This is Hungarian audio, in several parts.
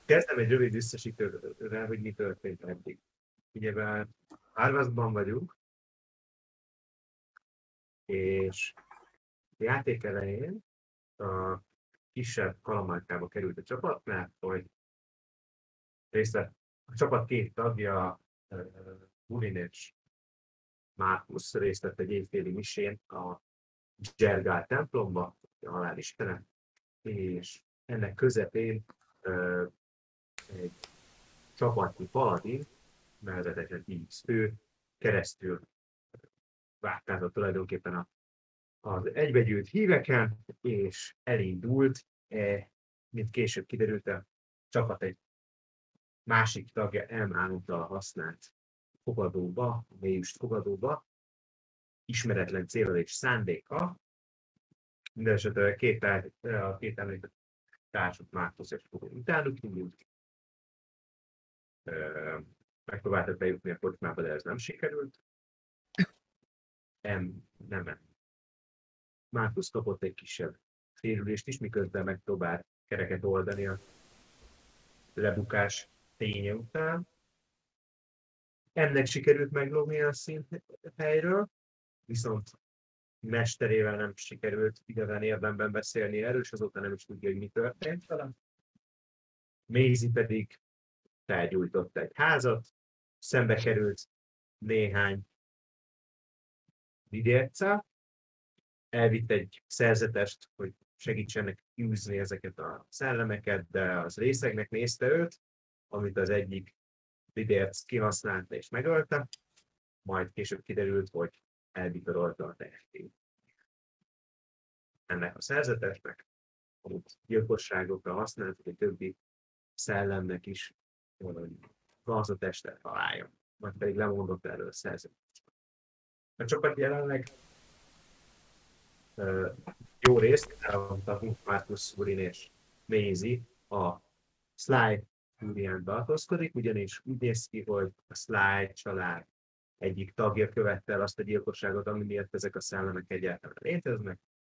kezdem egy rövid visszasikörrel, hogy mi történt eddig. Ugye Harvestban vagyunk, és a játék elején a kisebb kalamárkába került a csapat, mert hogy részt vett a csapat két tagja, Bulin és Marcus részt vett egy évféli misén a Zsergál templomba, a halálistene, és ennek közepén egy csapatnyi paladin, nevezetesen 10 fő, keresztül vágtázott tulajdonképpen az egybegyűlt híveken, és elindult, mint később kiderült, a csapat egy másik tagja által használt fogadóba, a mélyüst fogadóba, ismeretlen célra és szándéka. Mindenesetre a két említett társat Márkusz és Bulin utánuk indult. Megpróbáltak bejutni a kocsmába, de ez nem sikerült. Nem. Márkusz kapott egy kisebb sérülést is, miközben megpróbált kereket oldani a lebukás ténye után. Ennek sikerült meglógni a színhelyről, viszont mesterével nem sikerült igazán érdemben beszélni erről, és azóta nem is tudja, hogy mi történt vele. Maisie pedig felgyújtott egy házat, szembe került néhány lidérccel, elvitt egy szerzetest, hogy segítsenek űzni ezeket a szellemeket, de az részegnek nézte őt, amit az egyik lidérc kihasználta és megölte, majd később kiderült, hogy elvitorolta a tehetét. Ennek a szerzetesnek, amit gyilkosságokra használtak, egy többi szellemnek is az a testet találjon, majd pedig lemondott erről a szerzetest. A csapat jelenleg jó részt elmondtak Marcus, Bulin és Maisie a Sly Furián tartózkodik, ugyanis úgy néz ki, hogy a Sly család egyik tagja követte el azt a gyilkosságot, ami miatt ezek a szellemek egyáltalán léteznek,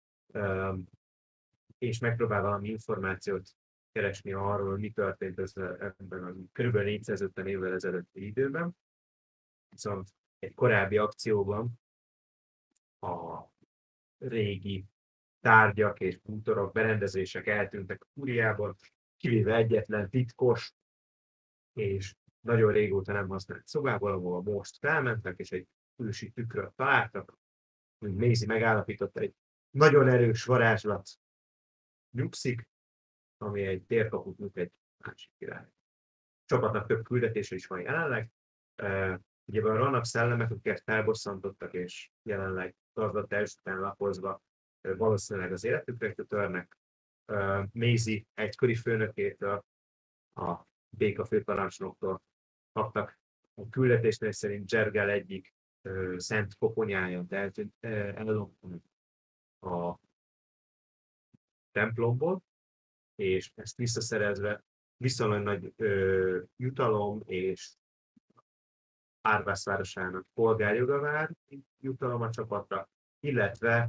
és megpróbál valami információt keresni arról, hogy mi történt ebben a kb. 450 évvel ezelőtti időben. Viszont egy korábbi akcióban a régi tárgyak és bútorok, berendezések eltűntek a Fúriából, kivéve egyetlen titkos és nagyon régóta nem használt szobából, ahol most felmentek, és egy külső tükröt találtak, mint Maisie megállapította, egy nagyon erős varázslat nyugszik, ami egy térkaput nyug egy másik király. Csapatnak több küldetése is van jelenleg. Ugye vannak szellemek, akiket felbosszantottak, és jelenleg gazdatárs után lapozva valószínűleg az életükre törnek. Maisie egykori főnökétől, a béka főparancsnoktól kaptak a küldetésnél szerint Zsergál egyik szent koponyája ellopni a templomból, és ezt visszaszerezve viszonylag nagy jutalom és Árvász városának polgárjoga vár jutalom a csapatra, illetve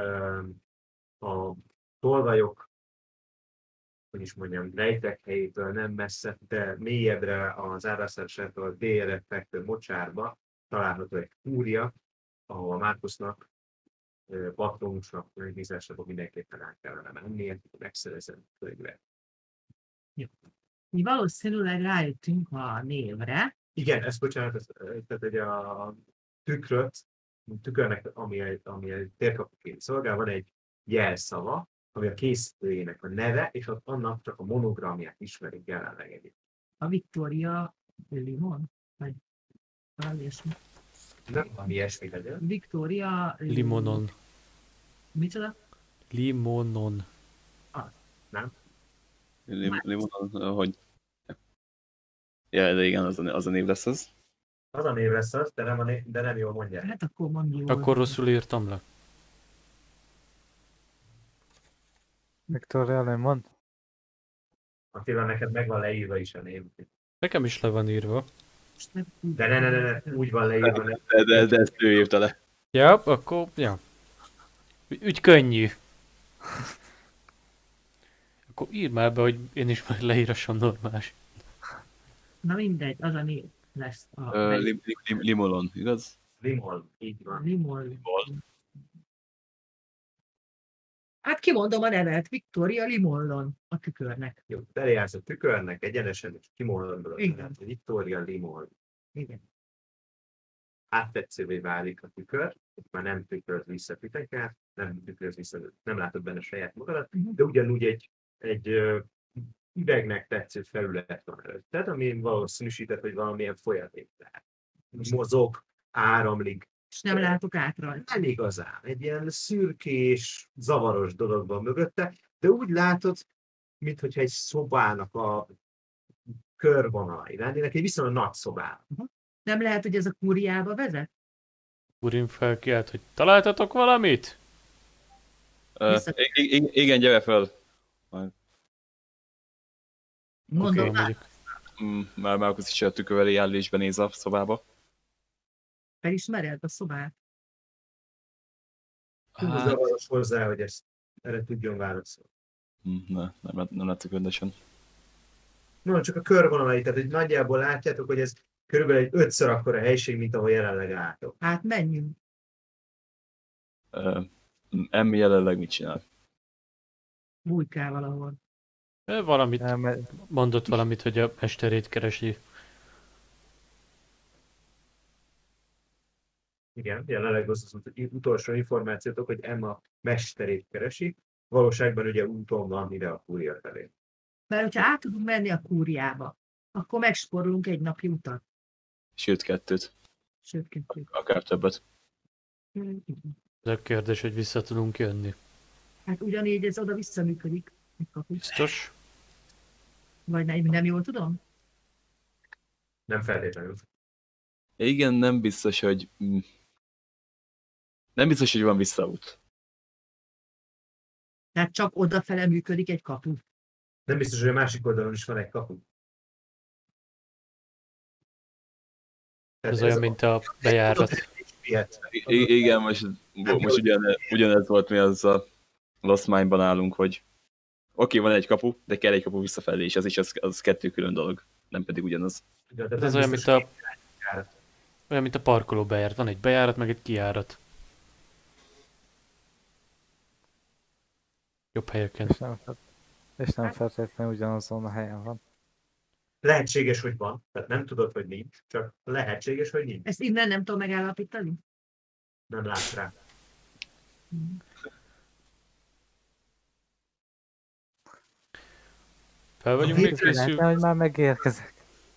a tolvajok, hogy is mondjam, rejtek helyétől nem messze, de mélyebbre az Árvászvárosától délre fekvő mocsárba található egy kúria, ahol a Márkusznak, patronusnak megbízásra fog mindenképpen át kellene mennie, megszerezem könyvet. Mi valószínűleg rájöttünk a névre. Igen, ezt bocsánat, tehát egy a tükörnek, ami egy térkapuként szolgál, van egy jelszava, ami a készítőjének a neve, és ott annak csak a monogramját ismerik jelenleg egyébként. A Victoria Limon? Vagy valami ilyesmi? Nem, ami ilyesmi legyen. Victoria Limonon. Micsoda? Limonon. Nem? Limonon, hogy... Ja, de igen, az a név lesz az. Az a név lesz az, de nem jól mondják. Hát akkor mondjuk. Akkor rosszul írtam le. Victoria Lemon? Attila, neked meg van leírva is a név. Nekem is le van írva. De ne, úgy van leírva. De ezt ő írta le. Ja, akkor, ja. Úgy könnyű. Akkor írd már be, hogy én is meg leírassam normális. Na mindegy, az a név lesz a Limolon, igaz? Limol, így van. Limol. Hát kimondom a nevet, Victoria Limollon a tükörnek. Jó, belejársz a tükörnek egyenesen, és kimondod a Igen. nevet, Victoria Limol. Igen. Áttetszővé válik a tükör, már nem tükröz vissza titeket, nem tükröz vissza, nem látod benne saját magadat, de ugyanúgy egy üvegnek tetsző felület van előtted, ami valószínűsített, hogy valamilyen folyadék lehet. Mozog, áramlik. És nem látok át rajta. Nem igazán. Egy ilyen szürkés, zavaros dolog van mögötte, de úgy látod, mintha egy szobának a körvonalai lennének, egy viszonylag nagy szobának. Nem lehet, hogy ez a kúriába vezet? Urim felkiált, hogy találtatok valamit? Igen, gyere fel. Mondom, Oké, mondjuk. Már Márkusz is a tükör elé áll és benéz a szobába. felismered a szobát? Túl zavaros hozzá, hogy ezt erre tudjon válaszolni. Nem látszik rendesen. No, csak a körvonalai, tehát hogy nagyjából látjátok, hogy ez körülbelül egy 5-ször akkora helység, mint ahol jelenleg álltok. Hát menjünk. Emmi jelenleg mit csinál? Bújkál valahol. Valamit, mondott valamit, hogy a mesterét keresi. Igen, jelenleg az utolsó információtok, hogy Emma mesterét keresi. Valóságban ugye úton van ide a kúria felé. Mert hogyha át tudunk menni a kúriába, akkor megsporolunk egy napi utat. Sőt, 2. Sőt, 2. Akár többet. Ez a kérdés, hogy vissza tudunk jönni. Hát ugyanígy ez oda-vissza működik. Biztos? Vagy nem jól tudom? Nem feltétlenül. Igen, nem biztos, hogy... Nem biztos, hogy van visszaút. Tehát csak odafele működik egy kapu. Nem biztos, hogy a másik oldalon is van egy kapu. Ez olyan, mint a bejárat. Igen, most ugyanez volt, mi az a Lost Mine-ban állunk, hogy oké, van egy kapu, de kell egy kapu visszafelé, és az 2 külön dolog, nem pedig ugyanaz. Ez olyan, mint a parkoló bejárat. Van egy bejárat, meg egy kijárat. Jobb helyeken. És nem feltétlenül ugyanazon a helyen van. Lehetséges, hogy van, tehát nem tudod, hogy nincs, csak lehetséges, hogy nincs. Ezt innen nem tudom megállapítani? Nem látsz rá. Fel vagyunk még Lehetne, készülve? hogy már megérkezek.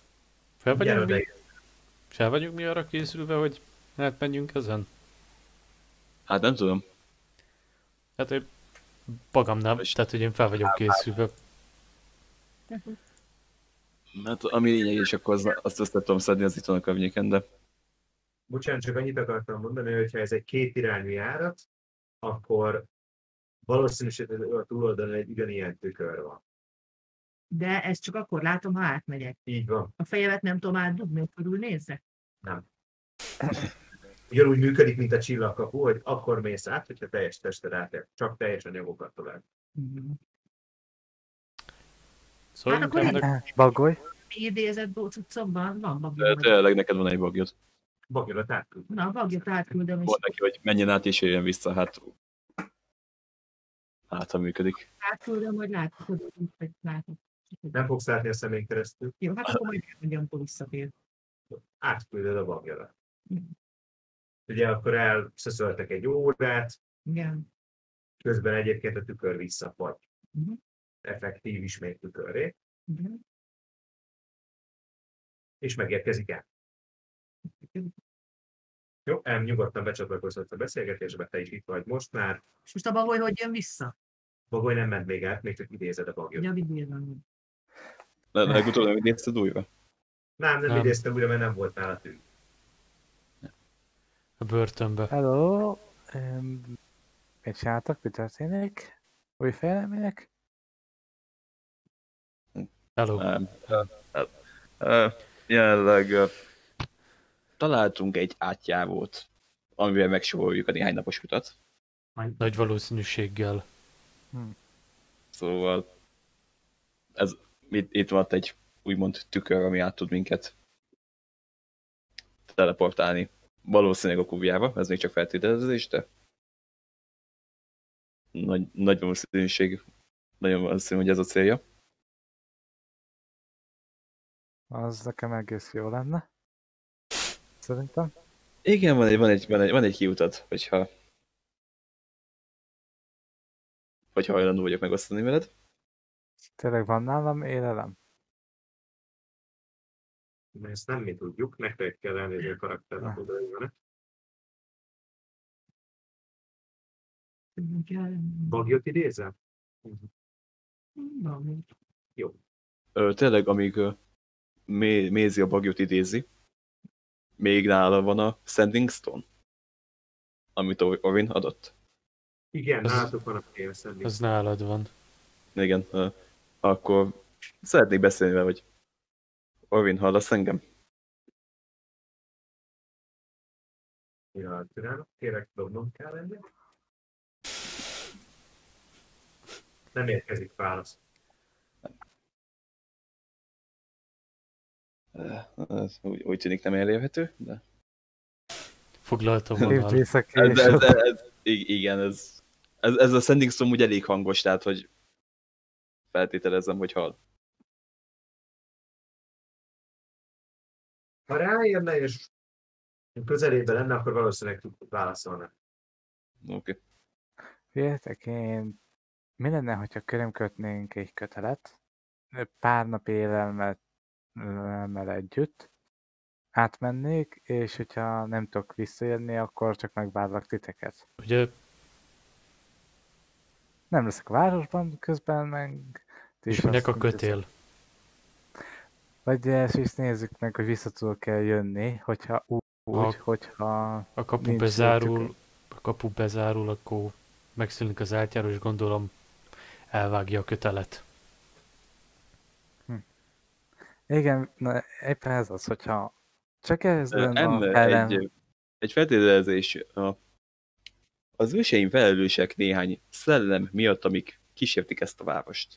Fel vagyunk mi arra készülve, hogy átmenjünk ezen? Hát nem tudom. Hát én magam nem, tehát hogy én fel vagyok készülve. Hát ami lényeges, akkor azt össze tudom szedni az itt van a környéken, de... Bocsánat, csak annyit akartam mondani, hogy ha ez egy kétirányú járat, akkor valószínűleg a túloldalon egy ugyanilyen tükör van. De ezt csak akkor látom, ha átmegyek. Így van. A fejemet nem tudom átdugni, hogy körülnézzek. Nem. Ugyanúgy működik, mint a csillagkapu, hogy akkor mész át, hogyha teljes tested átjár. Csak teljes anyagokat tovább. Szóval akkor ennek... Bagoly. Idézett bócucomban van De bagyom. tényleg neked van egy bagyod. Bagyolat átküld. Na, a bagyot átküldöm, és Volt neki, hogy menjen át és jöjjön vissza, hát ha működik. átküldöm, hogy látok, hogy látok. Nem fogsz látni a szemén keresztül. Jó, hát akkor majd mondjam, hogy visszatér. Átküldöd a bagyolat. Ugye akkor elszöszöltek egy órát, Igen. közben egyébként a tükör visszafagy. Mhm. Effektív ismét tükörré, Igen. és megérkezik el. Jó, nyugodtan becsatlakozott a beszélgetésbe, te is itt vagy most már. És most a bagoly hogy jön vissza? Bagoly nem ment még át, még csak idézed a bagyot. Ugye a Bibliában. Legutóbb nem idézted újra? Nem Nem. idézte újra, mert nem volt nála tűn. A börtönbe. Hello. Mit csináltak? Mi történik? Új fejlemények? Hello. Nem. Jelenleg találtunk egy átjárót, amivel megsoroljuk a néhány napos utat. Nagy valószínűséggel. Szóval itt van egy úgymond tükör, ami át tud minket teleportálni. Valószínűleg a kúvjába, ez még csak feltételezés, de nagy valószínűség, nagyon valószínű, hogy ez a célja. Az nekem egész jó lenne. Szerintem. Igen, van egy kiutat, hogyha hajlandó vagyok megosztani veled. Tényleg van nálam élelem? De ezt nem mi tudjuk, nektek kell elnézni a karakterlapodaival. Bagyot idézel? Jó. Tényleg, amíg Mézi a bagyot idézi, még nála van a Sending Stone, amit Orin adott. Igen, nálatok van a PSN. Az nálad van. Igen, akkor szeretnék beszélni vele, hogy Orin, hallasz engem? Ja, türelem, kérek, dobnom kell enni. Nem érkezik válasz. Ez úgy tűnik nem elérhető, de... Foglaltam Hívd vonal. vissza később. Igen, ez a Sending Stone úgy elég hangos, tehát hogy feltételezem, hogy hall. Ha ráérne és közelében lenne, akkor valószínűleg tud válaszolni. Oké. Figyeljetek, mi lenne, hogyha körömkötnénk egy kötelet, pár nap élelemmel együtt, átmennék, és hogyha nem tudok visszajönni, akkor csak megvárlak titeket. Ugye Nem leszek a városban közben, meg... ti és is minek azt a kötél? Vagy ezt is nézzük meg, hogy vissza tudok-e jönni, hogyha úgy, hogyha... A kapu nincs bezárul, akkor megszűnik az átjáró, és gondolom elvágja a kötelet. Igen, na, éppen ez az, hogyha csak ez Egy feltételezés. Az őseim felelősek néhány szellem miatt, amik kísértik ezt a várost.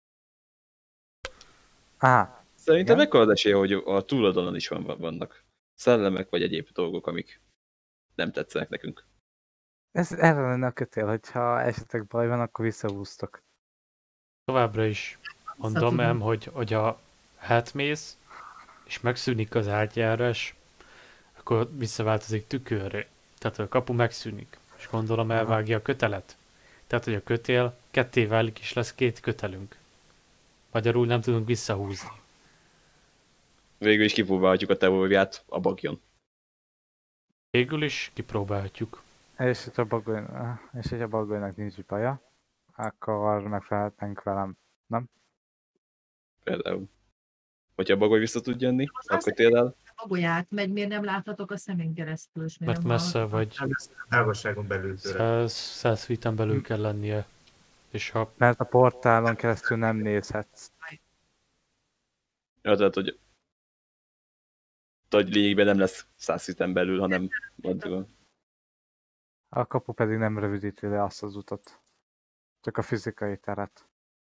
Szerintem igen. mekkora az esélye, hogy a túloldalon is vannak szellemek, vagy egyéb dolgok, amik nem tetszenek nekünk. Ez erre lenne a kötél, hogyha esetleg baj van, akkor visszahúztok. Továbbra is mondom ám, hogy ha átmész, és megszűnik az átjárás, akkor visszaváltozik tükörre. Tehát a kapu megszűnik, és gondolom elvágja a kötelet. Tehát, hogy a kötél ketté válik, és lesz két kötelünk. Magyarul nem tudunk visszahúzni. Végül is kipróbálhatjuk a teóriát a bagjon. Végül is kipróbálhatjuk. És hogy a bagolynak nincs baja, akkor megfelelhetnénk velem, nem? Például. Hogyha a bagoly vissza tud jönni, akkor tényleg. A bagolyát megy, miért nem láthatok a szemén keresztül? És miért Mert nem messze vagy, Távolságon belül tőle. 100 feet-en belül kell lennie. És ha Mert a portálon keresztül nem nézhetsz. Ja, tehát, hogy lényegében nem lesz 100 feet-en belül, hanem addig. A kapu pedig nem rövidíti le azt az utat. Csak a fizikai teret.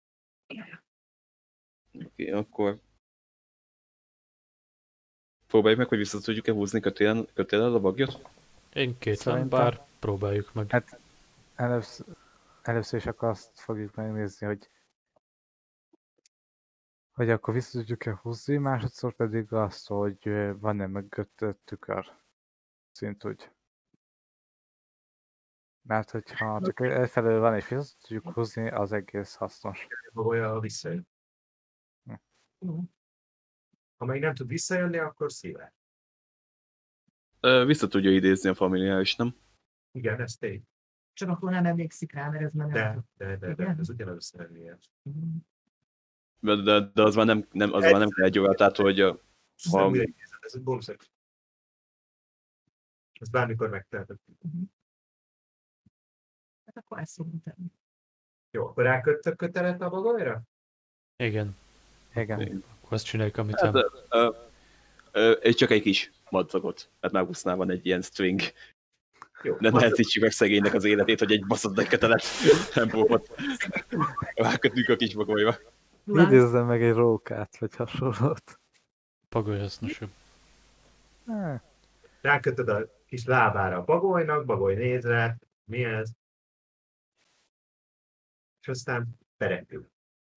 Oké, akkor próbáljuk meg, hogy vissza tudjuk-e húzni kötéllel a bagyot? én kétlem, Szerintem- bár próbáljuk meg. Hát először is akkor azt fogjuk megnézni, hogy akkor vissza tudjuk-e húzni, másodszor pedig azt, hogy van-e mögött tükör. Szintúgy. Mert hogyha csak egyfelől van és vissza tudjuk húzni, az egész hasznos. Bagolya visszajön. Ha meg nem tud visszajönni, akkor szívvel. Vissza tudja idézni a familiáris, nem? Igen, ez tény. Csak akkor nem emlékszik rá, mert ez már nem. De, ez ugyanaz összerennélyes. De az már nem kell egy órát, tehát hogy Ez nem újra idézed, ez egy bonuszer. Ezt bármikor megteheted. Hát akkor ezt fogunk tenni. Jó, akkor ráköttök kötelet a bagolyra? Igen, Igen. akkor azt csináljuk, amit Hát, nem. és csak egy kis madzagot, mert már húsznál van egy ilyen string. Jó, Ne nehezítsük meg szegénynek az életét, hogy egy baszott nagy kötelet nem fogod rákötünk a kis bagolyba. Idézzem meg egy rókát, vagy hasonlót. Pagoly hasznosabb. Rákötöd a kis lábára a bagolynak, bagoly néz rá, mi ez? És aztán berepül.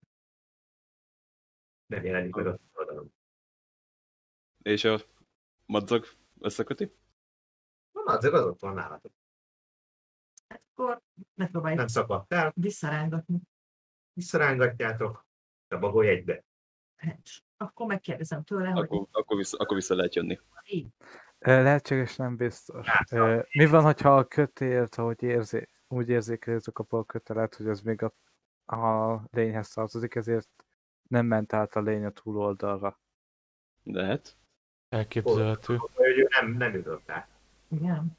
Nem jelenik meg a oldalon. És a madzag összeköti? Na, madzag az ott van nálatok. Akkor megpróbáljuk Nem szakadt el, visszarángatni. visszarángatjátok, a bagoly egybe. Akkor megkérdezem tőle, hogy Akkor vissza lehet jönni. így. Lehetséges, nem biztos. Mi van, hogyha a kötélt, ahogy úgy érzékelitek a kötelet, hogy ez még a lényhez tartozik, ezért nem ment át a lény a túloldalra. Lehet. Elképzelhető. Hogy ő nem jutott át. Igen.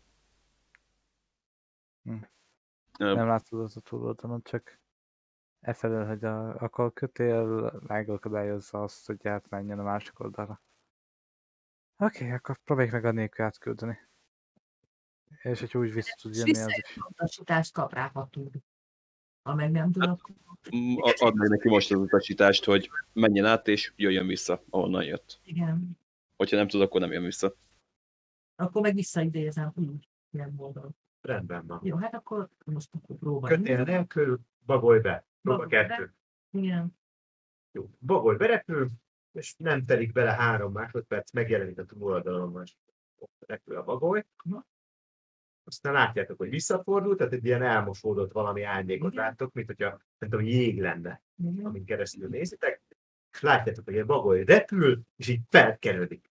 Nem látod a túloldalon, csak efelől, hogy akkor a kötél megakadályozza azt, hogy átmenjen a másik oldalra. Oké, akkor próbáljuk meg a nélkül átküldeni. És hogy úgy vissza tud jönni, az is. Utasítást kap rá, ha tud. Ha meg nem tud, akkor... Add meg neki most az utasítást, hogy menjen át és jöjjön vissza, ahonnan jött. Igen. Hogyha nem tud, akkor nem jön vissza. Akkor meg visszaidézem, úgy. Nem oldalon. Rendben van. Jó, hát akkor most akkor próbáljuk. Kötél nélkül, bagoly be. Próba Bagoly be. 2. Igen. Jó. Bagoly berepül, és nem telik bele 3 másodperc, megjelenik a túloldalon, most ott repül a bagoly. Aztán látjátok, hogy visszafordult, tehát egy ilyen elmosódott valami árnyékot Igen. láttok, mint hogyha nem tudom, jég lenne, Igen. amin keresztül nézitek, és látjátok, hogy a bagoly repül, és így felkerülik.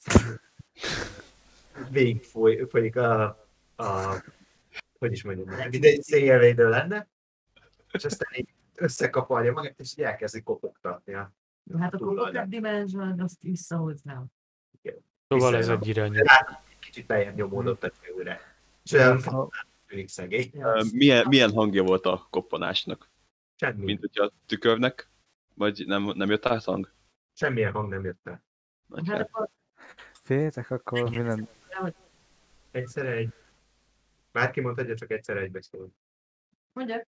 Végig folyik hogy is mondjam, mint egy szélvédő lenne, és aztán így összekaparja magát, és így elkezdi kopogtatni. Jó, hát akkor a Dimension, azt visszahoznám. Szóval ez egy irányú. Kicsit beljebb nyomódott a csőre. És olyan tűnik szegény. Milyen hangja volt a koppanásnak? Semmi. Mint hogyha tükörnek? Vagy nem jött át hang? Semmilyen hang nem jött el. Hát akkor Féljetek, akkor minden... Egyszerre egy. Bárki mondhatja, csak egyszerre egy beszél. Mondjak.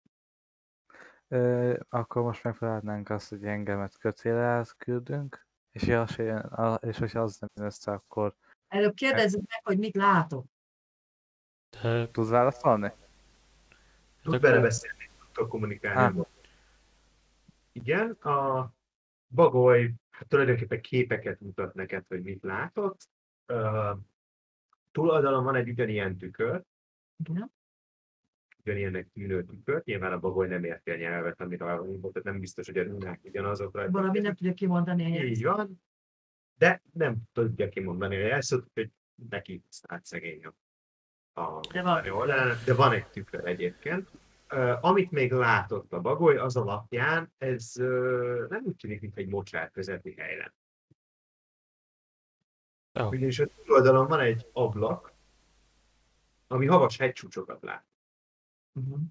Akkor most megfelelhetnénk azt, hogy engemet kötélre átküldünk, és hogyha az nem jön össze, akkor Előbb kérdezzük meg, hogy mit látok. De tudsz válaszolni? Tud belebeszélni, tudtok kommunikálni. Igen, a bagoly hát tulajdonképpen képeket mutat neked, hogy mit látott. Túloldalon van egy ugyanilyen tükör, Igen. ugyanilyennek tűnő tükör. Nyilván a bagoly nem érti a nyelvet, amit hallunk, tehát nem biztos, hogy a runák ugyanazokra. Valami nem tudja kimondani a Így jelzőt. van, de nem tudja kimondani a jelszót, hogy neki szállt szegény De van. de van egy tükör egyébként. Amit még látott a bagoly, az alapján ez nem úgy tűnik, mint egy mocsár közeli helyen. Oh. Ugyanis a túloldalon van egy ablak, ami havas hegycsúcsokat lát. Uh-huh.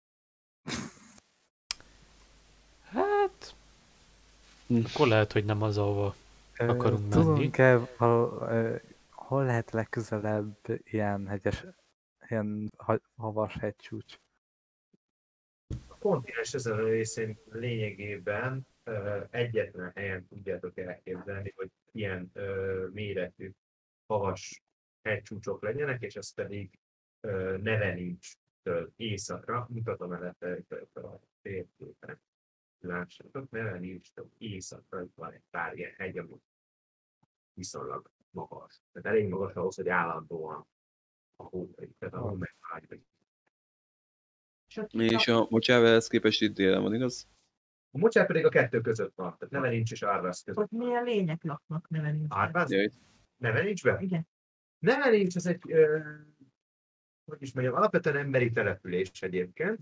hát... Akkor lehet, hogy nem az, ahova akarunk menni. Tudunk-e, hol lehet legközelebb ilyen hegyes, ilyen havas hegycsúcs? A kontinens ezen a részén lényegében egyetlen helyen tudjátok elképzelni, hogy ilyen méretű havas hegycsúcsok legyenek, és ez pedig Nevenincs-től északra, mutatom el a térképen. Lássátok, Nevenincs-től északra van egy pár ilyen hegy, ami viszonylag magas. Tehát elég magas ahhoz, hogy állandóan a hó, tehát a hó megvágy. És a mocsával képest itt délen van, igaz? A mocsár pedig a kettő között van, tehát Nevenincs és Arvász között. Hogy milyen lények laknak Nevenincsben? Arvász? Jaj. Nevenincsben? Igen. Nevenincs az egy, hogy is mondjam, alapvetően emberi település egyébként.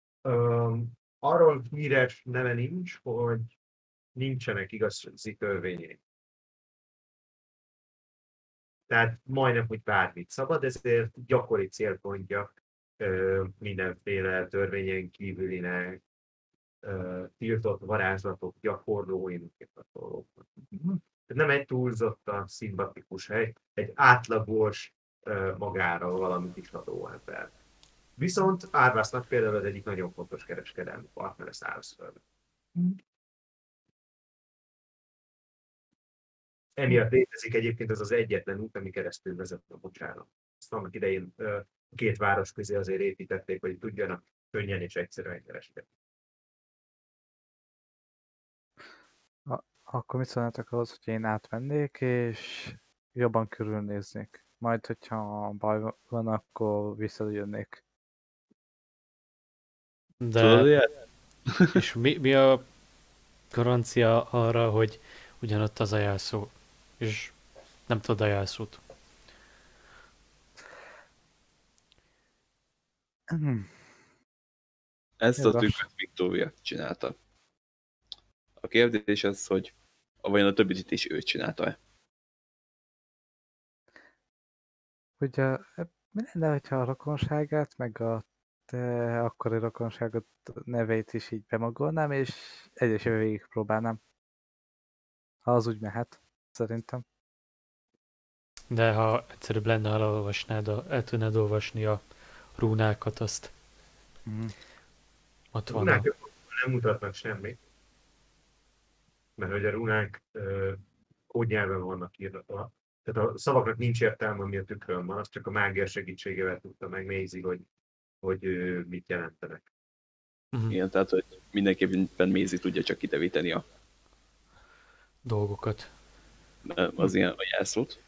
Arról híres Nevenincs, hogy nincsenek igazi törvényei. Tehát majdnem, hogy bármit szabad, ezért gyakori célpontja mindenféle törvényen kívülinek, tiltott varázslatok gyakorlóinak. Nem egy túlzottan szimpatikus hely, egy átlagos, magára valamit is adó ember. Viszont Árvásznak például az egyik nagyon fontos kereskedelmi partnere szárazföldön. emiatt létezik egyébként az az egyetlen út, ami keresztül vezet a mocsára. Ezt annak idején a két város közé azért építették, hogy tudjanak könnyen és egyszerűen kereskedni. Akkor mit szólnátok ahhoz, hogy én átvennék, és jobban körülnéznék. Majd, hogyha baj van, akkor visszajönnék. De, ilyet? és mi a garancia arra, hogy ugyanott az a jelszó, és nem tudod a jelszót? Ezt a Jogos. trükköt Victoria csinálta. A kérdés az, hogy vajon a többit is ő csinálta-e? Ugye, mi lenne, hogyha a rokonságát, meg a te akkori rokonságot neveit is így bemagolnám, és egyesével végig próbálnám. Ha az úgy mehet, szerintem. De ha egyszerűbb lenne, ha el tudnád olvasni a rúnákat, azt ott A van. runák nem mutatnak semmit, mert hogy a runák kódnyelven vannak írva. Tehát a szavaknak nincs értelme, ami a tükrön van, azt csak a mágia segítségével tudta megnézni, hogy mit jelentenek. Igen, tehát hogy mindenképpen Mézi tudja csak kitevíteni Dolgokat. az ilyen a jelszót.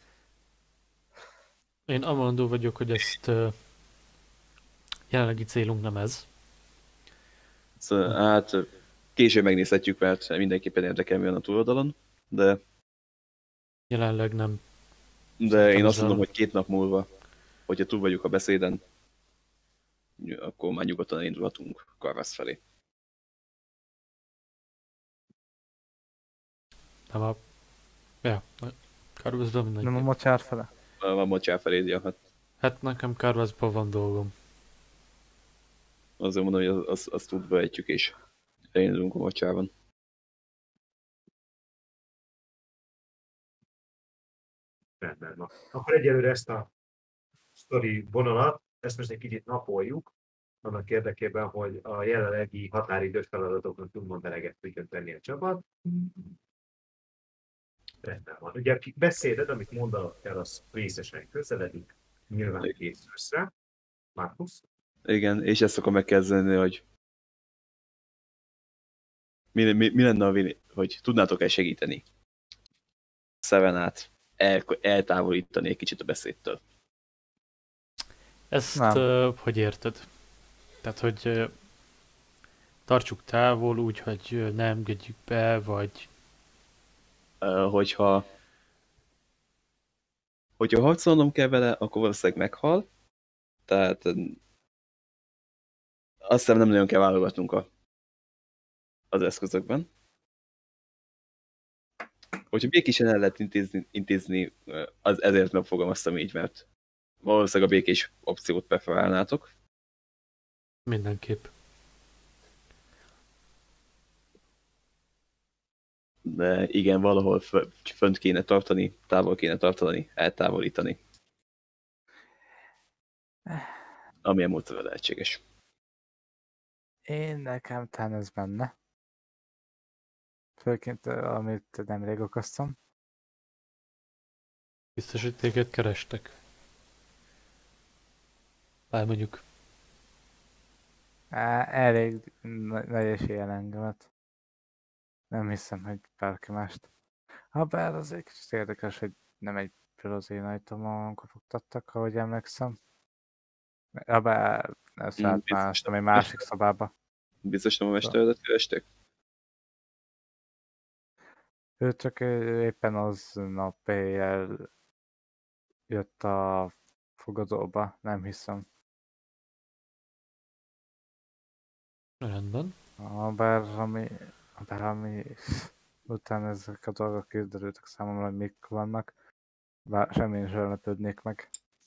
Én amondó vagyok, hogy ezt jelenlegi célunk nem ez. Szóval, hát később megnézhetjük, mert mindenképpen érdekel mi van a túloldalon, de Jelenleg nem. én azt mondom, hogy 2 nap múlva, hogyha túl vagyunk a beszéden, akkor már nyugodtan indulhatunk Karvasz felé. Nem a... Ja, Karvaszban mindenki. Nem a mocsár fele? A mocsár felé, ja, hát Hát nekem Karvaszban van dolgom. azért mondom, hogy azt tudva ejtjük, és elindulunk a mocsárban. Rendben van. Akkor egyelőre ezt a sztori vonalat, ezt most egy kicsit napoljuk, annak érdekében, hogy a jelenlegi határidős feladatoknak úgymond eleget tudjon tenni a csapat. Rendben van. Ugye a beszéded, amit mondanak kell, az részesen közeledik, nyilván készülsz rá. Markus? Igen, és ezt akkor megkezdeni, hogy mi lenne a hogy tudnátok-e segíteni Sevenát eltávolítani egy kicsit a beszédtől? Ezt hogy érted? Tehát, hogy tartsuk távol úgy, hogy ne engedjük be, vagy... Hogyha harcolnom kell vele, akkor valószínűleg meghal. Tehát azt hiszem nem nagyon kell válogatnunk az eszközökben. Hogyha békésen el lehet intézni, az ezért megfogalmaztam így, mert valószínűleg a békés opciót preferálnátok. Mindenképp. De igen, valahol fönt kéne tartani, távol kéne tartani, eltávolítani. Amilyen módszerrel lehetséges. Nekem talán ez benne. Főként, amit nemrég okoztam. Biztos, hogy téged kerestek. Bár mondjuk... Elég nagy eséllyel engemet. Nem hiszem, hogy bárki mást. Bár az egy kicsit érdekes, hogy nem egy Pirozén ajtomon kopogtattak, ahogy emlékszem. Bár ezt átmástam egy másik szobába. Biztos nem a mesteredet kerestek? Ő csak éppen az nap éjjel jött a fogadóba, nem hiszem. Rendben. Bár ami utána ezek a dolgok kiderültek számomra, hogy mik vannak, bár semmi sem lepődnék meg.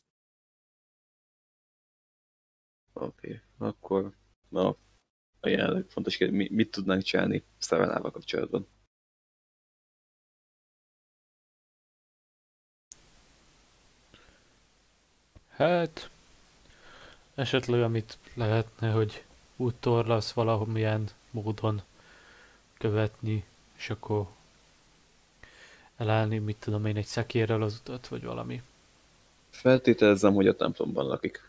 Oké, akkor a jelenleg fontos kérdés, mit tudnánk csinálni Sevenával kapcsolatban? Hát... Esetleg amit lehetne, hogy úttorlasz valamilyen módon követni, és akkor elállni, mit tudom én, egy szekérrel az utat, vagy valami. Feltételezem, hogy a templomban lakik.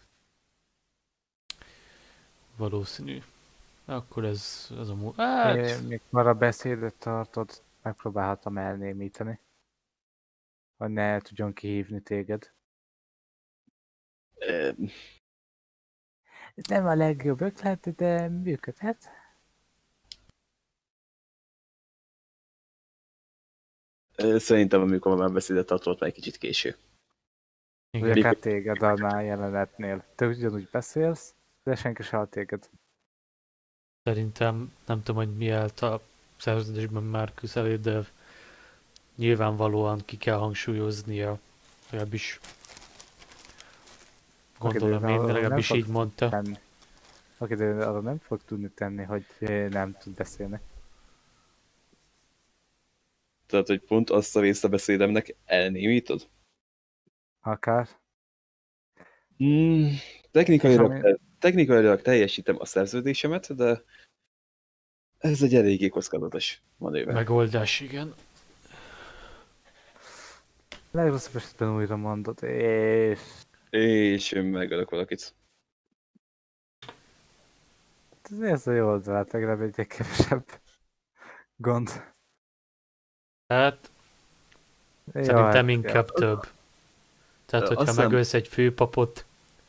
Valószínű. Akkor ez a hát, Még már a beszédet tartod, megpróbálhatom elnémítani. Hogy ne tudjon kihívni téged. Ö, Ez nem a legjobb ötlet, de működhet. Szerintem, amikor már beszédet tartott, már egy kicsit késő. Vagy igen. akár téged annál jelenetnél. Te ugyanúgy beszélsz, de senki se hall téged. Szerintem nem tudom, hogy mi állt a szerződésben Marcus elé, de nyilvánvalóan ki kell hangsúlyoznia, legalábbis gondolom de én, de arra nem legalábbis fog így mondta. tenni. Oké, de arra nem fog tudni tenni, hogy nem tud beszélni. Tehát, hogy pont azt a részt a beszédemnek elnémítod? Akár. Technikailag teljesítem a szerződésemet, de ez egy eléggé kockázatos manőver. Megoldás, igen. Legrosszabb esetben újra mondod, És megölök valakit. ez a jó oldalát, legalább egy kevesebb gond. Hát Jó, szerintem hát, inkább több. Tehát, hogyha Azt hiszem- megölsz egy főpapot,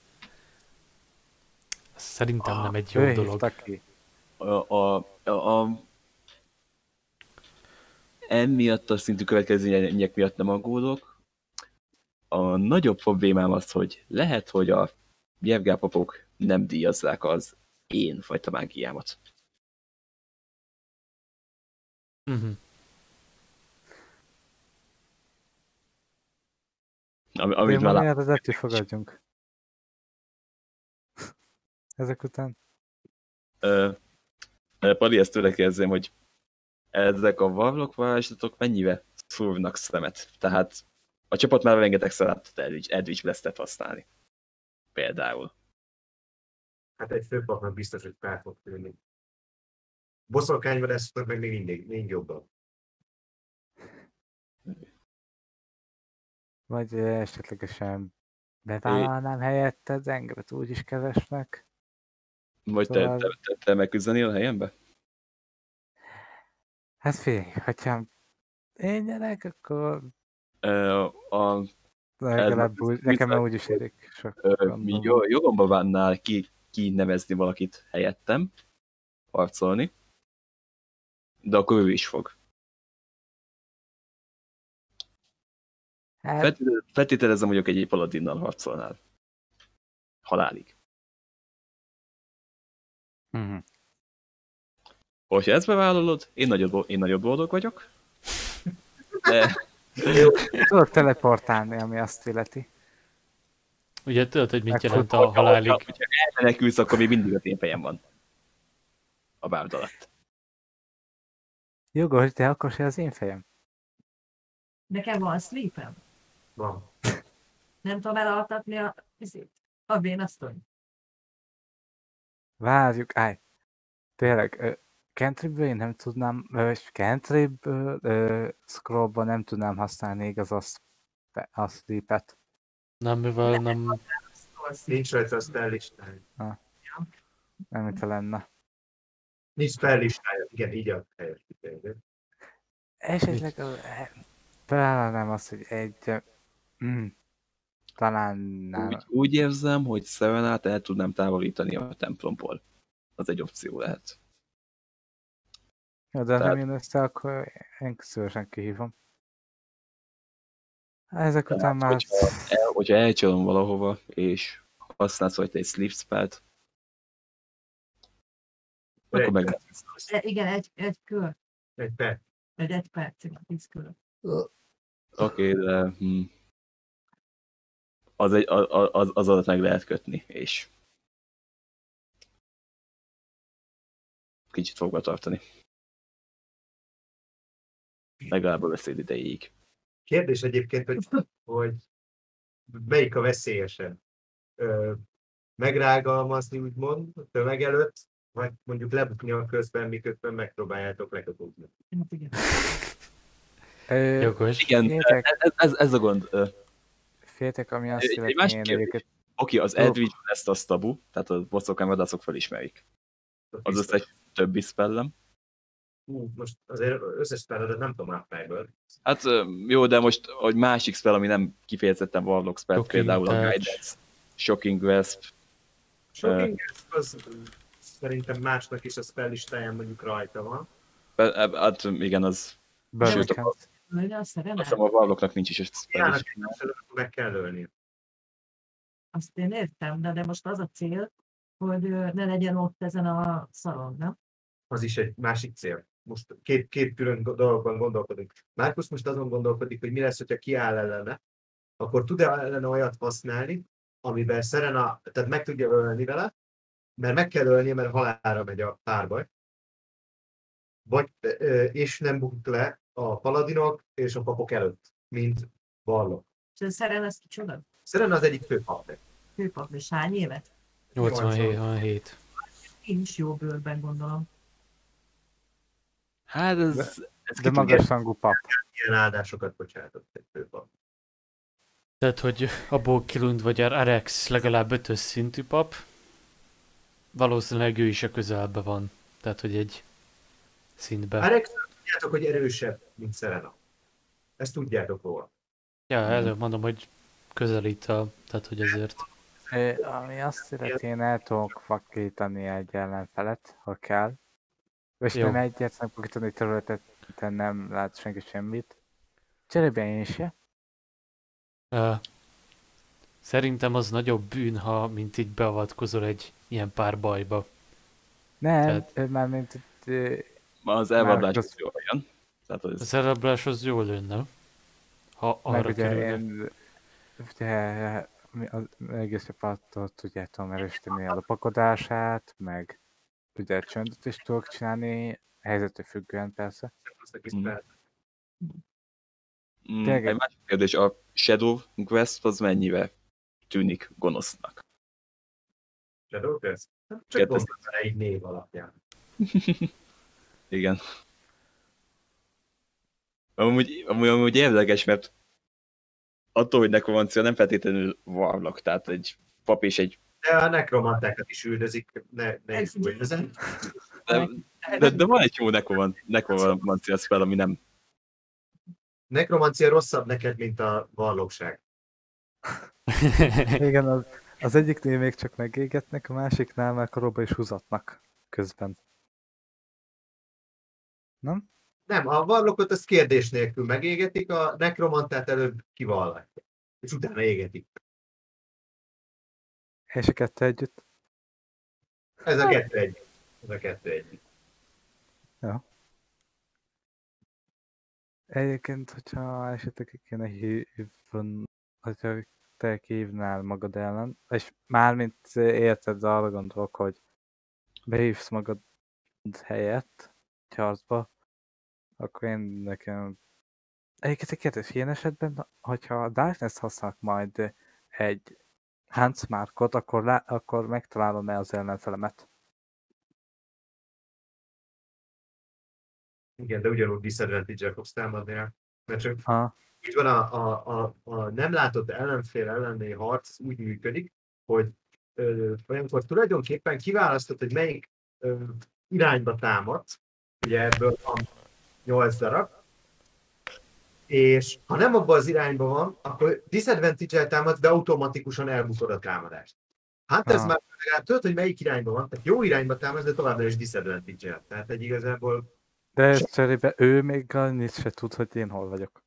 az szerintem nem egy jó ő dolog. hívta ki. Emiatt a szintű következmények miatt nem aggódok. A nagyobb problémám az, hogy lehet, hogy a Jevgál-papok nem díjazzák az én fajta mágiámat. Uh-huh. Amit már Démoniát az ettől fogadjunk. Ezek után? Pali, ezt tőle kérdezném, hogy ezek a varlok varázslatok mennyivel szúrnak szemet? Tehát a csapat már rengeteg szalátot Eldritch Blast-et használni. Például. Hát egy főpapnak biztos, hogy fel fog tűnni. Boszorkányban ezt meg még mindig jobban. Vagy esetlegesen bevállalnám helyetted, engemet úgy is keresnek. Vagy Szóval- te megküzdenél a helyembe? Hát figyelj, hogyha én nyerek, akkor legalább úgy, nekem már úgy is érik sok. Jogomba vánnál ki nevezni valakit helyettem, harcolni, de akkor ő is fog. Hát, Feltételezem, hogy egy paladinnal harcolnál. Halálig. Hogyha ezt bevállalod, én nagyobb boldog vagyok. De tudok teleportálni, ami azt illeti. Ugye tudod, hogy mit Megfut- jelent a halálig? hogyha elmenekülsz, akkor még mindig az én fejem van. A bárd alatt. Jogos, de akkor se az én fejem. Nekem van sleepem. Van. Nem tudom elaltatni a vénasztony. Várjuk, állj. Tényleg, cantrip én nem tudnám, cantrip scrollban nem tudnám használni igaz a sleep-et. Nem, mivel nem... Nincs rajta a spell listája. Nem, mint lenne. Nincs spell listája. Igen, így a helyes. Esetleg bevállalnám azt, hogy talán nem. Úgy érzem, hogy Serenát el tudnám távolítani a templomból. Az egy opció lehet. Jó, de ha Tehát- nem jön össze, akkor én szívesen kihívom. Ezek után már... Hogyha elcsalom valahova, és használsz rajta egy sleep spellt, akkor meg Igen, egy kör. Egy perc. Egy perc, 10 kör. Oké, de az adat meg lehet kötni, és kicsit fogva tartani. Legalább a beszéd idejéig. Kérdés egyébként, hogy melyik a veszélyesebb? Megrágalmazni, úgymond, a tömeg előtt, vagy mondjuk lebukni a közben, miközben megpróbáljátok lekapogni. Hát igen. Jogos. Igen, ez a gond. Féltek, ami azt Egy jelenti, másik én kérdés. őket... Oké, az Eldritch ezt az tabu, tehát a bosszokán vadászok felismerik. Az összes többi spellem. Most azért összes spelledet nem tudom átfejből. Hát jó, de most hogy másik spell, ami nem kifejezetten Warlock spell, Shocking például a Touch. Guidance, Shocking Grasp. Shocking az szerintem másnak is a spell listáján mondjuk rajta van. Hát igen, az... Burning Sőt, Hands. Lőne a szerelem? Azt hiszem a Warlocknak nincs is egy spell Jának is. meg kell ölni. Azt én értem, de most az a cél, hogy ne legyen ott ezen a szalon, nem? Az is egy másik cél. Most két külön dologban gondolkodunk. Márkusz most azon gondolkodik, hogy mi lesz, hogyha kiáll ellene, akkor tud-e ellene olyat használni, amiben Serena, tehát meg tudja ölni vele, mert meg kell ölnie, mert halálra megy a párbaj. Vagy, és nem bukik le a paladinok és a papok előtt, mint Warlock. És a szerelem ez kicsoda? Serena az egyik fő pap. Főpap, és hány évet? 87. Nincs jó bőrben, gondolom. Hát ez De ki tudja. magas rangú pap. Ilyen áldásokat bocsátott egy főpap. Tehát, hogy abból Kilund vagy Arex legalább 5-ös szintű pap, valószínűleg ő is a közelben van. Tehát, hogy egy szintben. Arex, tudjátok, hogy erősebb, mint Serena. Ezt tudjátok róla. Ja, előbb mondom, hogy közelít tehát, hogy ezért. Ami azt illeti, én el tudok vakítani egy ellenfelet, ha kell. És Jó. nem egyet, nem vakítani területet, nem lát senki semmit. Cserébe én se. Szerintem az nagyobb bűn, ha mint így beavatkozol egy ilyen pár bajba. Nem, Tehát- mármint Az elvadás Már az jó olyan. Tehát A az, szereplés az jól lenne. Ha meg arra ugye kerülne. én az egész csapatot tudjátok erősíteni a lopakodását, meg ugye csöndet is tudok csinálni, helyzettől függően persze. Tényleg. egy másik kérdés, a Shadow Grasp az mennyivel tűnik gonosznak? Shadowcast? Csak Kettő. gondolj vele egy név alapján. Igen. Amúgy érdekes, mert attól, hogy nekromancia nem feltétlenül Warlock, tehát egy pap és egy... De a nekromantákat is üldözik, ne izgulj ezen. De van egy jó nekromancia spell, ami nem... Nekromancia rosszabb neked, mint a vallóság. Igen, az egyiknél még csak megégetnek, a másiknál már korokba is húzatnak közben. Nem? Nem, a vallókot az kérdés nélkül megégetik, a nekromantát előbb kivallatják. És utána égetik. És a kettő együtt. Ez a kettő együtt. Ez a kettő együtt. Egyébként, hogyha esetleg ki kéne hívni, hogyha te hívnál magad ellen, és mármint érted, arra gondolok, hogy behívsz magad helyett harcba, akkor én nekem... Egyébként egy kérdés, ilyen esetben, hogyha a Darkness használok majd egy Huntsmarkot, akkor megtalálom-e az ellenfelemet? Igen, de ugyanúgy disadvantage-el fogsz támadni rá. Mert csak Ha. így van, a nem látott ellenfél elleni harc az úgy működik, hogy olyankor tulajdonképpen kiválasztod, hogy melyik irányba támadsz, ugye ebből van 8 darab, és ha nem abban az irányban van, akkor disadvantage-el támadsz, de automatikusan elbukod a támadást. Hát ez már legalább tudod, hogy melyik irányban van, tehát jó irányba támadsz, de továbbra is disadvantage-el. Tehát egy igazából De ez cserébe ő még annyit se tud, hogy én hol vagyok.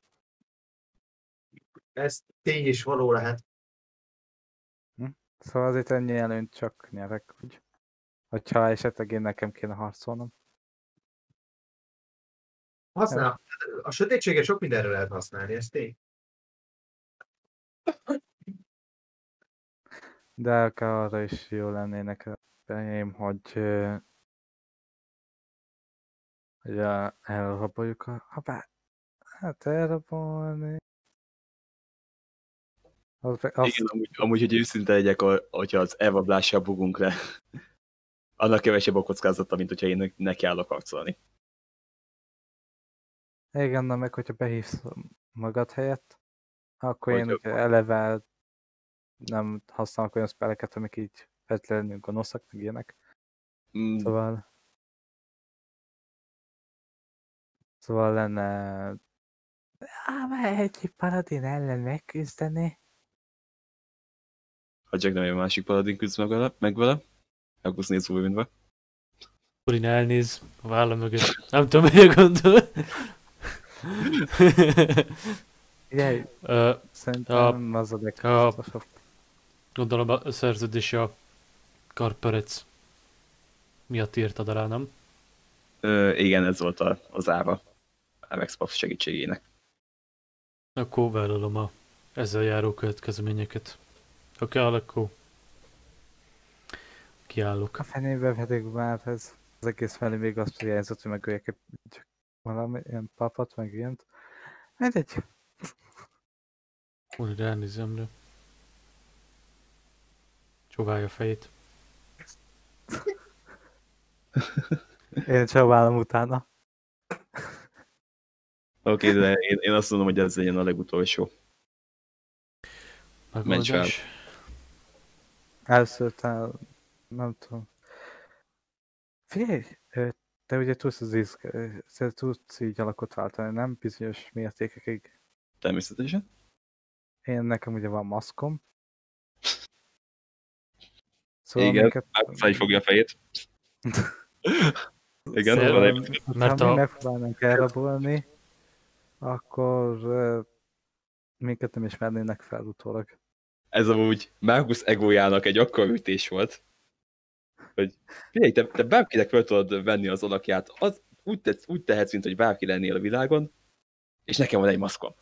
ez tény és való lehet. Szóval azért ennyi előnyt csak nyerek, hogy hogyha esetleg én nekem kéne harcolnom. Használ, a sötétséget sok mindenre lehet használni, ez tény. De akár arra is jó lennének a fejeim, hogy elraboljuk a... Hát elrabolni... Igen, amúgy, hogy őszinte legyek, hogyha az elrablással bugunk le, annak kevesebb a kockázata, mint hogyha én nekiállok harcolni. Igen, na meg hogyha behívsz magad helyett, akkor én Hogyha- ugye eleve nem használok olyan spelleket, amik így feltétlenül gonoszak, meg ilyenek. Mm, Szóval lenne... egy paladin ellen megküzdeni. ha csak nem egy másik paladin küzd meg vele, akkor nézz újra. Purin elnéz a válla mögött. Nem tudom, mire gondol. Ugye, Ö, szerintem az a legfontosabb. Gondolom a szerződési a Karperec miatt írtad alá, nem? Igen, ez volt az áva. Avex Paps segítségének. Akkor vállalom a ezzel járó következményeket. Ha kell, akkor kiállok. A fenébe pedig már ez az egész felé még azt hiányzott, hogy megöljek egy valami ilyen papat, meg ilyent. Mindegy. Purin elnézemre. Csóválja a fejét. Én csaválom utána. Oké, de én azt mondom, hogy ez legyen a legutolsó. Megoldás. Először nem tudom. Figyelj, te ugye tudsz így alakot váltani, nem? Bizonyos mértékekig. Természetesen. Nekem ugye van maszkom. Szóval Igen, minket... felfogja a fejét. Igen, Szóval- van egy... Mert ha mi a- megpróbálnánk elrabolni, akkor minket nem ismernének fel utólag. Ez amúgy Marcus egójának egy akkora ütés volt, hogy figyelj, te bárkinek fel tudod venni az alakját, az úgy tehetsz, mint hogy bárki lennél a világon, és nekem van egy maszkom.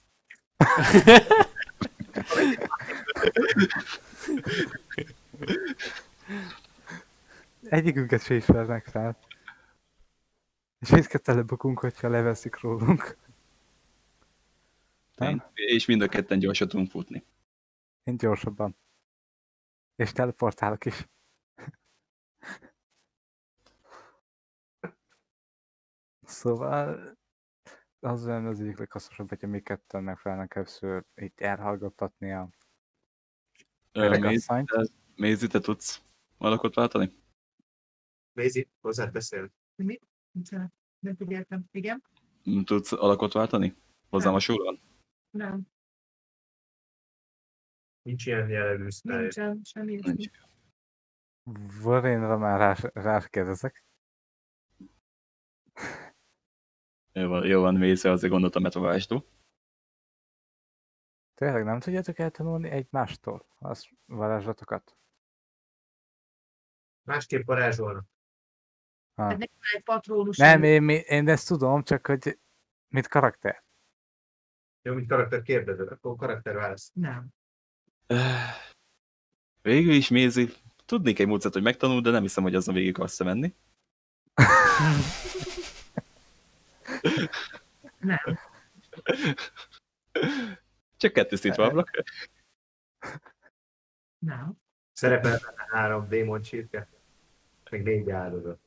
Egyikünket se ismernek fel. És mindketten lebukunk, hogyha leveszik rólunk. Nem? És mind a ketten gyorsan tudunk futni. Én gyorsabban. És teleportálok is. Szóval az olyan az egyik leghasznosabb, hogyha mi ketten megfelelnek először itt elhallgattatni a regasszanyt. Mézi, te tudsz alakot váltani? Mézi, hozzád beszél. Mi? Nem figyeltem. Igen? Tudsz alakot váltani? Hozzám a sorban? Nem. Nincs ilyen jellegű spell. Nincsen semmi Nincs. ilyesmi. Varénra már rákérdezek. Jó van, Mézi, azért gondoltam, mert a varázsló. Tényleg nem tudjátok eltanulni egymástól az varázslatokat? Másképp varázsolnak. Ah. Nekem egy patrónus. Nem, én ezt tudom, csak hogy mint karakter. Jó, mint karakter kérdezed, akkor karakter válasz. Nem. Végül is, Mézi, tudnék egy módszert, hogy megtanul, de nem hiszem, hogy azon végig akarsz menni. Nem. Csak 2 szint van ablak. Nem. Szerepel benne 3 démon csirke, meg 4 áldozat.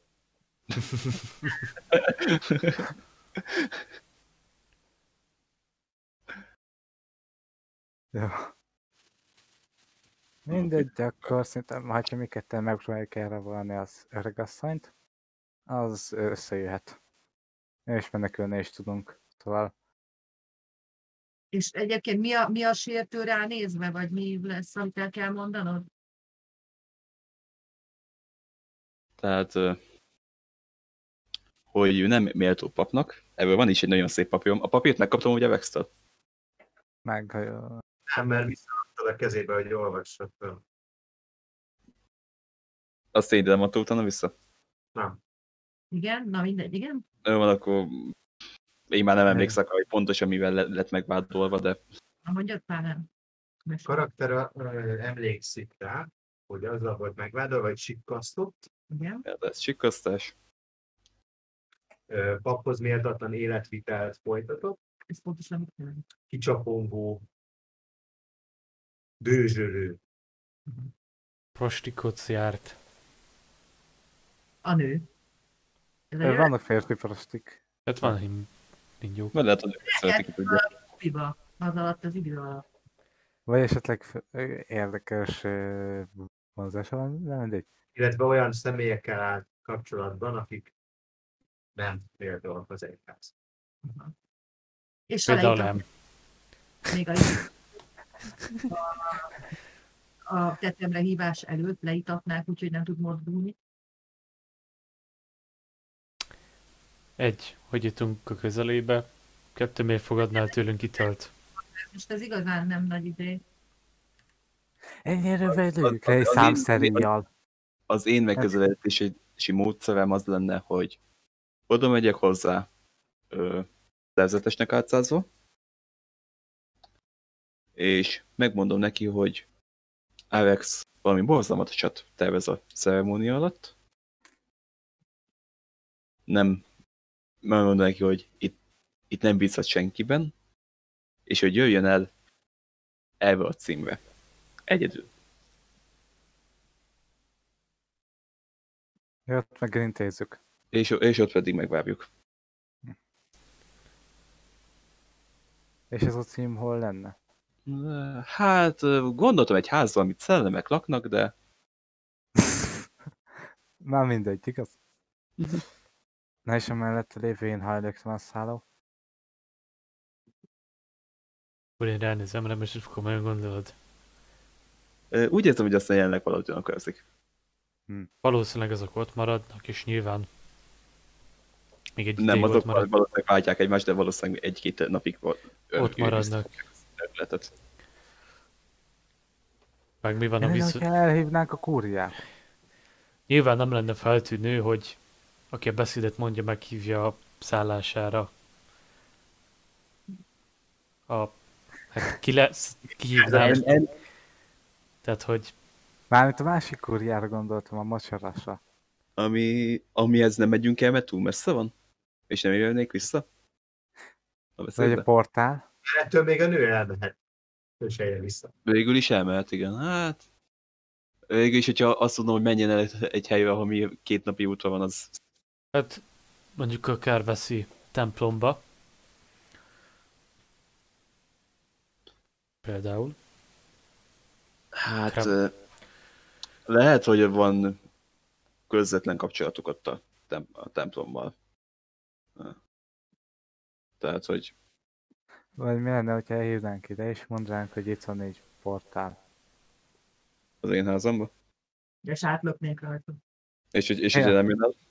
Jó. Mindegy, akkor szerintem, ha mi ketten megpróbáljuk elrabolni az öregasszonyt, az összejöhet. És menekülni is tudunk. Szóval És egyébként mi a sértő ránézve, vagy mi lesz, amit el kell mondanod? Tehát, hogy ő nem méltó papnak. Ebből van is egy nagyon szép papírom. A papírt megkaptam ugye Vex-től. meg Nem, mert visszaadtad a kezébe, hogy olvassad fel. Azt én nem adta utána vissza. Nem. Igen? Na mindegy, igen? Jó van, akkor én már nem emlékszek, hogy pontosan mivel lett megvádolva, de Na mondjad már nem. Karakter emlékszik rá, hogy azzal volt megvádolva, vagy sikkasztott, Igen? ez sikkasztás. paphoz méltatlan életvitelt folytatott, Ez pontosan mit jelent? kicsapongó, dőzsölő. Prostikot járt. A nő. Ez a vannak férfi prostik. Hát van Ningyók. Mert lehet, hogy szeretik, hogy tudja. Piba, az alatt az idő alatt. Vagy esetleg érdekes mozgása van, nem mindegy. Illetve olyan személyekkel áll kapcsolatban, akik nem például az egyház. És Például leított nem. még a tettemre hívás előtt leítatnák, úgyhogy nem tud mozdulni. Egy, hogy jutunk a közelébe. 2, miért fogadnál tőlünk italt? Most ez igazán nem nagy idő. Ennyire vegyük le egy az számszeríjjal. Az én megközelítési módszerem az lenne, hogy oda megyek hozzá szerzetesnek átszázva, és megmondom neki, hogy Alex valami borzalmatosat tervez a ceremónia alatt. Nem mondom neki, hogy itt nem bízhat senkiben, és hogy jöjjön el erre a címre. Egyedül. Jött, meg intézzük. És ott pedig megvárjuk. És ez a cím hol lenne? Hát, gondoltam egy házba, amit szellemek laknak, de Már mindegy, igaz? Na és a mellette lévő én hajléktalan szálló. Akkor én ránézem, nem is komolyan gondolod. úgy érzem, hogy aztán jelenleg valahogy akarzik. Valószínűleg azok ott maradnak, és nyilván még egy Nem, ideig ott azok marad. valószínűleg váltják egymást, de valószínűleg 1-2 napig Ott maradnak. Területet. Meg mi van a Én viszont... hogyha elhívnánk a kúriát. Nyilván nem lenne feltűnő, hogy aki a beszédet mondja, meghívja a szállására. Hát ki lesz, kihívnám. Tehát, hogy Mármint a másik kúriára gondoltam, a mocsarasra. Amihez nem megyünk el, mert túl messze van? És nem jönnék vissza? A Vagy beszédbe? a portál. Ettől még a nő elmehet. Ő se jön vissza. Végül is elmehet, igen. Hát... Végül is, hogyha azt mondom, hogy menjen el egy helyre, ahol mi 2 napi útra van, az... hát mondjuk a Kárveszi templomba. Például. Hát... Krem. Lehet, hogy van közvetlen kapcsolatuk ott a templommal. Tehát, hogy... Vagy mi lenne, hogyha elhívnánk ide, és mondanánk, hogy itt van egy portál. Az én házamba. És átlöknék rajta. És hogy Igen. ide nem jön el.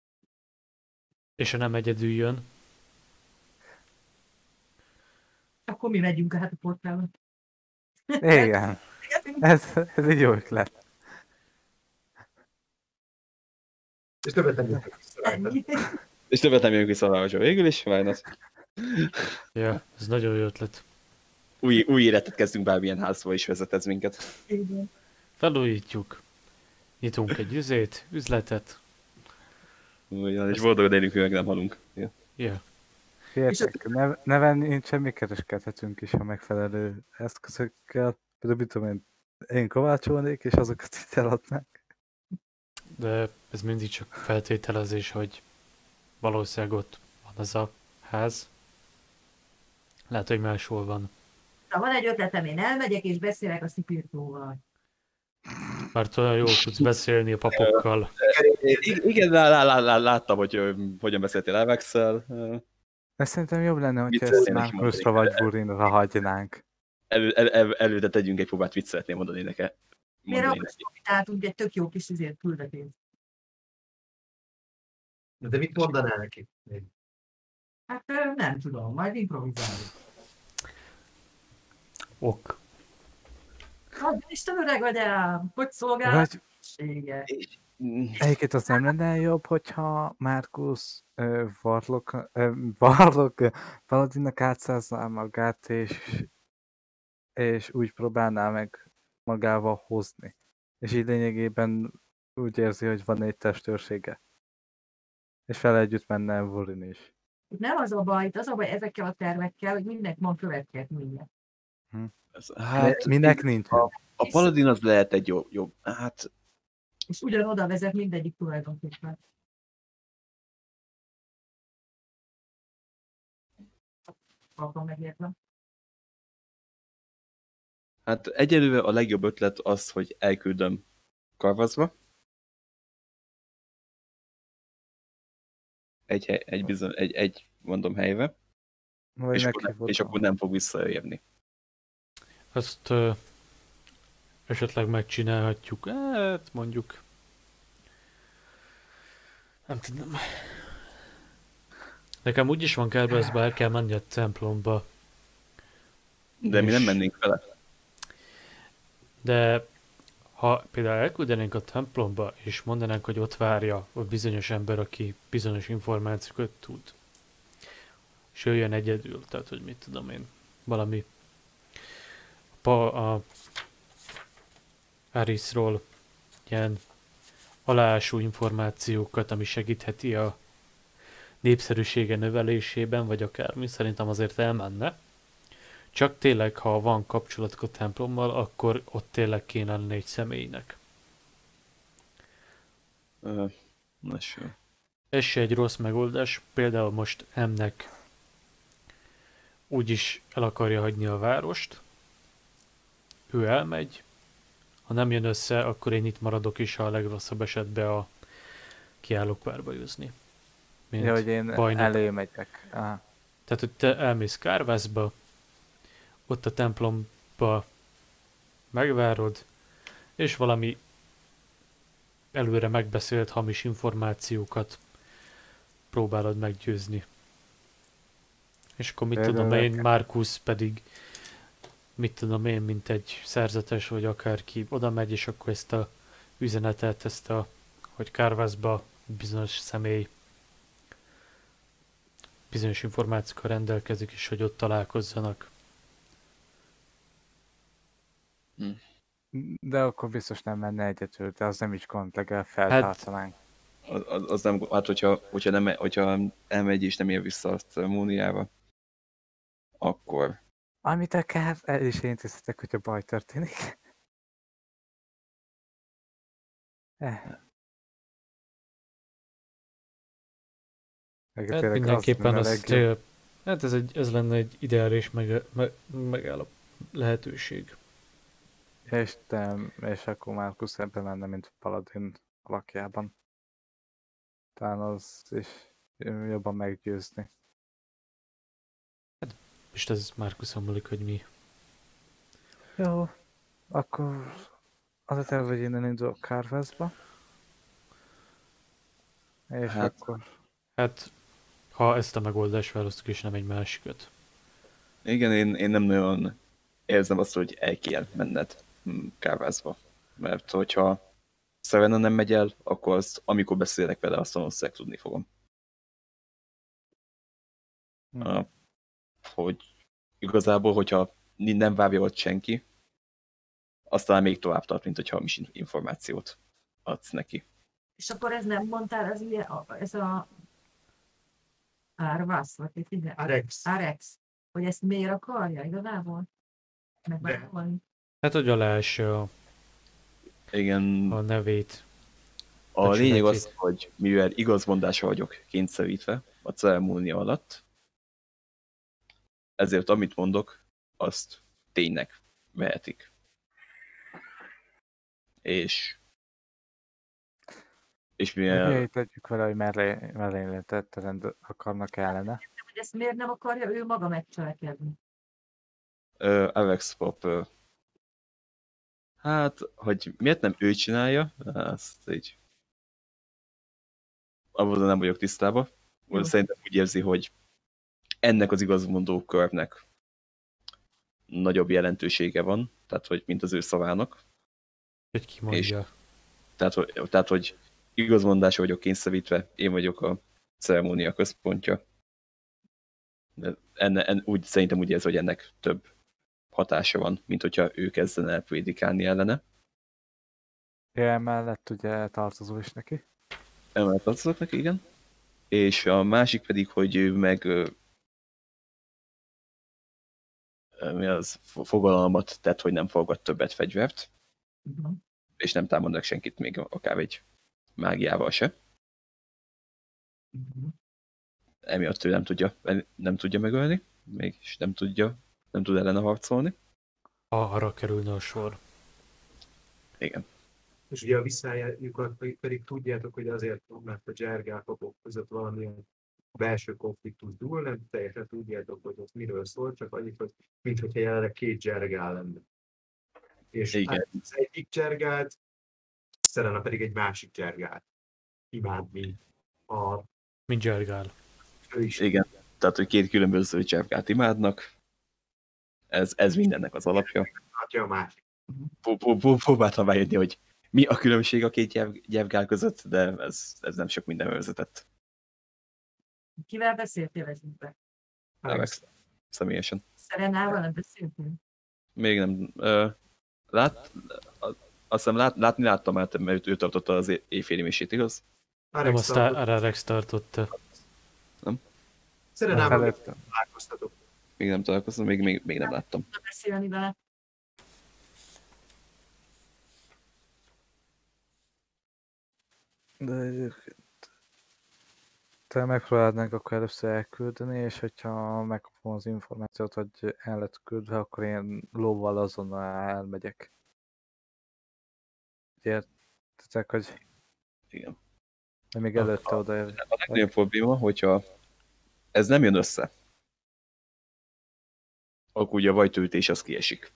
És ha nem egyedül jön, Akkor mi megyünk át a portálon. Igen. Ez egy jó ötlet. És többet nem jöttek vissza rajta. Ennyi. És többet nem jönünk vissza a városba. Végül is, Vájnasz. ja, ez nagyon jó ötlet. Új életet kezdünk, bármilyen házba is vezet ez minket. Igen. Felújítjuk. Nyitunk egy üzletet. Ugyan, és boldogan élünk, mi meg nem halunk. Ja. Ja. Figyeljetek, neven nincsen, mi kereskedhetünk is a megfelelő eszközökkel. Például mit tudom én kovácsolnék, és azokat itt eladnánk. De ez mindig csak feltételezés, hogy valószínűleg ott van az a ház. Lehet, hogy máshol van. Na, van egy ötletem, én elmegyek és beszélek a szipirtóval. Mert olyan jól tudsz beszélni a papokkal. Igen, láttam, hogy hogyan beszéltél Alex-szel. De szerintem jobb lenne, hogyha Mit ezt szeretnél Markusra mondani? vagy Burinra hagynánk. Előtte tegyünk egy próbát, mit szeretnél mondani neki. Miért akkor profitáltunk egy tök jó kis küldetést? De mit mondanál neki? Hát nem tudom, majd improvizáljuk. Ok. Hát, Isten öreg vagy ám, hogy szolgál? Vagy egyébként az nem lenne jobb, hogyha Markus Warlock Paladinnak átszázná magát, és úgy próbálná meg magával hozni. És így lényegében úgy érzi, hogy van egy testőrsége. És fel együtt menne Wurin is. Nem az a baj, az a baj ezekkel a tervekkel, hogy mindenki van következménye. Hát, Minek nincs? a Paladin az lehet egy jobb. Hát, És ugyanoda vezet mindegyik tulajdonképpen. Halkan megértem. Hát egyelőre a legjobb ötlet az, hogy elküldöm Karvaszba. Egy mondom helyre, Vagy és akkor nem fog visszajönni. Azt esetleg megcsinálhatjuk. Hát mondjuk... Nem tudom. Nekem úgyis van Kerbezbe, el kell menni a templomba. De mi nem mennénk vele. De ha például elküldenénk a templomba, és mondanánk, hogy ott várja a bizonyos ember, aki bizonyos információkat tud, és jöjjön egyedül, tehát hogy mit tudom én, valami a Arisról ilyen aláásó információkat, ami segítheti a népszerűsége növelésében, vagy akármi, szerintem azért elmenne. Csak tényleg, ha van kapcsolatuk a templommal, akkor ott tényleg kéne lenni egy személynek. Ez se egy rossz megoldás. Például most M-nek úgyis el akarja hagyni a várost. Ő elmegy. Ha nem jön össze, akkor én itt maradok is, ha a legrosszabb esetben a kiállókvárba űzni. Ja, hogy én bajnok. elé megyek. Aha. Tehát, hogy te elmész Kárvászba, ott a templomba megvárod, és valami előre megbeszélt hamis információkat próbálod meggyőzni. És akkor mit tudom én, Markus pedig, mit tudom én, mint egy szerzetes vagy akárki oda megy, és akkor ezt a üzenetet, hogy Kárvászba bizonyos személy bizonyos információkkal rendelkezik, és hogy ott találkozzanak. De akkor biztos nem menne egyetül, de az nem is gond, legalább feltartanánk. Az nem, hát hogyha elmegy és nem ér vissza a ceremóniába, akkor... Amit akár el is intézhetek, hogyha baj történik. Hát mindenképpen hát ez lenne egy ideális lehetőség. És akkor Markus ebben menne, mint Paladin alakjában. Talán az is jobban meggyőzni. Hát, és ez Markuson múlik, hogy mi. Jó, akkor az a terv, hogy innen indulok Kárvászba. És akkor... Hát, ha ezt a megoldást választjuk, és nem egy másikat. Igen, én nem nagyon érzem azt, hogy el kell menned Kárvászba. Mert hogyha Serena nem megy el, akkor azt, amikor beszélek vele, azt valószínűleg tudni fogom. Hogy igazából, hogyha nem várja ott senki, aztán még tovább tart, mint hogyha hamis információt adsz neki. És akkor ez nem mondtál, ez a Árvász, vagy itt ide? Arex. Hogy ezt miért akarja igazából? Hát, hogy aláássa igen, a nevét. A lényeg az, hogy mivel igazmondásra vagyok kényszerítve a ceremónia alatt, ezért amit mondok, azt ténynek vehetik. És mivel... Itt tegyük vele, hogy merényletet akarnak ellene. Hogy ezt miért nem akarja ő maga megcselekedni? Alex Pop... hát, hogy miért nem ő csinálja, azt így... abban nem vagyok tisztában. Szerintem úgy érzi, hogy ennek az igazmondó körnek nagyobb jelentősége van, tehát hogy mint az ő szavának. Hogy ki mondja. És, tehát, hogy igazmondásra vagyok kényszerítve, én vagyok a ceremónia központja. De szerintem úgy érzi, hogy ennek több hatása van, mint hogyha ő kezdene el prédikálni ellene. Emellett ugye tartozó is neki. Emellett tartozok neki, igen. És a másik pedig, hogy ő meg fogalmat tett, hogy nem forgat többet fegyvert, és nem támadnak senkit, még akár egy mágiával se. Emiatt ő nem tudja megölni, mégis nem tud ellene harcolni. Arra kerülne a sor. Igen. És ugye a visszájukat pedig tudjátok, hogy azért, mert a dzsergálpapok között valamilyen belső konfliktus dúl, nem teljesen tudjátok, hogy az miről szól, csak annyit, hogy minthogyha jelenleg 2 dzsergál lenne. És Igen. az egyik dzsergált, Serena pedig egy másik dzsergált. Imádni a Mint Zsergál. ő is. Igen. Tehát, hogy 2 különböző dzsergát imádnak. Ez mindennek az alapja. Atya a másik. Próbáltam rájönni, hogy mi a különbség a 2 gyergál között, de ez nem sok mindenre vezetett. Kivel beszéltél ez be? Alex. Személyesen. Serenával nem beszéltél? Még nem. Azt hiszem láttam, mert ő tartotta az éjféli misét, igaz? Nem, azt Alex tartotta. Serenával találkoztatok. Még nem találkoztam, még nem láttam. Nem beszélni vele. De egyébként te megpróbálnánk akkor először elküldeni, és hogyha megkapom az információt, hogy el lett küldve, akkor én lóval azonnal elmegyek. Értitek, hogy Igen. de még előtte odaér. A legnagyobb probléma, hogyha ez nem jön össze, akkor ugye a vajtőütés az kiesik.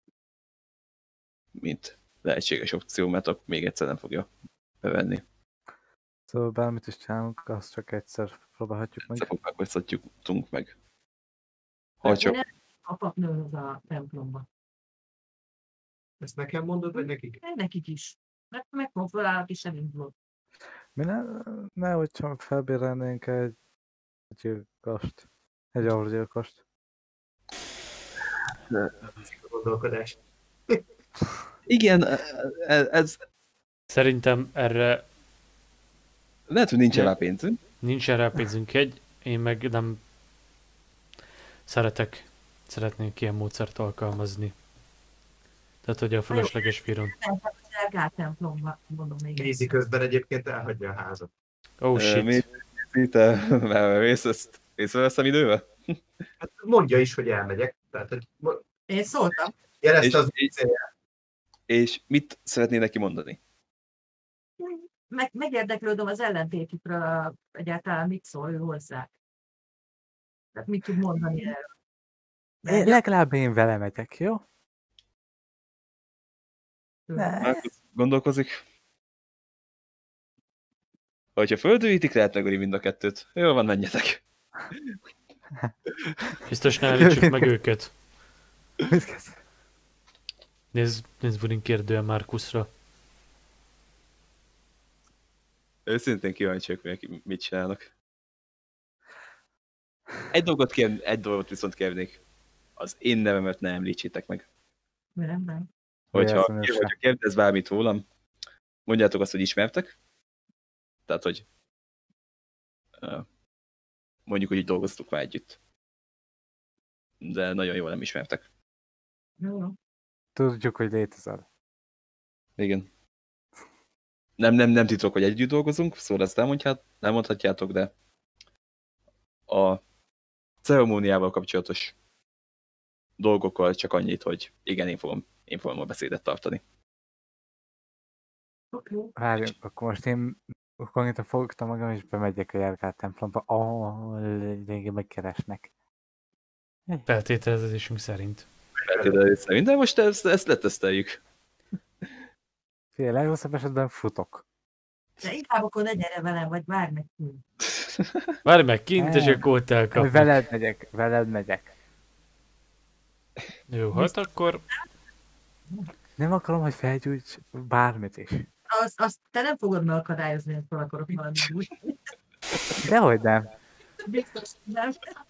Mint lehetséges opció, mert akkor még egyszer nem fogja bevenni. Szóval bármit is csinálunk, azt csak egyszer próbálhatjuk meg. Egyszer próbálkoztatjuk meg. Ha csak... A papnőhöz a templomba. Ezt nekem mondod, vagy nekik? Nekik is. Megkonferálok is elindulok. Mi nehogy csak felbérelnénk egy gyilkost. Egy algyilkost. A gondolkodás. Igen, ez... Szerintem erre Lehet, hogy nincs rá pénzünk. nincs erre pénzünk én meg nem szeretnék ilyen módszert alkalmazni. Tehát, hogy a fölösleges víron. Az Zsergál templomba, mondom még. Nézi közben egyébként elhagyja a házat. Oh shit. Te észreveszem idővel? Hát mondja is, hogy elmegyek. Tehát, hogy Én szóltam. jelezte az célját. És mit szeretnél neki mondani? Megérdeklődöm az ellentétükről, egyáltalán mit szól ő hozzá. Tehát mit tud mondani erről. Legalább én vele megyek, jó? Gondolkozik. Hogyha földűítik, lehet megölni mind a kettőt. Jó van, menjetek. Biztos ne állítsuk meg őket. Mit kezd? Nézd Burin kérdően Markusra. Őszintén kíváncsiak, hogy mit csinálnak. Egy dolgot viszont kérnék. Az én nevemet ne említsétek meg. Nem. Hogyha kérdez bármit rólam, mondjátok azt, hogy ismertek. Tehát, hogy mondjuk, hogy így dolgoztuk már együtt. De nagyon jól nem ismertek. Jó. Tudjuk, hogy létezel. Igen. Nem titok, hogy együtt dolgozunk, szóval ezt nem mondhatjátok, de a ceremóniával kapcsolatos dolgokkal csak annyit, hogy igen, én fogom a beszédet tartani. Oké. Várjunk, akkor most én konkrétan fogtam magam, és bemegyek a Zsergál templomba. Lényegében megkeresnek. Feltételezésünk szerint. De most ezt leteszteljük. Figyelj, legrosszabb esetben futok. De inkább akkor ne gyere velem, vagy várj meg ki. Várj meg kint, és akkor ott elkapnak. Veled megyek. Jó, hát akkor Nem akarom, hogy felgyújts bármit is. Azt te nem fogod megakadályozni, hogy fel akarok valami úgy. Dehogy nem. Biztos, nem.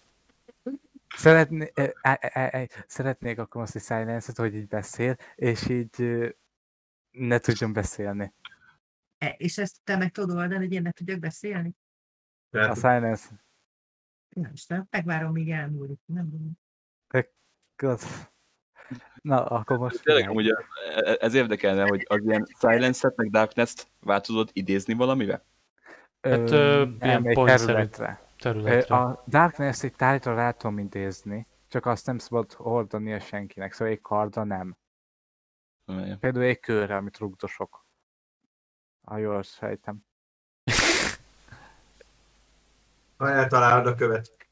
Szeretnék akkor azt, hogy silence-et, hogy így beszél, és így ne tudjon beszélni. És ezt te meg tudod oldani, hogy én ne tudjak beszélni? A silence. Nem, Isten, megvárom, míg elmúlik. Nem tudom. Na, akkor most Tényleg, amúgy ez érdekelne, hogy az ilyen silence-et, meg darkness-t tudod idézni valamivel? hát ilyen elmegy pont szerint. területre. területre. A Darkness egy tárgyra rá tudom intézni, csak azt nem szabad hordania senkinek, szóval egy kardra nem. Igen. Például egy körre, amit rugdosok. Ha jól sejtem. Ha eltalálod a követ.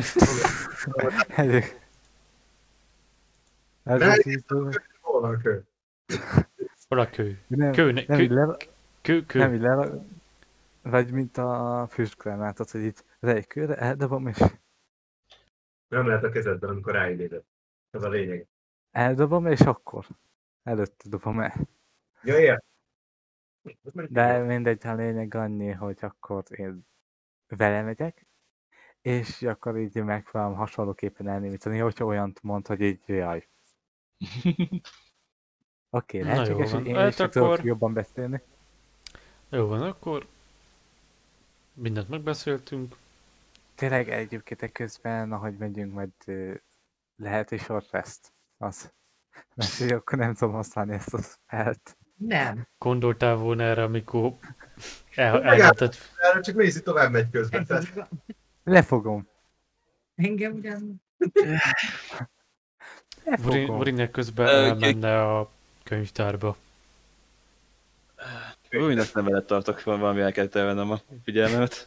Ez Ne, az így, hol van a kő? Hol a kő? nem, Kő, nem így le, kő. nem így le, vagy mint a füstgránátot, hogy így egy körre eldobom, és Nem lehet a kezedben, amikor ráidézed. Ez a lényeg. eldobom, és akkor előtte dobom el. Ja, ilyen. De mindegy, a lényeg annyi, hogy akkor én vele megyek, és akkor így megpróbálom hasonlóképpen elnémítani, hogyha olyant mond, hogy így jaj. Oké, Na lehetséges, jó hogy van. én is Hát tudok akkor- jobban beszélni. Jó van, akkor mindent megbeszéltünk. Tényleg egyébként közben, ahogy megyünk, majd lehet is short rest. Az. Mert hogy akkor nem tudom használni ezt a spellt. Nem. Gondoltál volna erre, amikor Megállsz. elmentett. Erre csak Mézi tovább megy közben. Ez Tehát az- Lefogom. Engem ugyan... Lefogom. Vorinek közben Ö, elmenne a könyvtárba. Úgy, ezt nem veled tartok, valami el kell vennem a figyelmemet.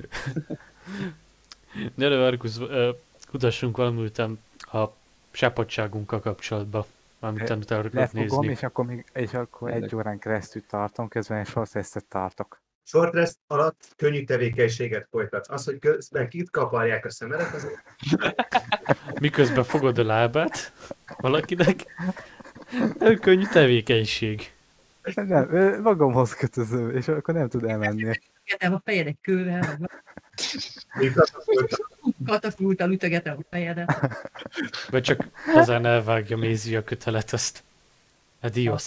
Gyere, Arkusz, kutassunk valami után a sápadságunkkal kapcsolatban. Valamit amit el akarok Lefogom, nézni. és akkor egy órán keresztül tartom, közben egy short restet tartok. short rest alatt könnyű tevékenységet folytatsz. Az, hogy közben kit kaparják a szemedet, az Miközben fogod a lábát valakinek. Ez könnyű tevékenység. Nem, magamhoz kötözöm, és akkor nem tud elmenni. Ütögetem a fejed egy kővel, vagy még katapulttal ütögetem a fejedet. Vagy csak azán elvágja Mézi a kötelet, azt. Adios.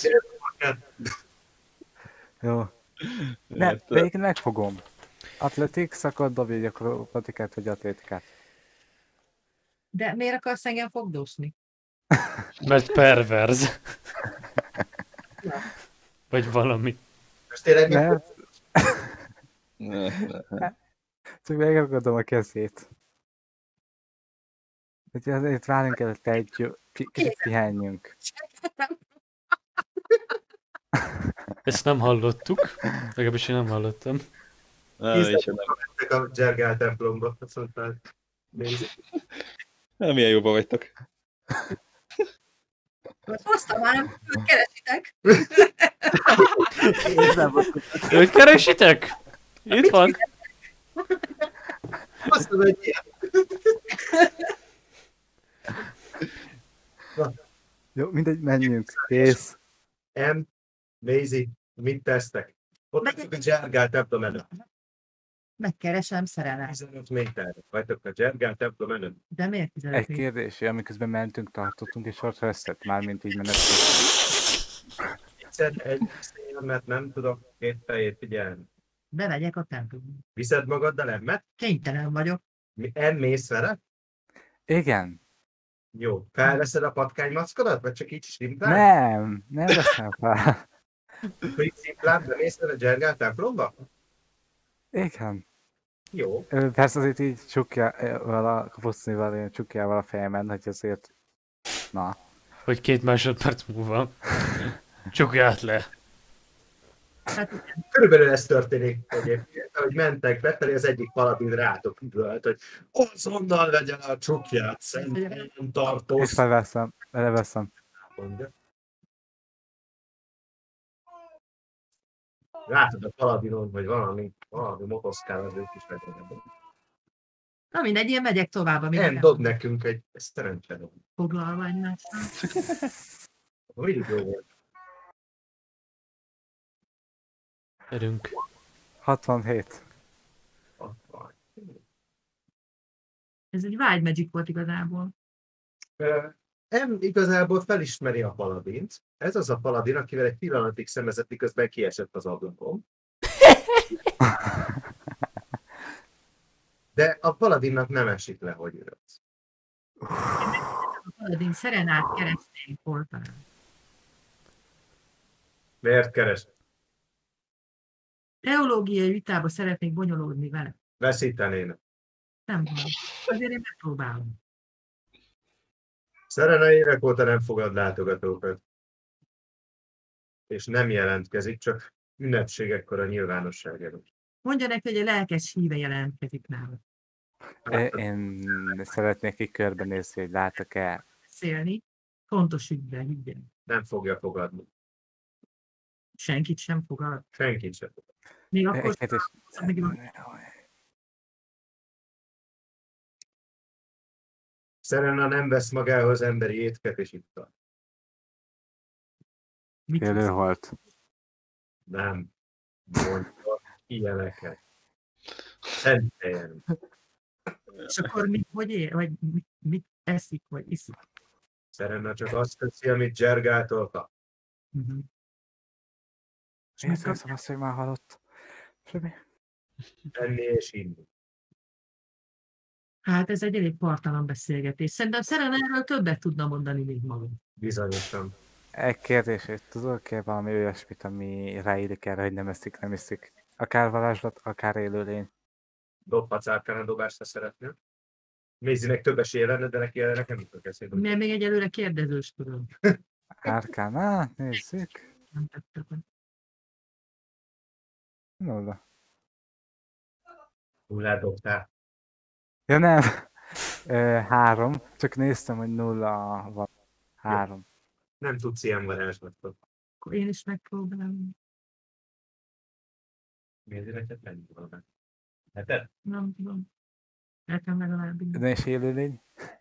Jó. Nem, végén megfogom. Athletics, akkor dobj egy akrobatikát vagy atlétikát. De miért akarsz engem fogdosni? Mert perverz. Vagy valami. Most tényleg Mert Ne. csak megragadom a kezét. Úgyhogy azért várjunk előtt egy kicsit pihenjünk. Ezt nem hallottuk. Legalábbis én nem hallottam. Én sem nem. mentek a Zsergál templomba. Azt mondtál, Mézi. Milyen jóban vagytok. Hoztam már, nem őt keresitek. Őt keresitek? Itt van. Azt mondom, hogy ilyen. Jó, mindegy, menjünk. Kész. Mézi, mit tesztek? Ott vagytok a Zsergál templom előtt. Megkeresem szerelem. 15 méterre vagytok a Zsergál templom előtt. De miért 15 Egy kérdés, amiközben mentünk, tartottunk, és short restet, mármint így menet. Viszed egy szél, mert nem tudok két fejét figyelni. Bemegyek a templomba. Viszed magaddal emmet? Kénytelen vagyok. Mész vele? Igen. Jó. Felveszed a patkánymackodat? Vagy csak így simplán? Nem veszem fel. Hogy szimplán bemész vele Zsergál templomba? Igen. Jó. Persze azért így csukjával a kapucnival, csukjával a fejemen, hogy azért... Na. Hogy 2 másodperc múlva. Csukját le. Hát Körülbelül ez történik egyébként, ahogy mentek befelé, az egyik paladin rátok üvölt, hogy azonnal vegye le a csukját, szerintem És tartóz. leveszem. Mondja. Látod a paladinon, hogy valami motoszkál az ők is megrendezik. na mindegy, én megyek tovább, amíg Nem, dob nekünk egy, ezt teremtsen. foglalva egymással. Mindig jó volt. Erünk. 67. Ez egy Wild Magic volt igazából. Nem igazából felismeri a paladint. Ez az a paladin, akivel egy pillanatig szemezett, miközben kiesett az ablakon. De a paladinnak nem esik le, hogy ülsz. A paladin Serenát keresték voltam. Miért keres? Teológiai vitába szeretnék bonyolódni vele. Veszítenének. Nem van. Azért én megpróbálom. Serena évek óta nem fogad látogatókat. És nem jelentkezik, csak ünnepségekkor a nyilvánosság előtt. Mondja neki, hogy a lelkes híve jelentkezik nála. Én szeretnék ki körbenézni, hogy látok-e. Beszélni. Fontos ügyben, higgyen. Nem fogja fogadni. Senkit sem fogad. Senkit sem. Még akkor Egy kérdés. Serena nem vesz magához emberi étket és ittal. mit Élő hisz? volt. Nem mondta ilyeneket. Szent helyen. És akkor hogy él? Vagy mit eszik, vagy iszik? Serena csak azt teszi, amit Zsergától kap. Uh-huh. És Miért mit kap? hiszem azt, hogy már halott? Semmi. Enni és inni. Hát ez egy elég partalan beszélgetés. Szerintem Serena erről többet tudna mondani, mint magam. Bizonyosan. Egy kérdés, hogy tudok-e valami olyasmit, ami ráillik erre, hogy nem eszik, nem iszik? Akár varázslat, akár élőlény. Dobhatsz árkánál dobást, ha szeretnél. Mézinek több esélye lenne, de neki nekem jutott eszébe. Mert még egyelőre kérdezős tudom. Árkán, nézzük. Nem tettek meg. Nulla. Nullát dobtál. Ja nem. 3. Csak néztem, hogy 0 van. 3. Nem tudsz ilyen varázslatot. Akkor én is megpróbálom. Mézineket menni valami. Heted? Nem tudom. Nekem legalább így. De és élőlény?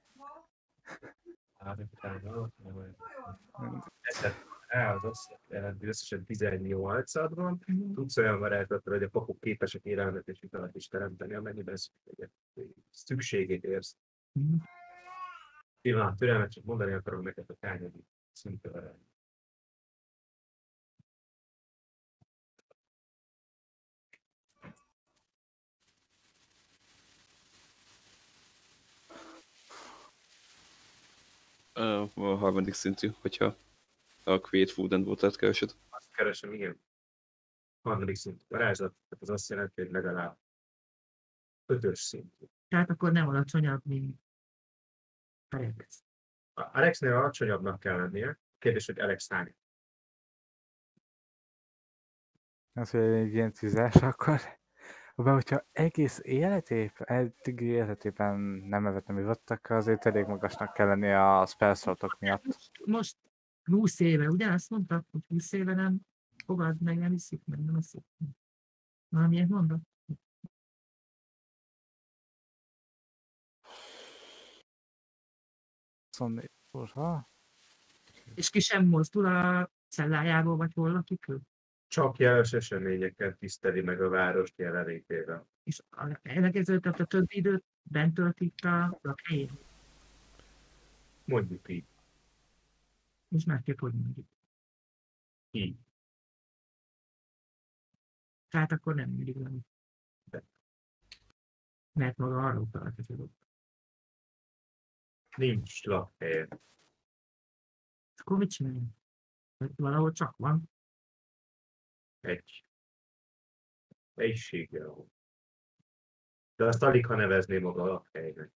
Az azt jelenti, hogy összesen 18-ad van. Tudsz olyan varázslatra, hogy a papok képesek élelmet és italat is teremteni, amennyiben szükségét érsz. Mhm. Pillanat, türelmet, csak mondani akarom neked a kányadi szinte varázs. A harmadik szintű, hogyha a Create Food and Water-t keresed. Azt keresem, igen. Harmadik szintű varázslat, tehát az azt jelenti, hogy legalább 5-ös szintű. Tehát akkor nem alacsonyabb, mint Alex. Alexnél alacsonyabbnak kell lennie. Kérdés, hogy Alex hány? Az, hogy egy ilyen 10-es, akkor... Hogyha egész eddig életében nem evett, nem ivottak, azért elég magasnak kell lenni a spellslotok miatt. Most 20 éve, ugye? Azt mondtak, hogy 20 éve nem fogad, meg nem iszik, meg nem eszik. Valamilyet mondok? Szóval, ha? És ki sem mozdul a cellájából, vagy hol lakik ő? Csak jeles eseményekkel tiszteli meg a várost jelenlétével. És elekező, tehát a többi időt bent töltik a lakhelyén. Mondjuk így. És másképp hogy mondjuk. Így. Tehát akkor nem mindig van. Mert maga arról találkozik. Nincs lakhelye. Akkor mit csináljuk? Valahol csak van. Egy helyiséggel. De azt alig, ha nevezné maga a lakhelynek.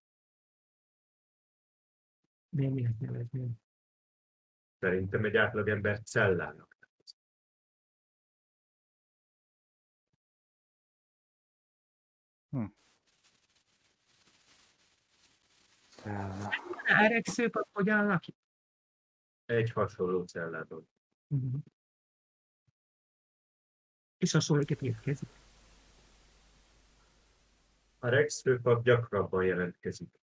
De miért nevezném? Szerintem egy átlagember cellának. Alex szőpap hogyan lakik? Egy hasonló cellában. Uh-huh. És hasonlóképp érkezik. A Rex főpap gyakrabban jelentkezik.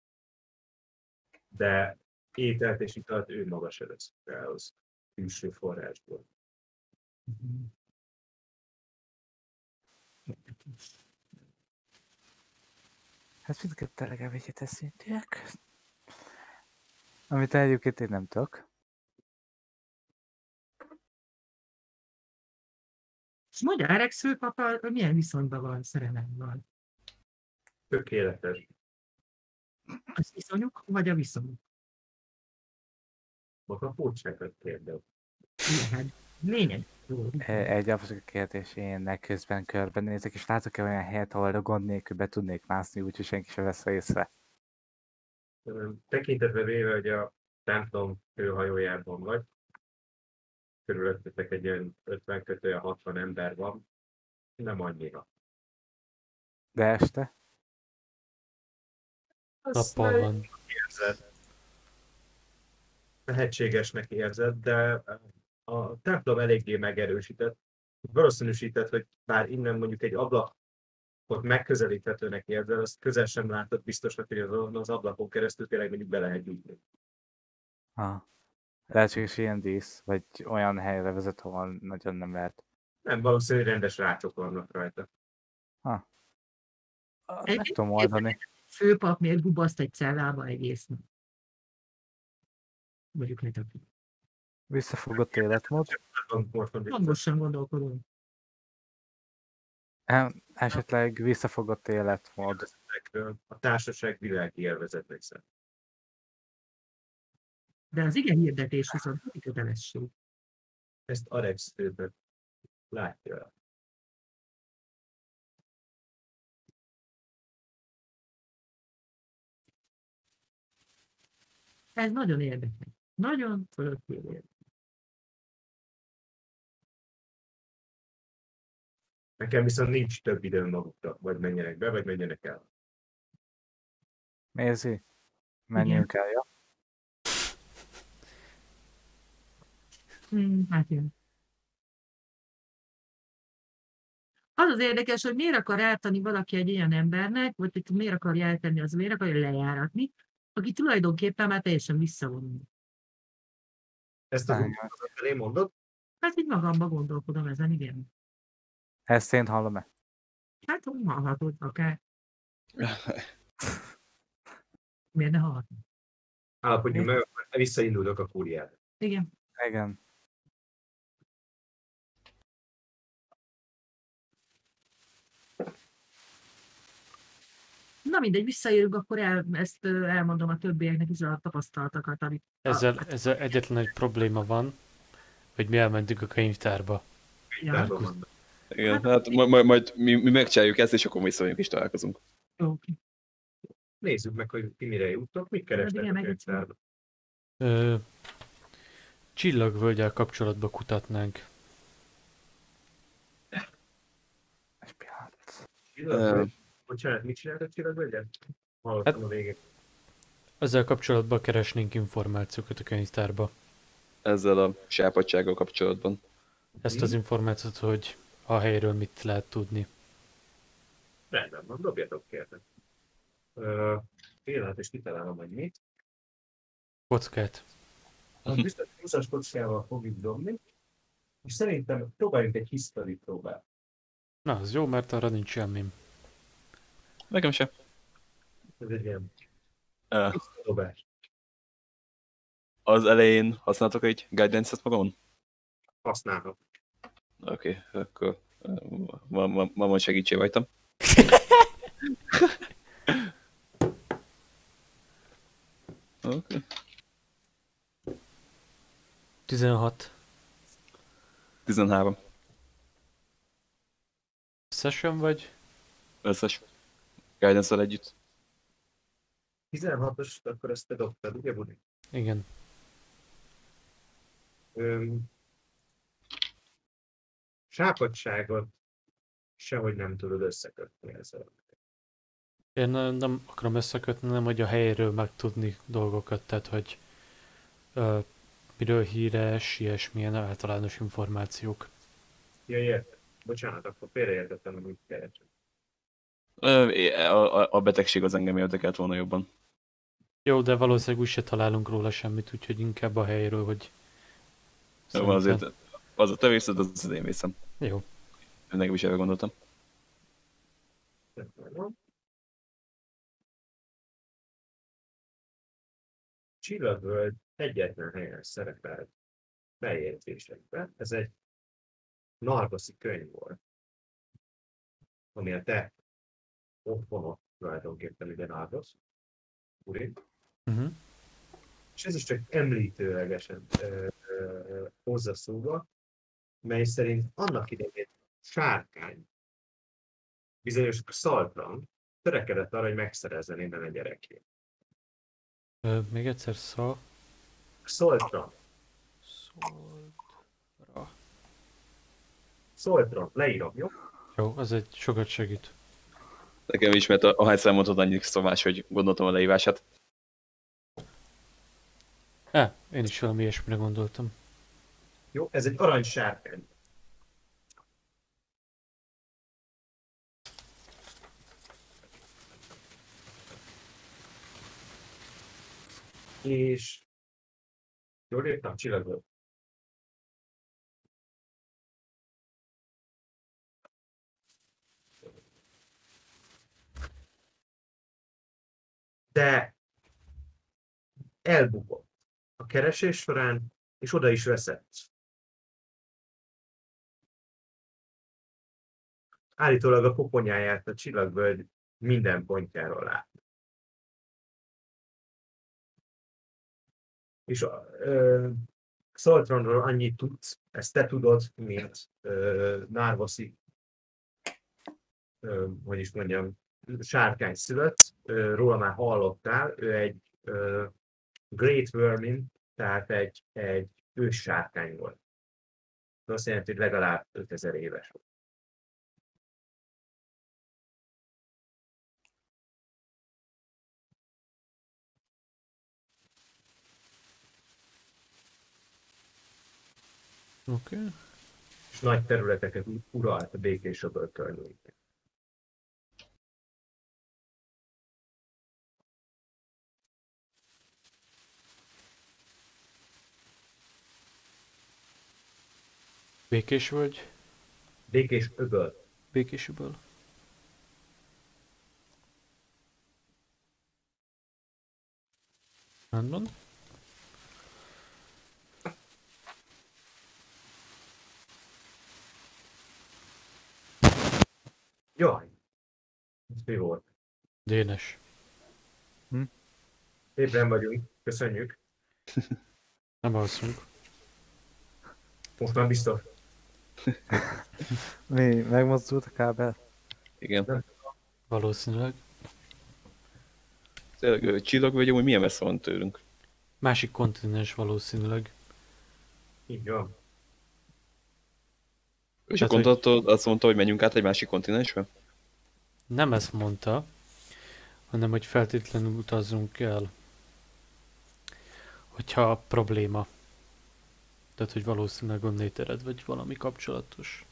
De ételt és italt ő maga se vesz magához külső forrásból. Uh-huh. Hát mindkettő legalább egyet eszintűek. Amit egyébként én nem tudok. És mondja, Alex főpapa milyen viszonyban van Szerelemmel? Tökéletes. Az viszonyuk, vagy a viszonyuk? Maga furcsákat kérdez. Lehet. Lényeg. Egy apró kérdés, én közben körbenézek, és látok-e olyan helyet, ahol a gond nélkül be tudnék mászni, úgyhogy senki sem vesz észre? Tekintetbe véve, hogy a templom főhajójában vagy, körülöttetek egy olyan 50-60 ember van, nem annyira. De este? Azt Nappal van. érzed. Lehetségesnek érzed, de a templom eléggé megerősített. Valószínűsített, hogy bár innen mondjuk egy ablakot megközelíthetőnek érzed, azt közel sem látod biztosnak, hogy az ablakon keresztül tényleg mondjuk be lehet jutni. Lehetséges ilyen dísz, vagy olyan helyre vezet, ahol nagyon nem lehet. Nem, valószínűleg rendes rácsok vannak rajta. Meg tudom oldani. Főpap miért gubaszt egy cellába egész nap? Mondjuk nektek. Visszafogott életmód. Hangosan gondolkodom. Esetleg visszafogott életmód. A társaság világi élvezetnek szem. De az igen hirdetés viszont nem kötelesség. Ezt Alex többet látja el. Ez nagyon érdekes. Nagyon fölöttérő érdekes. Nekem viszont nincs több időm magukra, vagy menjenek be, vagy menjenek el. Mézi? Menjünk el, ja? Hát jön. Az az érdekes, hogy miért akar ártani valaki egy ilyen embernek, vagy hogy miért akarja eltenni, az miért akarja lejáratni, aki tulajdonképpen már teljesen visszavonul. Ezt az utolsó felé mondod? Hát így magamban gondolkodom ezen, igen. Ezt én hallom-e? Hát hallhatod akár. Miért ne hallhatod? Állapodjunk meg, visszaindulok a kúriára. Igen. Igen. Na mindegy, visszaérünk, akkor ezt elmondom a többieknek is a tapasztalatokat, amit... Ezzel egyetlen egy probléma van, hogy mi elmentünk a könyvtárba. Ja. Igen, hát majd mi megcsináljuk ezt, és akkor visszamegyünk és találkozunk. Okay. Nézzük meg, hogy ti mire juttok, mit kerestek a könyvtárban. Csillagvölgyel kapcsolatban kutatnánk. Egy pillanat. Bocsánat, mit csináltak Csillagvölgyel? Hallottam a végét. Ezzel kapcsolatban keresnénk információkat a könyvtárba. Ezzel a sápadsággal kapcsolatban. Ezt az információt, hogy a helyről mit lehet tudni. Rendben van, dobjatok kérlek. Pillanat, és kitalálom, hogy mit. Kockát. Biztos 20-as kockával fogjuk dobni, és szerintem próbáljunk egy history próbát. Na, az jó, mert arra nincs semmim. Nekem sem. Ez egy ilyen dobás. Az elején használtok egy guidance-et magamon? Használhat. Oké, akkor ma segítség vagytam. Oké. 16. 13. Összesen vagy? Összes. Guidance-vel együtt. 16-os, akkor ezt te dobtad, ugye, Budi? Igen. Sápadságot sehogy nem tudod összekötni ezzel. Én nem akarom összekötni, nem, hogy a helyről megtudni dolgokat, tehát hogy miről híres, ilyesmilyen általános információk. Ja, értem. Bocsánat, akkor félreértettem, hogy mit keresem. A betegség az engem érdekelt volna jobban. Jó, de valószínűleg úgyse találunk róla semmit, úgyhogy inkább a helyről, hogy... Jó, azért az a te vészed, az az én vészem. Jó. Nekem is erre gondoltam. Csillagvölgy egyetlen helyen szerepel bejegyzésekben. Ez egy narvaszi könyv volt, ami a te otthonod tulajdonképpen ugye Narvasz, Uri. És ez is csak említőlegesen hozzászólva, mely szerint annak idején sárkány, bizonyos Xaltran törekedett arra, hogy megszerezzen innen a gyerekét. Még egyszer szó. Xaltran. Xaltran, leírom, jó? Jó, az egy sokat segít. Nekem is, mert ahányszor mondtad annyi szomás, hogy gondoltam a leívását. Én is valami ilyesmire gondoltam. Jó, ez egy arany sárkány. És jól írtam, csillagok. De elbukott a keresés során, és oda is veszett. Állítólag a koponyáját a csillagvölgy minden pontjáról lát. És Xaltranról annyit tudsz, ezt te tudod, mint Narvasi, hogy is mondjam, sárkány szülött, róla már hallottál, ő egy Great Vermin, tehát egy ős sárkány volt. Ez azt jelenti, hogy legalább 5000 éves volt. Oké. És nagy területeket uralt a Békés-öböl környékén. Békés vagy? Békés-öböl. Békésiből? Rendben. Jaj! Ez mi volt? Dénes. Ébren vagyunk, köszönjük. Nem alszunk. Most már biztos. Mi? Megmozdult a kábel? Igen. Valószínűleg. Tényleg csillagvölgy, hogy milyen messze van tőlünk. Másik kontinens valószínűleg. Így van. És Tehát, akkor azt mondta, hogy menjünk át egy másik kontinensre? Nem ezt mondta, hanem hogy feltétlenül utazzunk el. Hogyha probléma. Tehát, hogy valószínűleg onnét ered, vagy valami kapcsolatos.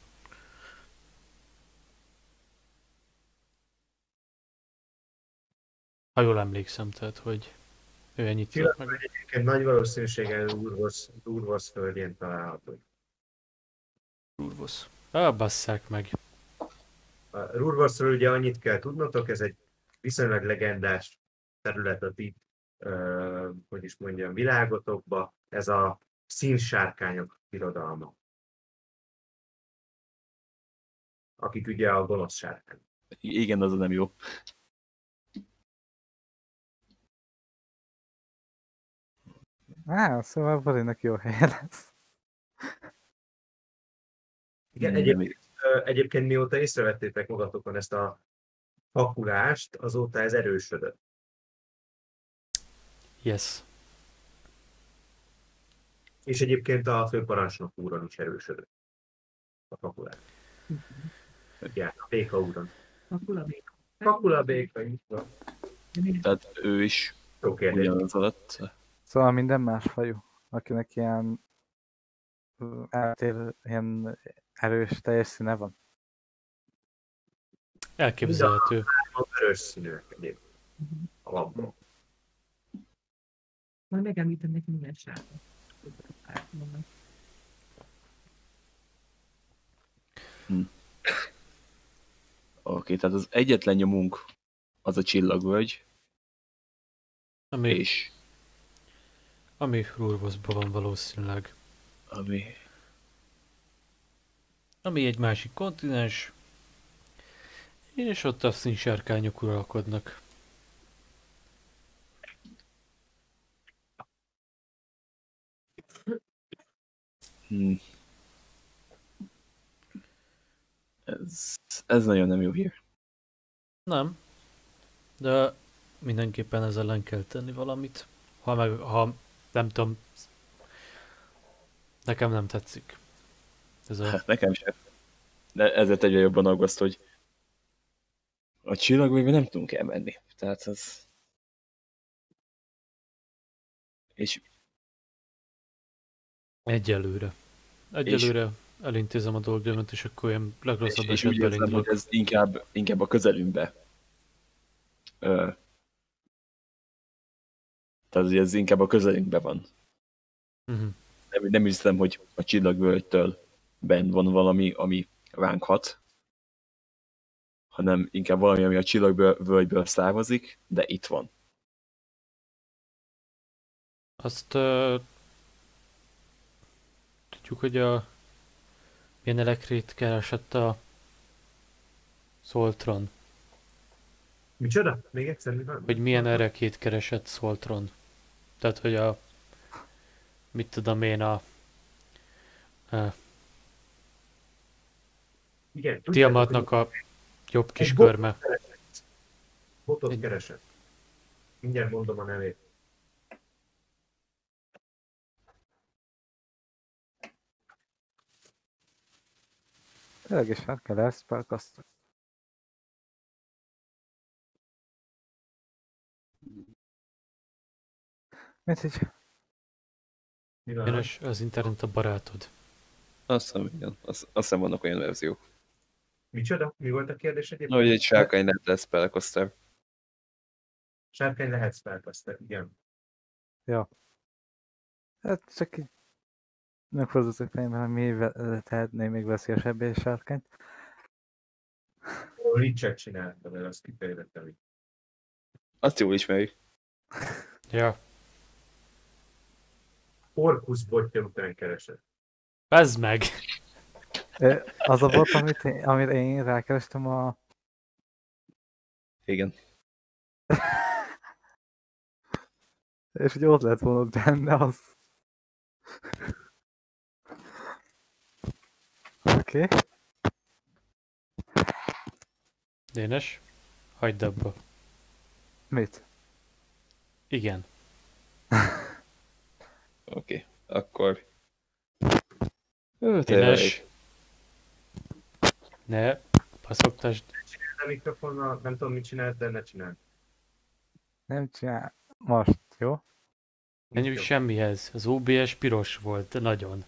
Ha jól emlékszem, tehát, hogy ő ennyit tudott meg. Csillagvölgy egyébként nagy valószínűséggel Urvos földjén található. Urvosz. Basszák meg. A Rurvosról ugye annyit kell tudnotok, ez egy viszonylag legendás terület a ti, hogy is mondjam, világotokba. Ez a színsárkányok birodalma. Akik ugye a gonosz sárkány. Igen, az nem jó. Szóval Balinak jó helye lesz. Igen, egyébként mióta észrevettétek magatokon ezt a fakulást, azóta ez erősödött. Yes. És egyébként a főparancsnok úron is erősödött a fakulás. Ja, a béka úron. Fakula béka, így van. Tehát ő is Jó kérdés. ugyanaz alatt. Szóval minden másfajú, akinek ilyen eltér, ilyen erős, teljes színe van. Elképzelhető. A vörös színűek egyébként. A labban. Majd megemlítem neki minden sárga. Oké, tehát az egyetlen nyomunk az a csillagvölgy, Ami és Urvoszban van valószínűleg. Ami egy másik kontinens, és ott a színsárkányok uralkodnak. Ez nagyon nem jó hír. Nem. De mindenképpen ezzel ellen kell tenni valamit. Ha nem tudom, nekem nem tetszik. Ez a... Hát nekem sem. De ezért egyre jobban aggaszt, hogy a csillagvölgybe nem tudunk elmenni. Tehát az... És Egyelőre elintézem a dolgomat, és akkor ilyen legrosszabb és úgy esetben érzem, hogy elindulok. ez inkább a közelünkbe. Tehát ugye ez inkább a közelünkbe van. Uh-huh. Nem hiszem, hogy a csillagvölgytől benn van valami, ami ránk hat, hanem inkább valami, ami a csillagvölgyből származik, de itt van. Azt tudjuk, hogy milyen elektrét keresett a Szoltron. Micsoda? Még egyszer, mi van? Hogy milyen erekét keresett Szoltron. Tehát, hogy mit tudom én, Igen, Tiamatnak a jobb kis egy körme. botot keresett. Mindjárt mondom a nevét. Tényleg is fel kell ezt felkasztani. Mint hogy Mi van? János, az internet a barátod. Azt hiszem, igen. Azt hiszem vannak olyan verziók. Micsoda? Mi volt a kérdés egyébként? Hogy egy sárkány lehet lesz spellcaster. Sárkány lehet spellcaster, igen. hát csak így megfordult a fejemben, hogy mi tehetné még veszélyesebbé egy sárkányt. A Richard csinálta, mert azt kifejtettem. Azt jól ismerjük. Ja. Orkusz botja után keresett. Bezd meg! Az a bot, amit én rákerestem Igen. és hogy ott lett volna benne az. Oké. Dénes, hagyd abba. Mit? Igen. Oké. Akkor... Dénes. Ne, baszoktasd. A mikrofonnal, nem tudom, mit csinált, de ne csináld. Nem csinál. Most, jó? Ne nyújts semmihez. Az OBS piros volt, de nagyon.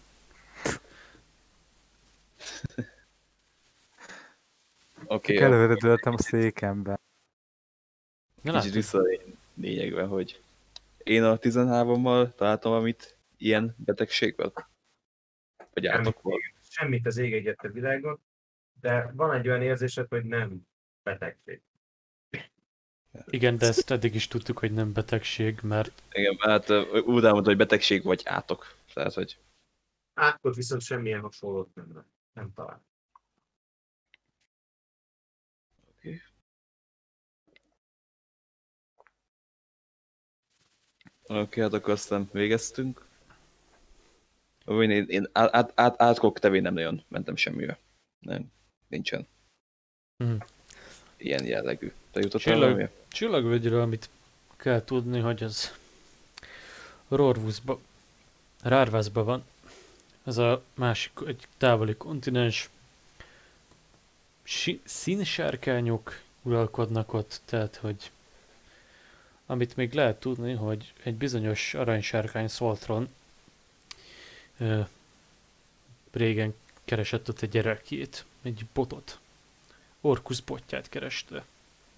Oké, Előre dőltem a székembe. Na kicsit látod, vissza a lényegbe, hogy én a 13-mal találtam amit ilyen betegségből? Vagy átokból? Semmit az ég egyet a világon, de van egy olyan érzésed, hogy nem betegség. igen, de ezt eddig is tudtuk, hogy nem betegség, mert Igen, hát úgy elmondta, hogy betegség vagy átok. Tehát, hogy Átkot viszont semmilyen hasonlót nem talál. oké, hát akkor aztán végeztünk. Én átkok tevén nem nagyon mentem semmire. Nem, nincsen. Mhm. Ilyen jellegű. Te jutottál valamire? Csillagvölgyről, amit kell tudni, hogy az Rárvászban van. Ez a másik, egy távoli kontinens. Színsárkányok uralkodnak ott, tehát hogy amit még lehet tudni, hogy egy bizonyos aranysárkány Szoltron régen keresett ott egy gyerekét, egy botot. Orkusz botját kereste.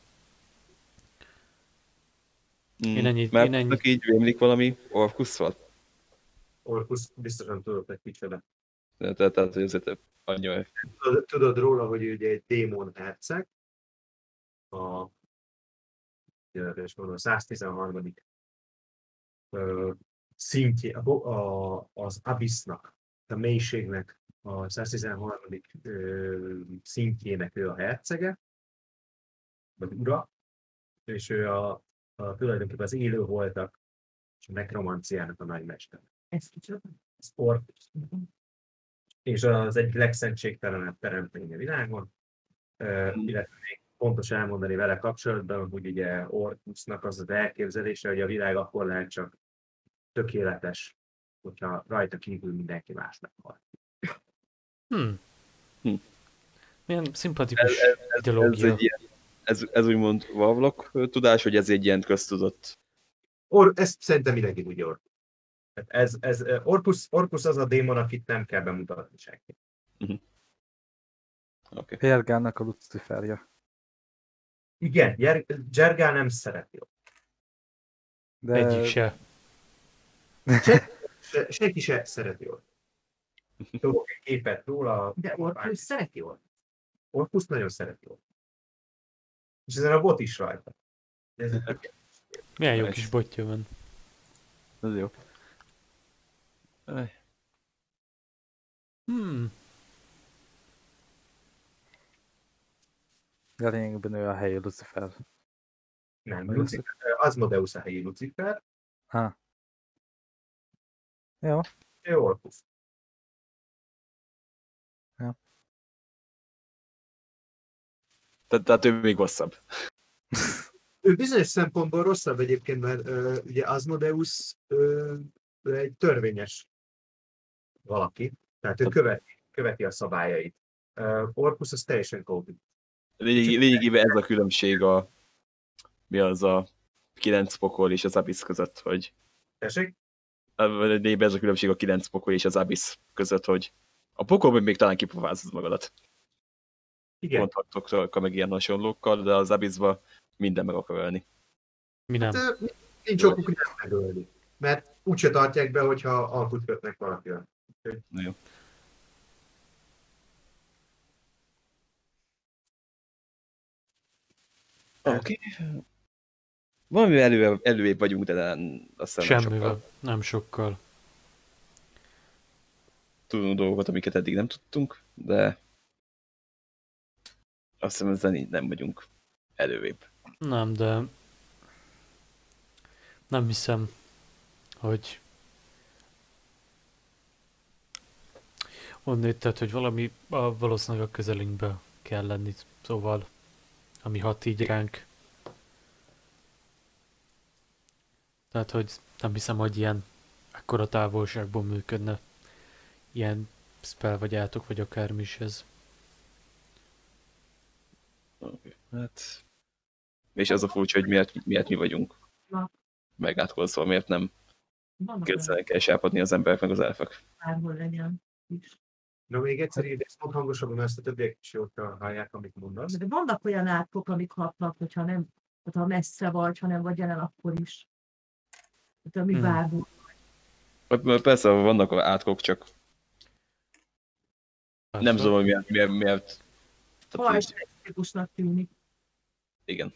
Én ennyit- Mert én ennyit- ennyit... így rémlik valami Orkusszal? Orkusz biztosan tudod, hogy kicsoda. Tehát, hogy azért annyira... Tudod róla, hogy ő ugye egy démon herceg, a 113. Szintje, az Abyssnak, a mélységnek, a 113. Szintjének ő a hercege, vagy ura, és ő tulajdonképpen az élőholtak és a nekromanciának a nagymester. Ez kicsoda? Ez Orkusz. és az egyik legszentségtelenebb teremtmény a világon, illetve még fontos elmondani vele kapcsolatban, hogy ugye Orkusnak az az elképzelése, hogy a világ akkor lehet csak tökéletes, hogyha rajta kívül mindenki más meghal. Milyen szimpatikus Ez ideológia. egy ilyen, ez úgymond Vavlok tudás, hogy ez egy ilyen köztudott. Ezt szerintem mindenki tudja Orkus. Orkus az a démon, akit nem kell bemutatni senki. Okay. Jergálnak a Luciferja. Igen, Jergál nem szereti. De Egyik se. Senki se szereti Orkus. Tudok egy képet róla. De Orkus szereti Orkus. Orkus nagyon szereti Orkus. És ezen a bot is rajta. Milyen jó kis botja van. Ez jó. de lényegben ő a helyi Lucifer. Nem, Lucifer, Asmodeus a helyi Lucifer, Jó. ő Orkus. Tehát ő még rosszabb. Ő bizonyos szempontból rosszabb egyébként, mert ugye Asmodeus ő egy törvényes valaki, tehát ő követi a szabályait. Orkus az teljesen kaotikus. Lényegében ez a különbség mi az a 9 pokol és az Abyss között, hogy Tessék? lényegében ez a különbség a 9 pokol és az Abyss között, hogy a pokolban még talán kipofázod magadat. Igen. Mondhatok meg ilyen hasonlókkal, de az Abyssba minden meg akar ölni. Mi nem? Hát, nincs okuk nem megölni, mert úgyse tartják be, hogyha alkut kötnek valakivel. Jó. Oké. Valamivel előrébb vagyunk, de azt hiszem nem Semmivel. sokkal. Nem sokkal. Tudunk dolgokat, amiket eddig nem tudtunk, de azt hiszem ezzel nem vagyunk előrébb. Nem, de nem hiszem, hogy onnét, tehát, hogy valami valószínűleg a közelünkbe kell lenni, szóval ami hat így ránk. Tehát, hogy nem hiszem, hogy ilyen ekkora távolságból működne ilyen spell vagy átok, vagy akármi is ez. Okay. Hát... És az a furcsa, hogy miért mi vagyunk megátkozva, miért nem kezdenek el sápadni az emberek meg az elfek. Bárhol legyen is. Na még egyszer idézz, mondd hangosabban, mert ezt a többiek is jót hallják, amit mondasz. De vannak olyan átkok, amik hatnak, hogyha messze vagy, ha nem vagy jelen, akkor is. Tehát ami bárhol. Persze vannak átkok, csak nem tudom, hogy miért. Hajs esztikusnak tűnik. Igen.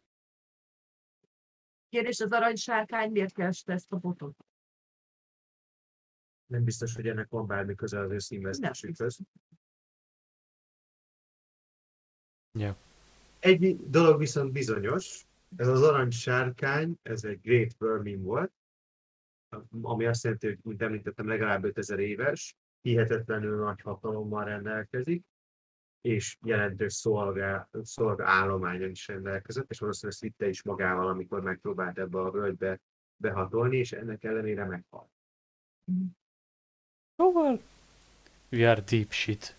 Kérdés, az aranysárkány miért kereste ezt a botot? Nem biztos, hogy ennek van bármi köze az ő színvesztésükhöz. Ja. Egy dolog viszont bizonyos, ez az aranysárkány, ez egy Great Vermin volt, ami azt jelenti, hogy, mint említettem, legalább 5000 éves, hihetetlenül nagy hatalommal rendelkezik, és jelentős szolga-állományon is rendelkezett, és valószínűleg ezt vitte is magával, amikor megpróbált ebbe a völgybe behatolni, és ennek ellenére meghalt. Szóval we are deep shit.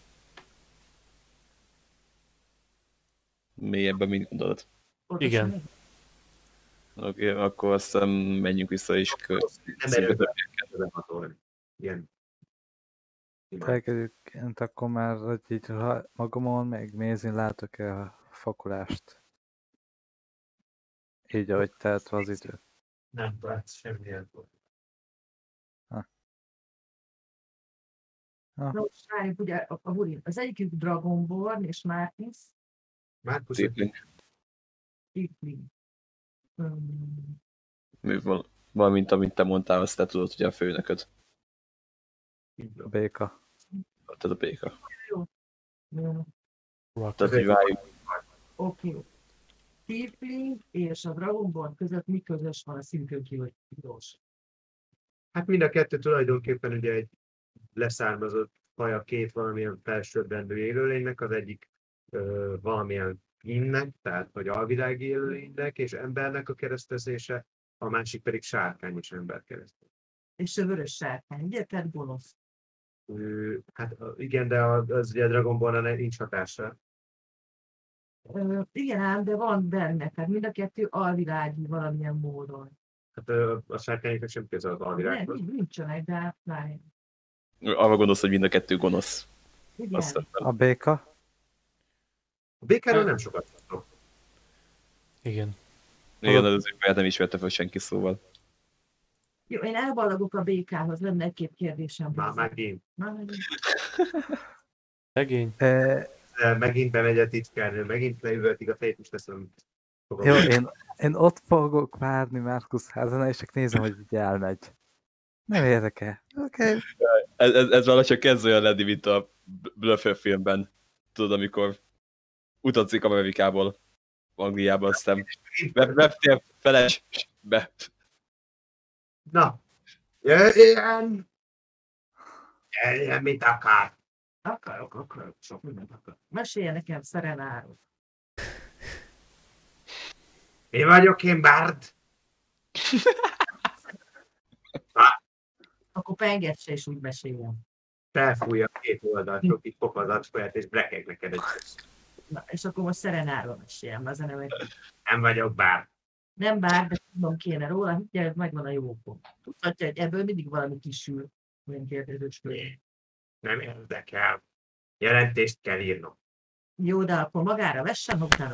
Mélyebben, mint gondolod. Igen. Oké, akkor aztán menjünk vissza és Nem erőben behatolni. Ilyen. Felkezdjük, akkor már, hogy így magamon megnézni, látok-e a fakulást. Így, ahogy telt az idő. Nem látsz semmilyen. Most várjuk, ugye a burin. Az egyikük Dragonborn és Martis. Márkusz, Tiefling. Valamint, amit te mondtál, azt te tudod, hogy a főnököd. A béka. Tehát a béka. Jó. Rock. Tehát, hogy várjuk. Oké. Tiefling és a Dragonborn között mi közös van a szintén kívül? hát mind a kettő tulajdonképpen ugye egy leszármazott faja két valamilyen felsőbbrendű élőlénynek, az egyik valamilyen innek, tehát vagy alvilági élőlénynek és embernek a keresztezése, a másik pedig sárkány és ember keresztezés. És a vörös sárkány, ugye? Tehát gonosz. Hát igen, de az ugye a Dragon Ball-ra nincs hatása. Igen ám, de van benne, tehát mind a kettő alvilági valamilyen módon. Hát a sárkányoknak sem köze az Nem, alvilághoz. nincsenek, de hát már. Arra gondolsz, hogy mind a kettő gonosz. Igen. Aztán A béka? A békáról nem sokat tudok. Igen. igen, az ő nem ismerte fel senki, szóval. Jó, én elballagok a békához, lenne egy-két kérdésem. Már hozzá. megint. Már megint. Szegény. Megint bemegy a titkárnő, megint leüvöltik a fejét, most teszem. Jó, én ott fogok várni Markus házánál, és csak nézem, hogy így elmegy. Nem érdekel. Oké. Ez valahogy csak kezd olyan lenni, mint a Bluffer filmben. Tudod, amikor utazik Amerikából, Angliába, aztán webtér feles, be. Na, jöjjön! Jöjjön, mit akar? Akarok, sok mindent akarok. Mesélj nekem Szerenáról. Mi vagyok én, Bárd? Akkor pengesse és úgy meséljem. Felfújja két oldalt, sok itt pofazacskóját, és brekeg neked egy közt. Na, és akkor most Szerenáról meséljem, az a neve. Nem vagyok Bárd. Nem bár, de tudnom kéne róla, hogy megvan a jó pont. Tudhatja, hogy ebből mindig valami kisül. Olyan kérdezős. Nem érdekel. Jelentést kell írnom. Jó, de akkor magára vessen, utána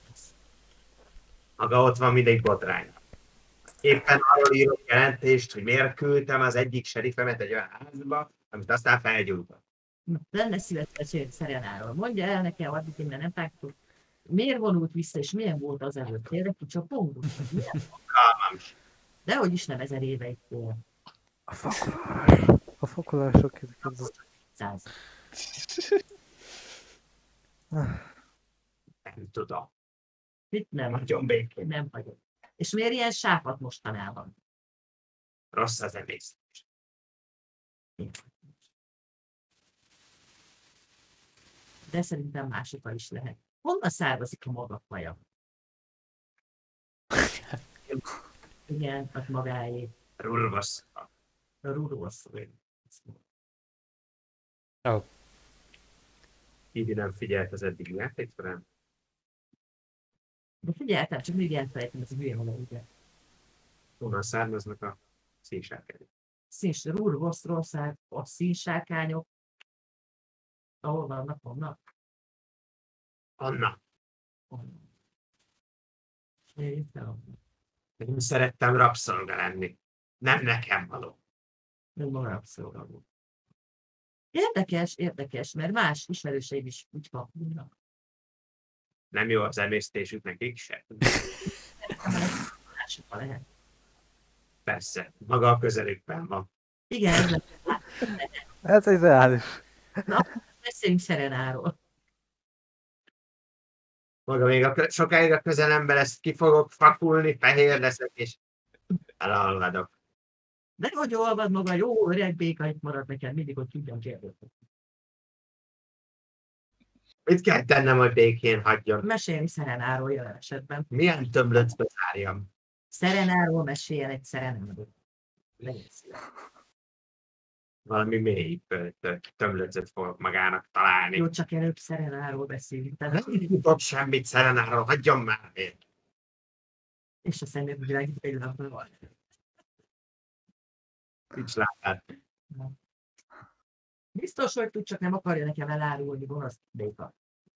Maga ott van mindegy botrány. Éppen arról írok jelentést, hogy miért küldtem az egyik serifemet egy olyan házba, amit aztán felgyújtott. Na, lenne szívesen Szerenáról. Mondja el nekem, addig innen nem tágtuk. Miért vonult vissza, és milyen volt az előtt? Érdekli, csak pontos. Kalmam is. Dehogy is nem 1000 éve itt él. A fokolások. 100. Nem tudom. Mit nem? Nagyon békén. Nem vagyok. És miért ilyen sápat mostanában? Rossz az emésztés. De szerintem másokkal is lehet. Honnan származik a magakvaja? Igen, hát magáé. Rurvasz. A rurvasz. Ó, Így nem figyelt az eddigi játék során. De figyeltem, csak még elfelejtem, ez a hülye valahogy. Honnan származnak a színsárkányok. Rurvoszról szállt a színsárkányok. Ahol vannak? Anna, Értem. nem szerettem rabszolga lenni. Nem nekem való. Nem marad szóval. Érdekes, mert más ismerőseim is úgy kapnak. Nem jó az emésztésük nekik se. Másokkal lehet. Persze, maga a közelükben van. Igen, ez lehet. Ez egy reális. Beszéljünk Szerenáról. Maga még sokáig a közelembe lesz, ki fogok fakulni, fehér leszek, és elalvadok. De hogy olvad maga, jó öreg béka itt marad nekem, mindig ott tudjam kérdezni. Mit kell tennem, hogy békén hagyjon? Mesélj Szerenáról jelen esetben. Milyen többletbe zárjam? Szerenáról meséljen egy Szerenáról. Legyen szíves. Valami mély tömlöcet fogok magának találni. Jó, csak előbb Szerenáról beszélünk. Tehát, Nem tudok semmit Szerenáról, hagyjon már én. és a szemét világít egy napra van. Nincs látát. Biztos, hogy tud, csak nem akarja nekem elárulni, gonosz béka.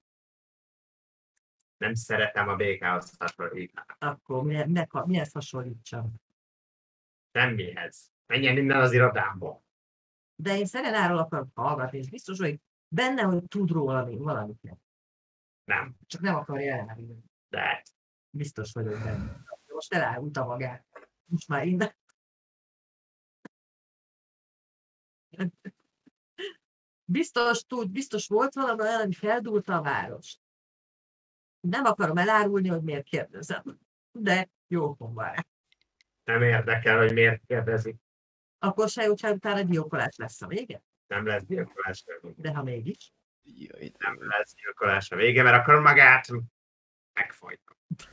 Nem szeretem a békához hasonlítani. Akkor mihez hasonlítsam? Semmihez. Menjen innen az irodámból. De én Szerenáról akarok hallgatni, és biztos, hogy benne, hogy tud róla valamit. Nem, Csak nem akarja elárulni. de Biztos vagyok benne. Most elárulta magát. Most már innen. Biztos volt valami olyan, ami feldúlta a várost. Nem akarom elárulni, hogy miért kérdezem. De jó van. nem érdekel, hogy miért kérdezik. Akkor se, hogyha utána gyilkolás lesz a vége? Nem lesz gyilkolás. De ha mégis. Jaj, de Nem lesz gyilkolás a vége, mert akkor magát megfojtom.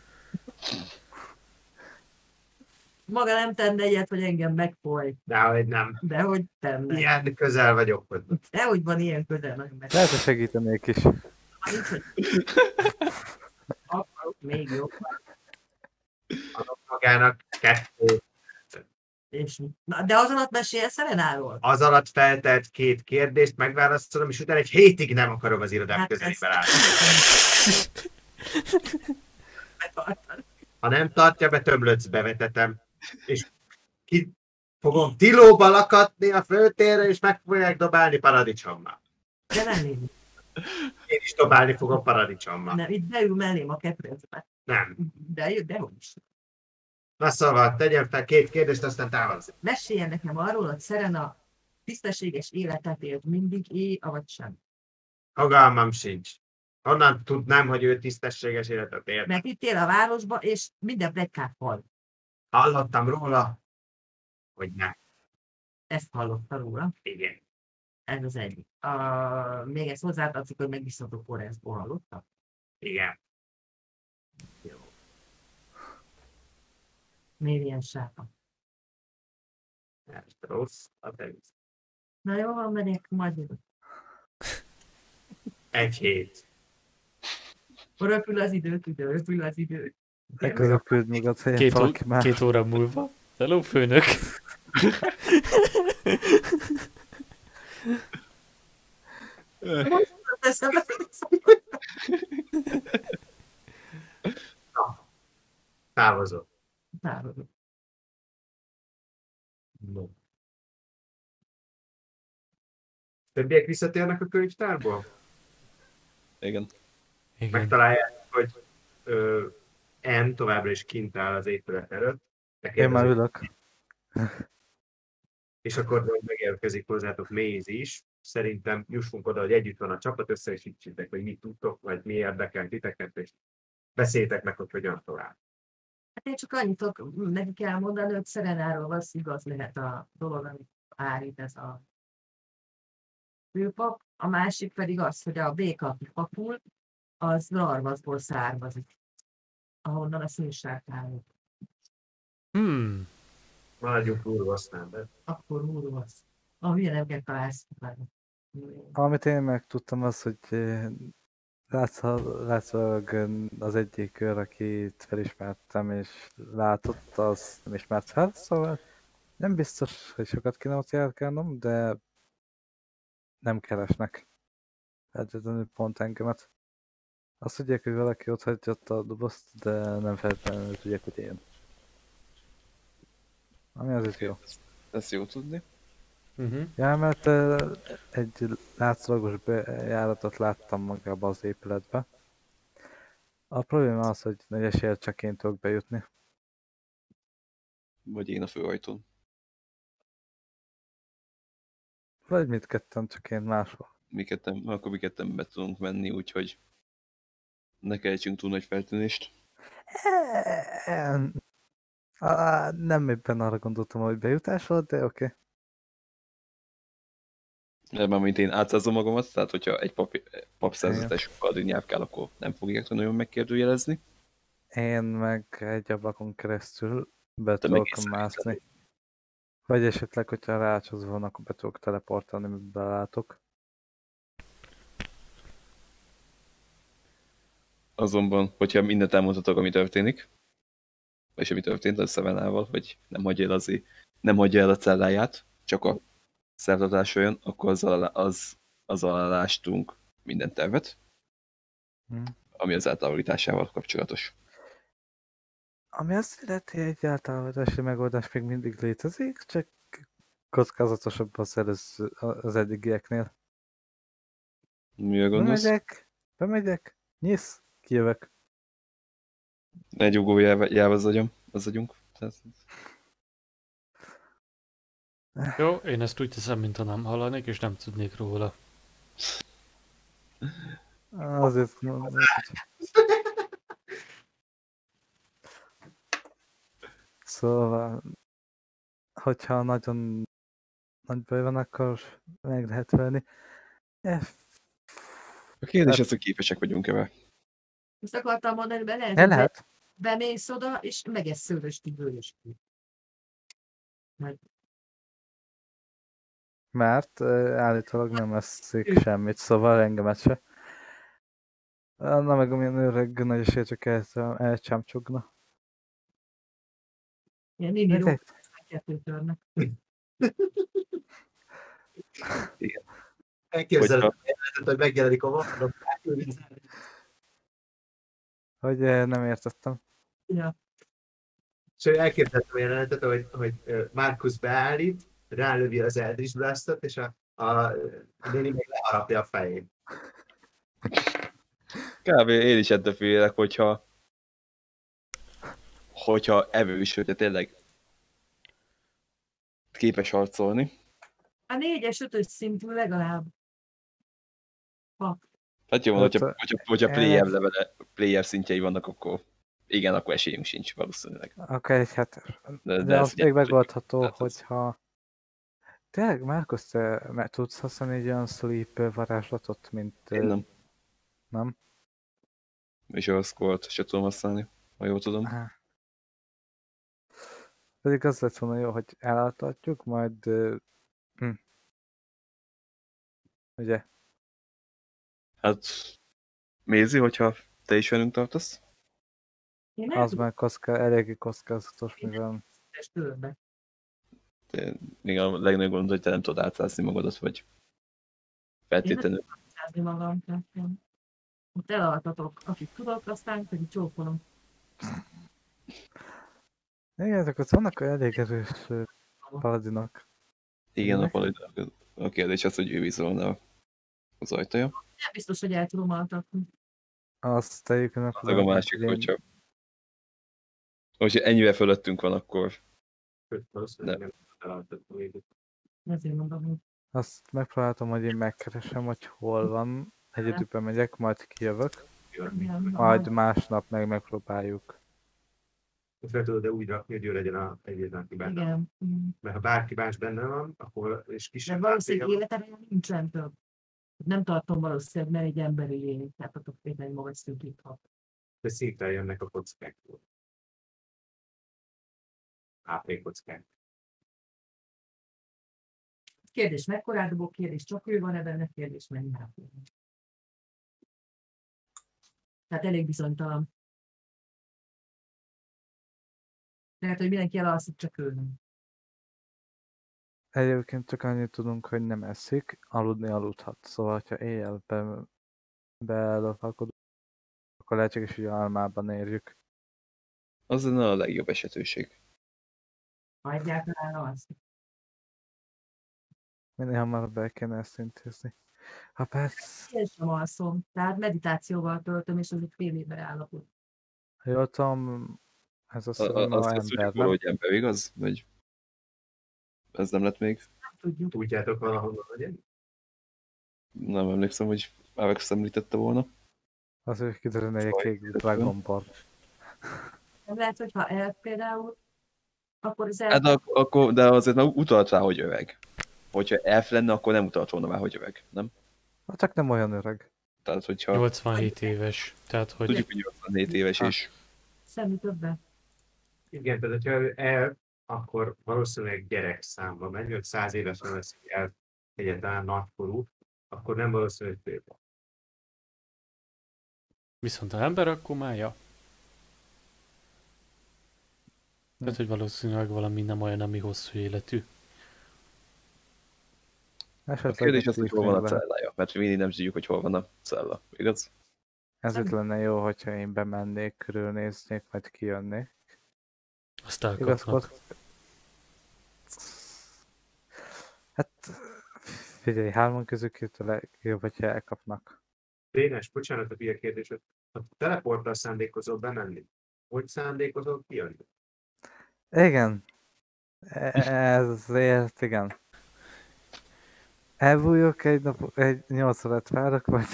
Maga nem tenne ilyet, hogy engem megfoly. Dehogy nem. Dehogy tenne. Ilyen közel vagyok hozzá. Dehogy van ilyen közel, nagyon meg. Lehet, hogy segítenék is. Ha nincs, hogy akarok, még jobb. Adok magának 2. És, na, de az alatt mesél Szerenáról? Az alatt feltelt 2 kérdést, megválaszolom, és utána egy hétig nem akarom az irodám Hát közelébe ezt- látni. Megtartani. Ha nem tartja be, tömlöcbe vetetem. És ki fogom tilóba lakatni a főtérre, és meg fogják dobálni paradicsommal. De nem én. Én is dobálni fogom paradicsommal. Nem, itt beül mellém a ketrecbe. Nem. De hogy is. Na szóval, tegyen fel 2 kérdést, aztán távozik. Meséljen nekem arról, hogy Serena tisztességes életet élt mindig, avagy sem. Fogalmam sincs. Honnan tudnám, hogy ő tisztességes életet élt? Mert itt él a városba, és minden plegykát hall. Hallottam róla, hogy nem. Ezt hallotta róla. Igen. Ez az egyik. Még ezt hozzátartozik, hogy megbízható forrásból hallotta. Igen. Jó. Miért ilyen sápa? Ez rossz. A tevíz. Na jó, van, megyek, majd jövök. 1 hét. Röpül az idő. Ekkor küld nyugat helyen valaki már. 2 óra múlva. Hello, főnök. Távozok. Távozok. No. Többiek visszatérnek a könyvtárból? Igen. Igen. Megtalálják, hogy N továbbra is kint áll az épület előtt. Én már ülök. És akkor megérkezik hozzátok Maze is. Szerintem jussunk oda, hogy együtt van a csapat, összeesítsétek, hogy mit tudtok, vagy mi érdekel titeket, és beszéljétek meg, hogy hogyan tovább. Hát én csak annyit tudok nekik elmondani, hogy Szerenáról az igaz lehet a dolog, amit állít ez a főpap. A másik pedig az, hogy a béka, aki fakul, az Larvaszból származik, ahonnan a színsárkány. Maradjunk Urvasztán, de Akkor Urvasz. A hülye nem kell találsz. Amit én megtudtam az, hogy látszólag az egyik kör, akit felismertem és látott, az nem ismert fel, szóval nem biztos, hogy sokat kéne ott járkálnom, de nem keresnek. Feltétlenül pont engemet. Azt tudják, hogy valaki ott hagyja a dobozt, de nem feltétlenül tudják, hogy én. Ami azért jó. Ez jó tudni. Ja, mert egy látszólagos bejáratot láttam magába az épületbe. A probléma az, hogy nagy eséllyel csak én tudok bejutni. Vagy én a főajtón. Vagy mindketten, csak én máshol. Akkor mi ketten be tudunk menni, úgyhogy ne keltsünk túl nagy feltűnést. Nem éppen arra gondoltam, hogy bejutás volt, de oké. De már mint én átszázom magamat, tehát hogyha egy papszerzetes sokkal addig nyelvkál, akkor nem fogják nagyon megkérdőjelezni. Én meg egy ablakon keresztül be Te tudok meg mászni. Vagy esetleg, hogyha rácsozva van, akkor be tudok teleportálni, amit belátok. Azonban, hogyha mindent elmondhatok, ami történik, és ami történt a Sevenával, hogy nem hagyja el a celláját, csak a szertartás olyan, akkor azzal alástunk minden tervet, ami az eltávolításával kapcsolatos. Ami azt illeti, egy eltávolítási megoldás még mindig létezik, csak kockázatosabb az eddigieknél. Mi a gondolsz? Bemegyek, nyisz, kijövök. Ne gyugó jelve az agyunk. Jó, én ezt úgy teszem, mint ha nem hallanék, és nem tudnék róla. Azért mondom. Szóval, hogyha nagyon nagy baj van, akkor meg lehet venni. A kérdés az, hogy képesek vagyunk-e vele. Ezt akartam mondani, mert lehet, El hogy lehet. bemész oda, és megesz szőrösti bőrösti. Mert állítólag nem eszik semmit, szóval engemet se. Na meg amilyen öreg nagy esély csak elcsámcsogna. Ilyen némi Mindegy. kettőtörnek. Elképzeled, hogy megjelenik a vaknak. Hogy nem értettem. Ja. És elképzeltem a jelenetet, hogy Markus beállít, rálövi az Eldritch Blastot, és a néni meg leharapja a fejét. Kb. Én is ettől félek, hogyha evős, hogyha tényleg képes harcolni. A 4-es, 5-ös szintű legalább. Hát jó, Hát, hogyha player szintjei vannak, akkor igen, akkor esélyünk sincs valószínűleg. Oké, hát De az még megoldható, tehát hogyha... Tényleg, Márkusz, te tudsz használni egy olyan sleep varázslatot, mint... Én nem. Nem? És a scroll-t se tudom használni, ha jól tudom. Pedig az lett volna jó, hogy elaltatjuk, majd... Ugye? Hát, Mézi, hogyha te is velünk tartasz? Én nem Az tudom, már eléggé kockázatos, Én mivel... hogy tőlbe. Igen, a legnagyobb gond, hogy te nem tudod átszázni magadat, vagy feltétlenül. Százni magam. Tehát, ott elaltatok, akik tudok, aztán pedig csókolom. Igen, ezek ott vannak elég erős paladinok. Igen, a kérdés az, hogy ő vizolna az ajtaja. Nem biztos, hogy el tudom altatni. Azt tegyük meg. Az a másik, hogyha ennyivel fölöttünk van, akkor Valószínűleg nem találtattam még. Ezért mondom, hogy Azt megpróbáltam, hogy én megkeresem, hogy hol van. Egyedül megyek, majd kijövök. Majd másnap megpróbáljuk. Fel tudod úgy rakni, hogy ő legyen egyetlen, aki benne van. igen. Mert ha bárki más benne van, akkor és De kisebb valószínűleg van, életemben nincsen több. Nem tartom valószínűleg, mert egy emberi lény, tehát attól például egy magas szintűt hat. de szépen jönnek a kockáktól. AP kockák. Kérdés, mekkorát dobok, kérdés, csak ő van-e benne, kérdés, mennyi HP. Tehát elég bizonytalan. Tehát, hogy mindenki elalszik, csak ő nem. Egyébként csak annyit tudunk, hogy nem eszik, aludni aludhat. Szóval, ha éjjel belopalkodunk, akkor lehetséges, hogy álmában érjük. az lenne a legjobb esetőség. Ha egyáltalán alszik. Minél hamarabb el kéne ezt intézni. Ha persze, Én sem alszom, tehát meditációval töltöm, és az egy fél évre állapot. ha jól tudom, ez a szorma Azt ember, tudjuk, nem? hogy ember, igaz? Vagy ez nem lett még? Nem tudjuk. Tudjátok valahonnan, hogy Nem emlékszem, hogy Alex említette volna. Az, hogy kiderülne egy kék Dragon Ball. Nem lehet, hogy ha el például, akkor az Hát de azért már utalt rá, hogy öreg. Hogyha elf lenne, akkor nem utalt volna rá, hogy öreg, nem? Hát csak nem olyan öreg. Tehát, hogyha 87 éves. Tehát, hogy tudjuk, hogy 84 éves, és semmi többen. igen, tehát hogyha ő el, akkor valószínűleg gyerek számba megy, vagy 100 évesen lesz el egyáltalán nagykorú, akkor nem valószínű, hogy félbe. viszont ha ember, akkor már ja. Tehát, hogy valószínűleg valami nem olyan, ami hosszú életű. a kérdés az, hogy hol van a cellája, mert mi mindig nem tudjuk, hogy hol van a cella, igaz? Ezért lenne jó, hogyha én bemennék, körülnéznék, majd kijönnék. Azt elkapnak. Hát figyelj, 3 közül 2 legjobb, hogyha elkapnak. Dénes, bocsánat a hülye kérdés, ha teleporttal szándékozol bemenni, hogy szándékozol kijönni? Igen. Ezért igen. Elbújok egy nap, egy 8 órát várok, vagy...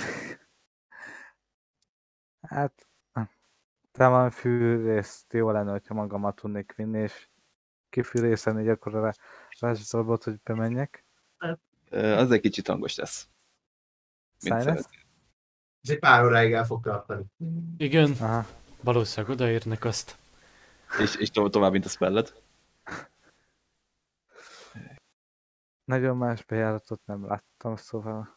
Hát... Talán fűrészt jó lenne, hogyha magammal tudnék vinni, és kifűrészeni gyakorlatilag varázslatot, hogy bemenjek. Az egy kicsit hangos lesz. Mint Sinus? szeretnél. És egy pár óráig el fog tartani. Igen, Aha. valószínűleg odaérnek azt. És tovább, mint a spelled. Nagyon más bejáratot nem láttam, szóval...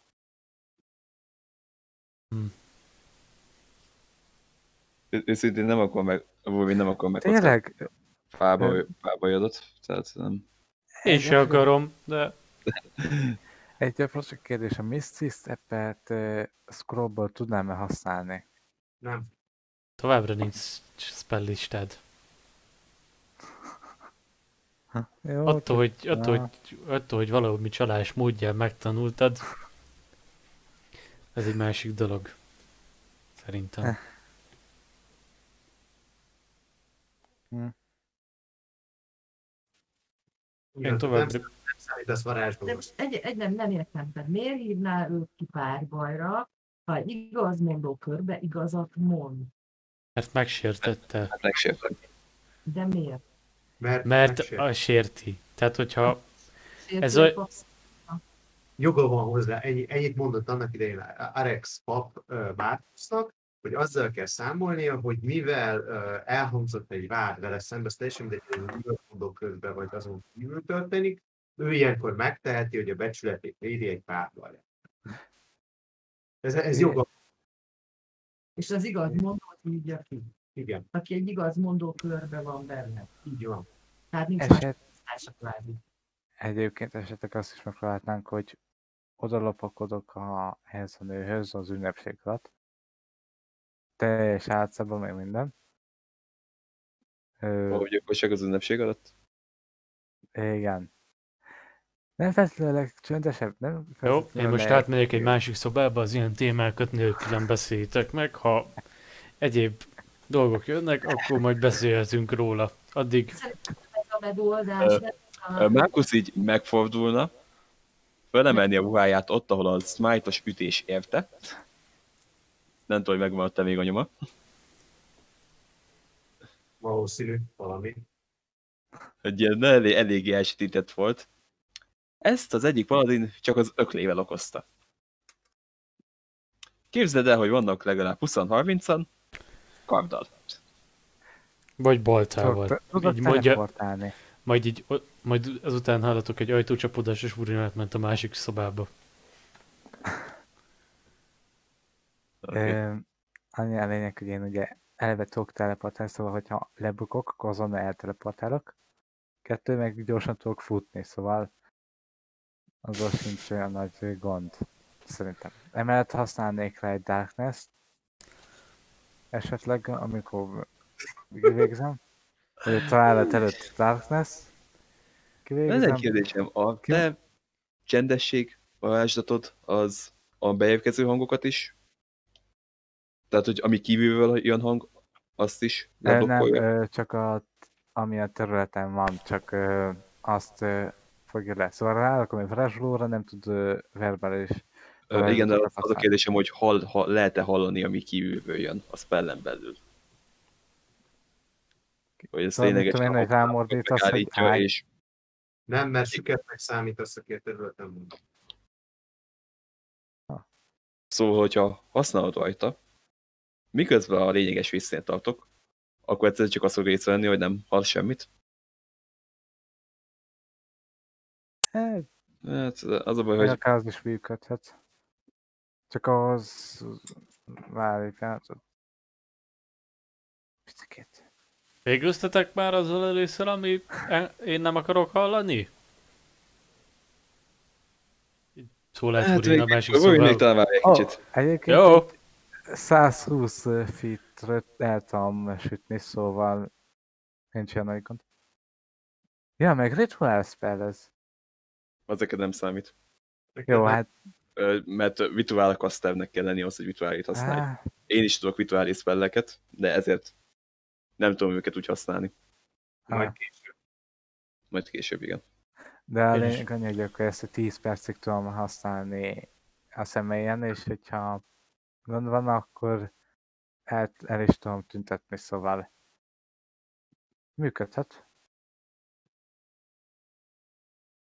Őszintén nem akar meg, Wolverine nem akar meg Tényleg? fába jadott, tehát nem. Én se akarom, de Egy gyakorlatilag kérdés, a Misty Step-et scrollból tudnám-e használni? Nem. továbbra nincs spell listád. Jó, Attól, hogy valami csalás módján megtanultad, ez egy másik dolog. Szerintem. Én tovább. Nem számítasz varázsló. De most egy nem értem, tehát miért hívnál őt ki párbajra, ha egy igazmondó körbe igazat mond? Mert megsértette. Hát megsértem. De miért? Mert megsért. a sérti. Tehát, hogyha Ez Sértő a- passz- Joga van hozzá, ennyit mondott annak idején Arex pap Márkusznak, hogy azzal kell számolnia, hogy mivel elhangzott egy vád vele szembe, ez teljesen mindegy, hogy igazmondó közben vagy azon kívül történik, ő ilyenkor megteheti, hogy a becsületét védi egy párbajra. Ez joga. És az igazmondót hívja ki, Igen, aki egy igazmondó körbe van benne. így van. Tehát nincs más Eset, választása kvázi. egyébként esetleg azt is megpróbálnánk, hogy oda lopakodok ehhez a nőhöz az ünnepség alatt. Teljes álcában, meg minden. Ahogy gyilkosság az ünnepség alatt. Igen. Nem feltétlenül csöndesebb, nem Jó, feltétlenül én most leg- átmegyek egy másik szobába, az ilyen témákat nélkülön beszéljétek meg, ha egyéb dolgok jönnek, akkor majd beszélhetünk róla. Addig Szerintem ez a megoldás. Márkusz így megfordulna, felemelni a ruháját ott, ahol a smite-os ütés érte. Nem tudom, hogy megvan-e még a nyoma. Valószínű valami. Egy ilyen eléggé elsütített volt. Ezt az egyik paladin csak az öklével okozta. Képzeld el, hogy vannak legalább 20-30-an, karddal. vagy baltával. Tudok Így mondja, teleportálni. majd azután hallatok egy ajtócsapódás, és Wurin átment a másik szobába. Okay. Annyi a lényeg, hogy én ugye eleve tudok teleportálni, szóval hogyha lebukok, akkor azonnal elteleportálok. 2, meg gyorsan tudok futni, szóval azon sincs olyan nagy gond, szerintem. Emellett használnék rá egy Darkness, esetleg, amikor kivégzem. Vagy a találat előtt Darkness. Ez Kivégzem. egy kérdésem, a te csendesség varázslatod az a beérkező hangokat is? Tehát, hogy ami kívülről jön hang, azt is leblokkolja? Nem, csak ami a területen van, csak azt fogja le. Szóval rárakom egy varázslóra, nem tud verbális Igen, de az a használni. kérdésem, hogy lehet-e hallani, ami kívülről jön a spellen belül? Hogy ez Szóval mit ténylegesen tudom én, hogy rámordítasz, hogy megállítja, állj. és Nem, mert süketnek számítasz, aki a területen mondta. szóval, hogyha használod rajta, miközben a lényeges visszén tartok, akkor egyszerűen csak azt fog észrevenni, hogy nem hall semmit. Hát az a baj, Hogy hogy akár az is működhet. Csak ahhoz várj egy pillanatot. Picikét. Végöztetek már azzal először, ami én nem akarok hallani? Szól át Wurin a másik Wurin még szobába. talán várj egy kicsit. Egyébként Jó, 120 feet-re el tudom sütni, szóval nincs olyan nagy gond. Ja, meg ritual spell ez. Az neked nem számít. Jó, hát... Mert rituál casternek kell lenni ahhoz, hogy rituálit használj. Á, Én is tudok rituális spelleket, de ezért nem tudom őket úgy használni. Majd később. Majd később, igen. de a Én is. lényeg annyi, hogy akkor ezt a 10 percig tudom használni a személyen, és hogyha gond van, akkor el is tudom tüntetni, szóval működhet.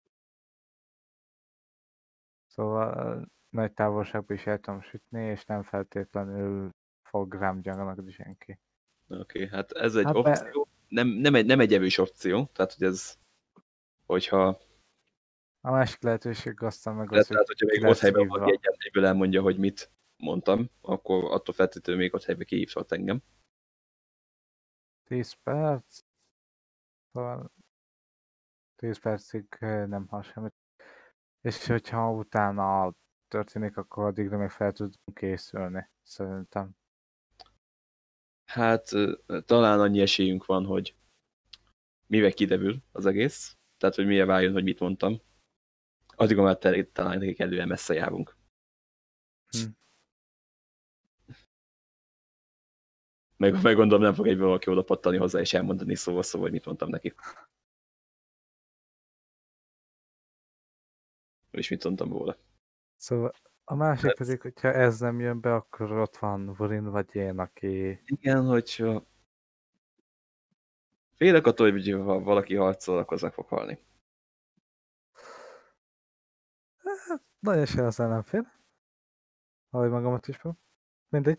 Szóval nagy távolságban is el tudom sütni, és nem feltétlenül fog rám gyanakodni senki. Oké, hát ez egy Hát opció. Nem egy evős opció, tehát hogy ez, hogyha, A másik lehetőség aztán meg az, tehát, hogy hogyha ki még ott lesz helyben valaki hívva. egyből elmondja, hogy mit mondtam, akkor attól feltétlenül még ott helyben kihívhat engem. 10 perc. Szóval 10 percig nem hal semmit. És hogyha utána történik, akkor addigra még fel tudunk készülni, szerintem. Hát talán annyi esélyünk van, hogy mivel kiderül az egész, tehát hogy mire váljon, hogy mit mondtam, addigra már talán elően messze járunk. Hm. Meg gondolom nem fog egy valaki oda pattani hozzá és elmondani szóval, hogy mit mondtam neki. És mit mondtam róla. Szóval a másik pedig, hogyha ez nem jön be, akkor ott van Vorin vagy én, aki... Igen, hogyha félek attól, hogy ha valaki harcol, akkor az meg fog halni. Nagyon se az ellenfél. Ahogy magamat is van. Mindegy.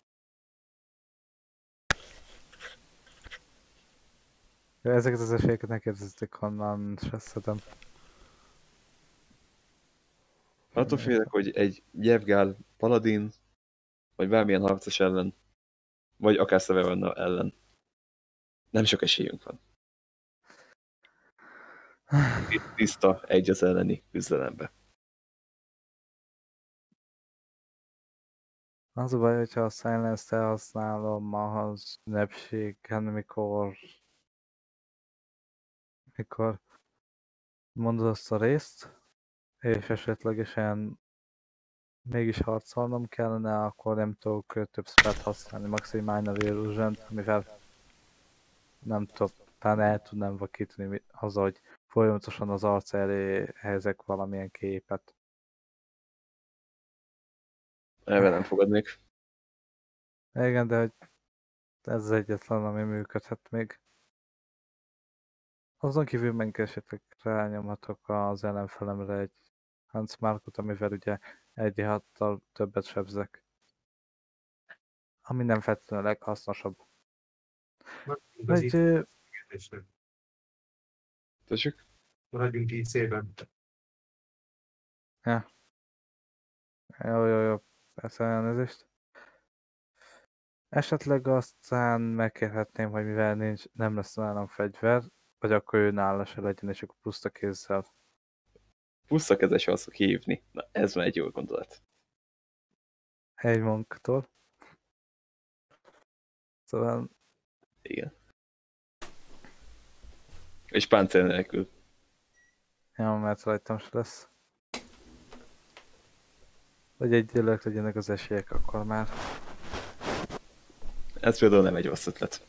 Ezeket az esélyeket ne kérdezték, honnan se szedem. Attól félek, hogy egy Yevgál paladin, vagy bármilyen harcos ellen, vagy akár Severna ellen nem sok esélyünk van. Tiszta egy az elleni küzdelembe. Az a baj, hogyha a Silence-t használom az ünnepségen, mikor mondod azt a részt, és esetlegesen mégis harcolnom kellene, akkor nem tudok több spellt használni, max. Egy Minor Illusion, amivel nem tudom, talán el tudnám vakítani azzal, hogy folyamatosan az arc elé helyezek valamilyen képet. Erre nem fogadnék. Igen, de hogy ez az egyetlen, ami működhet még. Azon kívül meg esetleg rányomhatok az ellenfelemre egy Hansmarkot, amivel ugye egy hattal többet sebzek. Ami nem feltétlenül a leghasznosabb. Maradjunk az Vagy, kérdésnek. Tessék? Maradjunk így szépen. jó, persze elnézést. Esetleg aztán megkérhetném, hogy mivel nem lesz nálam fegyver, vagy akkor ő nála se legyen, és akkor puszta kézzel. Puszta kezes az hívni. Na, ez már egy jó gondolat. Egy monktól. Szóval Igen. És páncél nélkül. ja, mert rajtam se lesz. Hogy egyelőre legyenek az esélyek akkor már. Ez például nem egy rossz ötlet.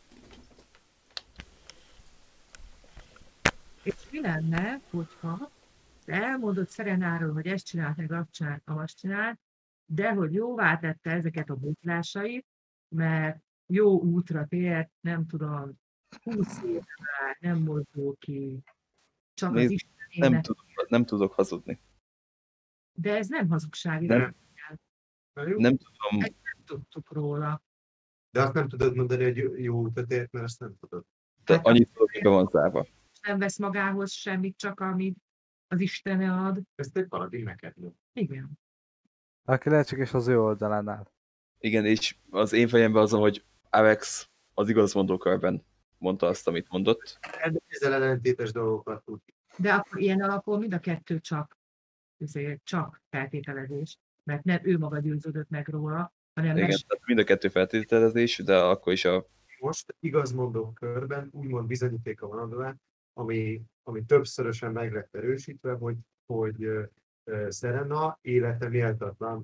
És mi lenne, hogyha te elmondod Szerenáról, hogy ezt csinált, meg azt csinált, de hogy jóvá tette ezeket a botlásait, mert jó útra tért, nem tudom, 20 éve már nem mozdul ki, csak Nézd, az Istenének. nem tudok hazudni. De ez nem hazugság, Nem. Jó? Nem tudom, nem tudtuk róla. De azt nem tudod mondani, hogy jó utat ért, mert azt nem tudod. de annyit tudok, hogy be van zárva. Nem vesz magához semmit, csak amit az Istene ad. Ezt egy paladin neked mond. Igen. Aki lehet csak is az ő oldalán áll. Igen, és az én fejemben az, hogy Alex az igazmondókörben mondta azt, amit mondott. Ezzel ellentétes dolgokat tud. De akkor ilyen alapon mind a kettő csak feltételezés, mert nem ő maga győződött meg róla, hanem Igen, tehát mind a kettő feltételezés, de akkor is Most igazmondó körben úgymond bizonyítéka van adva, ami többszörösen meg lett erősítve, hogy Serena élete méltatlan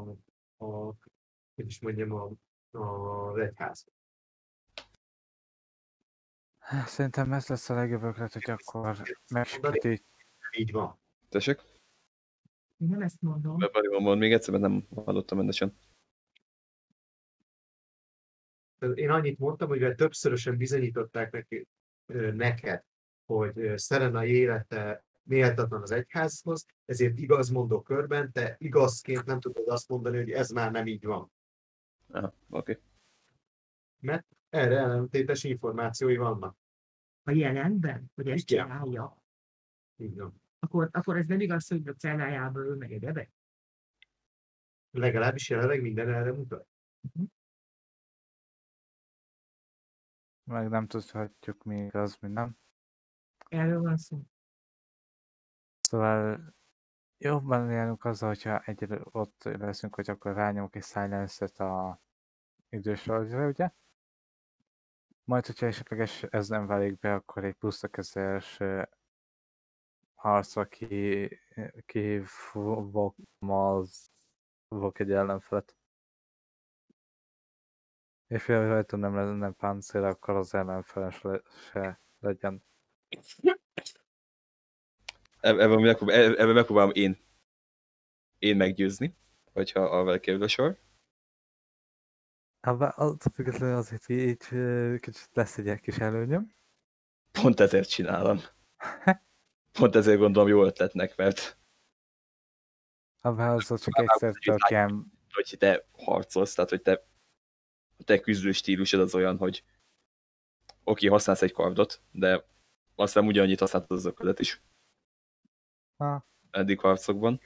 hogy is mondjam, az egyház. Szerintem ez lesz a legjobb ötlet, hogy akkor megsikítjük. Így van. tessék, Én nem ezt mondom. mond még egyszer, mert nem hallottam rendesen. Én annyit mondtam, hogy többszörösen bizonyították neked, hogy Serena élete méltatlan az egyházhoz, ezért igazmondó körben te igazként nem tudod azt mondani, hogy ez már nem így van. Oké. Mert erre ellentétes információi vannak. A jelenben, hogy ezt Igen. csinálja. Így van. Akkor ez nem igaz, hogy a cellájából ő meg egyebek? Legalábbis jelenleg minden erre mutat. Meg nem tudhatjuk mi igaz, mi nem. Erről van szó. Szóval jobban járunk azzal, hogyha egyre ott leszünk, hogy akkor rányomok egy silence-et a idősorra, ugye? Majd, hogyha esetleg ez nem válik be, akkor egy pusztakezes harcra kihívok egy ellenfelet. És mivel rajta nem lenne páncél, akkor az ellenfele se legyen. Ebben megpróbálom én meggyőzni, hogyha arra kerül a sor. Attól függetlenül azért így kicsit lesz egy kis előnyöm. Pont ezért csinálom. Pont ezért gondolom jó ötletnek, mert Az csak egyszer csak ilyen... hogy te harcolsz, tehát hogy te küzdő stílusod az olyan, hogy oké, használsz egy kardot, de aztán ugyanannyit használtad az ökölet is. Eddig harcokban.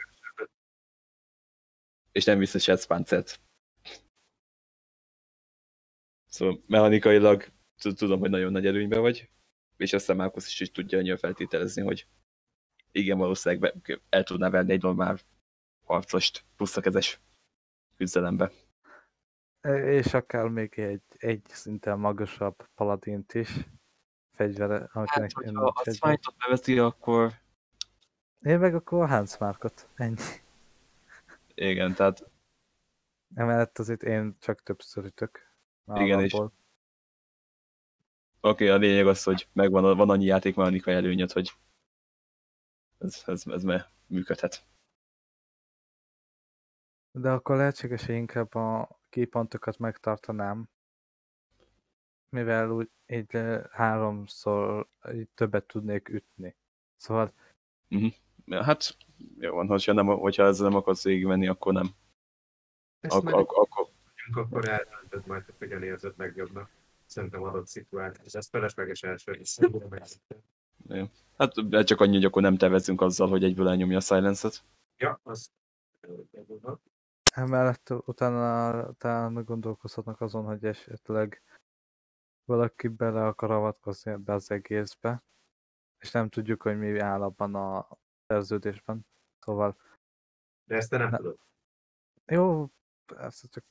És nem viselsz páncélt. Szóval mechanikailag tudom, hogy nagyon nagy előnyben vagy, és aztán Márkusz is tudja annyira feltételezni, hogy igen, valószínűleg el tudná venni egy normál harcost pusztakezes küzdelembe. És akár még egy szinten magasabb paladint is. Fegyvere, Hát, hogyha a Smite-ot beveti, akkor... Én meg akkor a Hansmarkot. Ennyi. Igen, tehát... Emellett azért én csak többször ütök. Igen, és... Oké, a lényeg az, hogy van annyi játékmechanikai előnyöd, hogy ez működhet. De akkor lehetséges, hogy inkább a keypontokat megtartanám, mivel úgy így 3-szor így többet tudnék ütni. Szóval... Hát, jó van, hogyha ezzel nem akarsz végigmenni, akkor nem. Akkor eldöntöd majd, hogy hogyan érzed meg jobbnak. Szerintem adott szituáció, és ez felesleges első is. Hát csak annyi, hogy akkor nem tervezzünk azzal, hogy egyből elnyomja a silence-et. Ja, az... Emellett utána gondolkozhatnak azon, hogy esetleg valaki bele akar avatkozni ebbe az egészbe, és nem tudjuk, hogy mi áll abban a szerződésben. Szóval... De ezt te nem tudod. Jó, persze csak...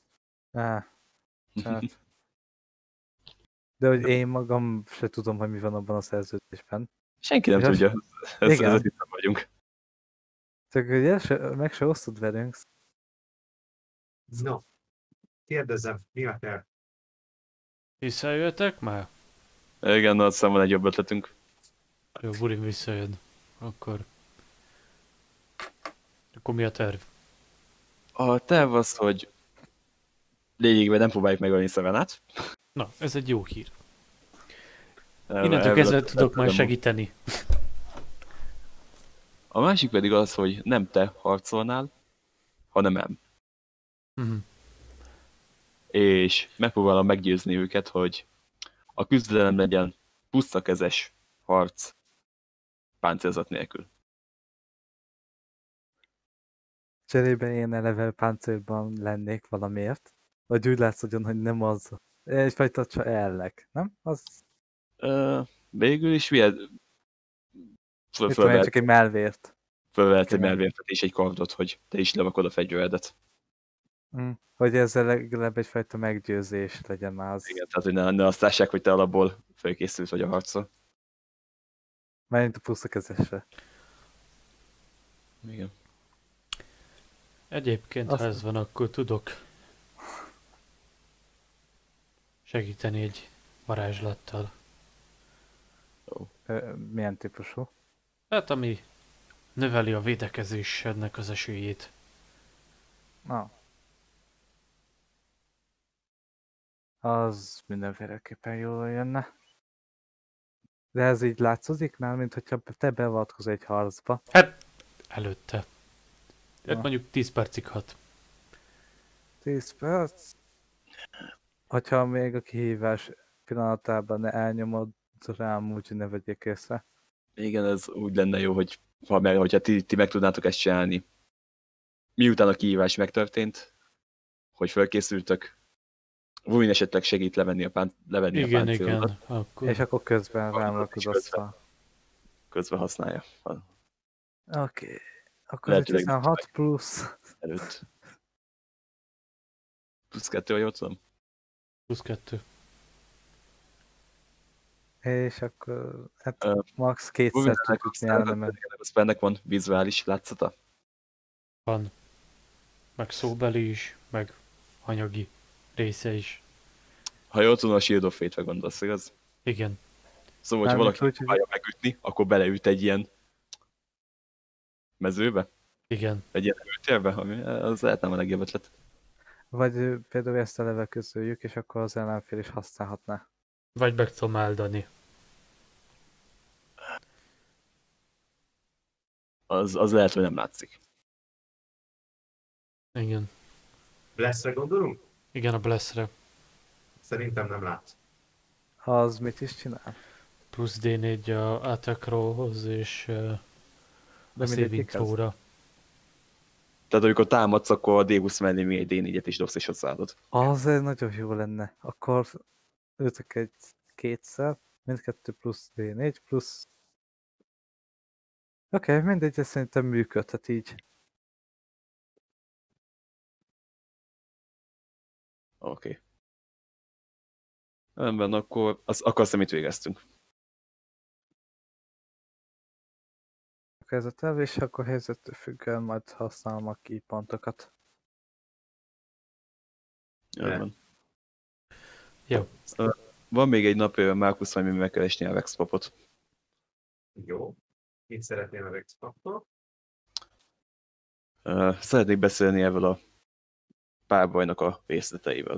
Hát. De hogy én magam se tudom, hogy mi van abban a szerződésben. Senki nem tudja. Ez itt vagyunk. Csak hogy meg se osztod velünk. No. Kérdezzem, mi a terv? Visszajöttek már? Igen, azt hiszem van egy jobb ötletünk. Jó, Burim visszajön. Akkor mi a terv? A terv az, hogy lényegében nem próbáljuk megölni Szevenát. Na, ez egy jó hír. Innentől kezdve tudok majd segíteni. A másik pedig az, hogy nem te harcolnál, hanem em. És megpróbálom meggyőzni őket, hogy a küzdelem legyen pusztakezes harc páncélzat nélkül. Cserébe én eleve páncélban lennék valamiért. Vagy úgy látszódjon, hogy nem az. Egyfajta csak ellek, nem? Az... Végül is miért? Csak egy melvért. Fölvehetsz egy melvért és egy kardot, hogy te is levakod a fegyveredet. Hogy ezzel legalább egyfajta meggyőzés legyen már az. Igen, tehát hogy ne azt lássák, hogy te alapból felkészült vagy a harcra. Mármint a pusztakezesre. Igen. Egyébként, ha ez van, akkor tudok segíteni egy varázslattal. Milyen típusú? Hát, ami növeli a védekezésednek az esélyét. Az mindenféleképpen jól jönne. De ez így látszik már, mint hogyha te beavatkozol egy harcba. Hát, előtte. Hát Na. mondjuk 10 percig hat. 10 perc. Hogyha még a kihívás pillanatában ne elnyomod rám, úgyhogy ne vegyék észre. Igen, ez úgy lenne jó, hogy hogyha ti meg tudnátok ezt csinálni, miután a kihívás megtörtént, hogy felkészültök, Vuvin esetleg segít levenni a Igen, páncélodat, igen. Akkor... És akkor közben rám rakod azt fel. közben használja. Oké. Akkor ez Lehetőleg 16 plusz. Előtt. Plusz 2, vagy ott van? Plusz 2. És akkor hát Ö, max. Kétszer tud jutni ellenem. A spellnek van vizuális látszata? Van. Meg szóbeli is, meg anyagi része is. Ha jól tudom, a Shield of Fate-re gondolsz, igaz? Igen. Szóval, ha Mármint valaki úgy, hogy- próbálja megütni, akkor beleüt egy ilyen mezőbe? Igen. Egy ilyen előtérbe? Ami az lehetne a legjobb ötlet. Vagy például ezt a leve közöljük, és akkor az ellenfél is használhatná. Vagy meg tudom áldani. Az lehet, hogy nem látszik. Igen. Blessre gondolunk? Igen, a Blessre. Szerintem nem látsz. Az mit is csinál? Plusz D4 a attack rollhoz és a saving mindegyik az? throw-ra. Tehát amikor támadsz, akkor a D20 mellé még egy D4-et is dobsz és hozzáadod. Az nagyon jó lenne. Akkor ütök egy kétszer, mindkettő plusz D4 plusz... Oké, mindegy, ez szerintem működhet így. Oké. Rendben, akkor azt mit végeztünk. Akkor ez a terv, és akkor helyzettől függően majd használom a key pontokat. Rendben. Jó. Van még egy nap, Márkusz, majd mi meg kell esni a Vexpapot. Jó. Mit szeretném a Vexpaptól? Szeretnék beszélni ebből a párbajnak a részleteivel.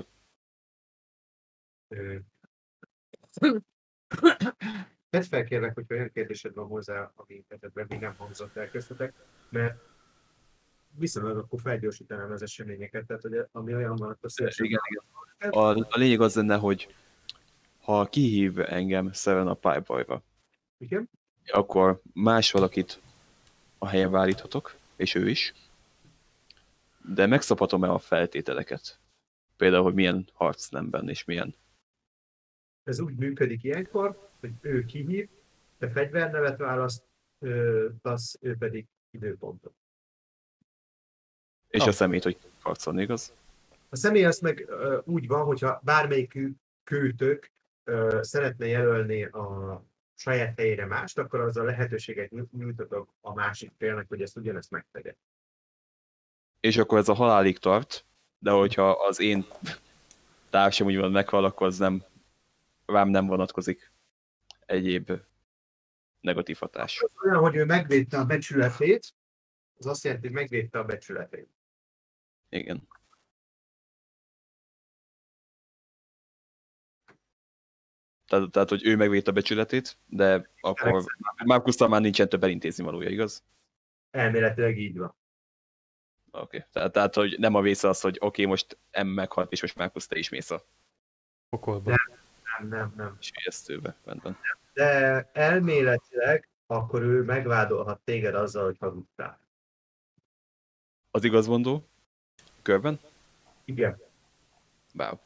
Tedd fel kérlek, hogy olyan kérdésed van hozzá, ami esetben még nem hangzott el köztetek, mert viszonylag akkor felgyorsítanám az eseményeket, tehát hogy ami olyan van, akkor szívesen. Igen. A lényeg az lenne, hogy ha kihív engem Seven a párbajba, Igen? akkor más valakit a helyen állíthatok, és ő is, de megszabhatom-e a feltételeket? Például, hogy milyen harcnemben és milyen. Ez úgy működik ilyenkor, hogy ő kihív, te fegyvernevet választasz, ő pedig időpontot. És a szemét, hogy harcolni, igaz? A személy az meg úgy van, hogyha bármelyik kőtök szeretne jelölni a saját helyére mást, akkor az a lehetőséget nyújtotok a másik félnek, hogy ezt ugyanezt megtegye. És akkor ez a halálig tart, de hogyha az én társam úgymond meghal, akkor az rám nem vonatkozik egyéb negatív hatás. Az olyan, hogy ő megvédte a becsületét, az azt jelenti, hogy megvédte a becsületét. Igen. Tehát, hogy ő megvédte a becsületét, de akkor Márkusztal már nincsen több elintézni valója, igaz? Elméletileg így van. Oké. Tehát, hogy nem a vésze az, hogy oké, most M meghalt, és most Márkusz, te is mész a Pokolba. Nem. sülyeztőbe. Rendben. De elméletileg akkor ő megvádolhat téged azzal, hogy hazudtál. Az igazmondó körben? Igen. Wow.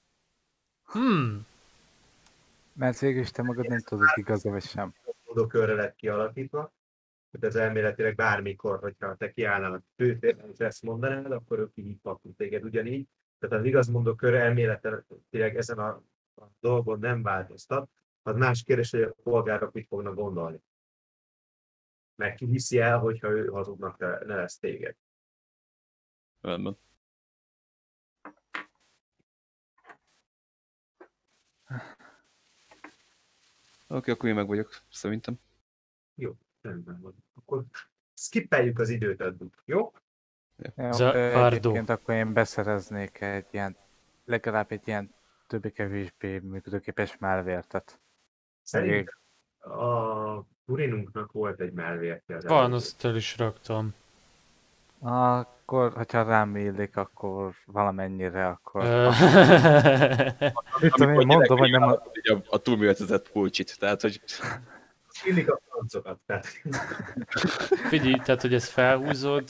Mert végül is te magad nem tudod igaz-e vagy sem. Módokörre lett kialakítva, hogy ez elméletileg bármikor, hogyha te kiállnál a főtérben, és ezt mondanád, akkor ők kihívhatnak téged ugyanígy. Tehát az igazmondókör elméletileg ezen a dolgon nem változtat. Az más kérdés, hogy a polgárok mit fognak gondolni. Mert ki hiszi el, hogyha ő hazudnak nevez téged. Rendben. Oké, akkor én meg vagyok, szerintem. Jó, rendben van. Akkor skippeljük az időt addig, jó? Ez a Vardó. Egyébként akkor én beszereznék egy ilyen, legalább egy ilyen többé-kevésbé működőképes malvértet. Szerintem A Turinunknak volt egy melvérke az Van, előző. azt el is raktam. Akkor, hogyha rám illik, akkor valamennyire, akkor... Mit tudom Amikor én mondom, hogy nem a... a túlművetezett pulcsit, tehát hogy Illik a francokat, tehát. Figyelj, tehát, hogy ezt felhúzod,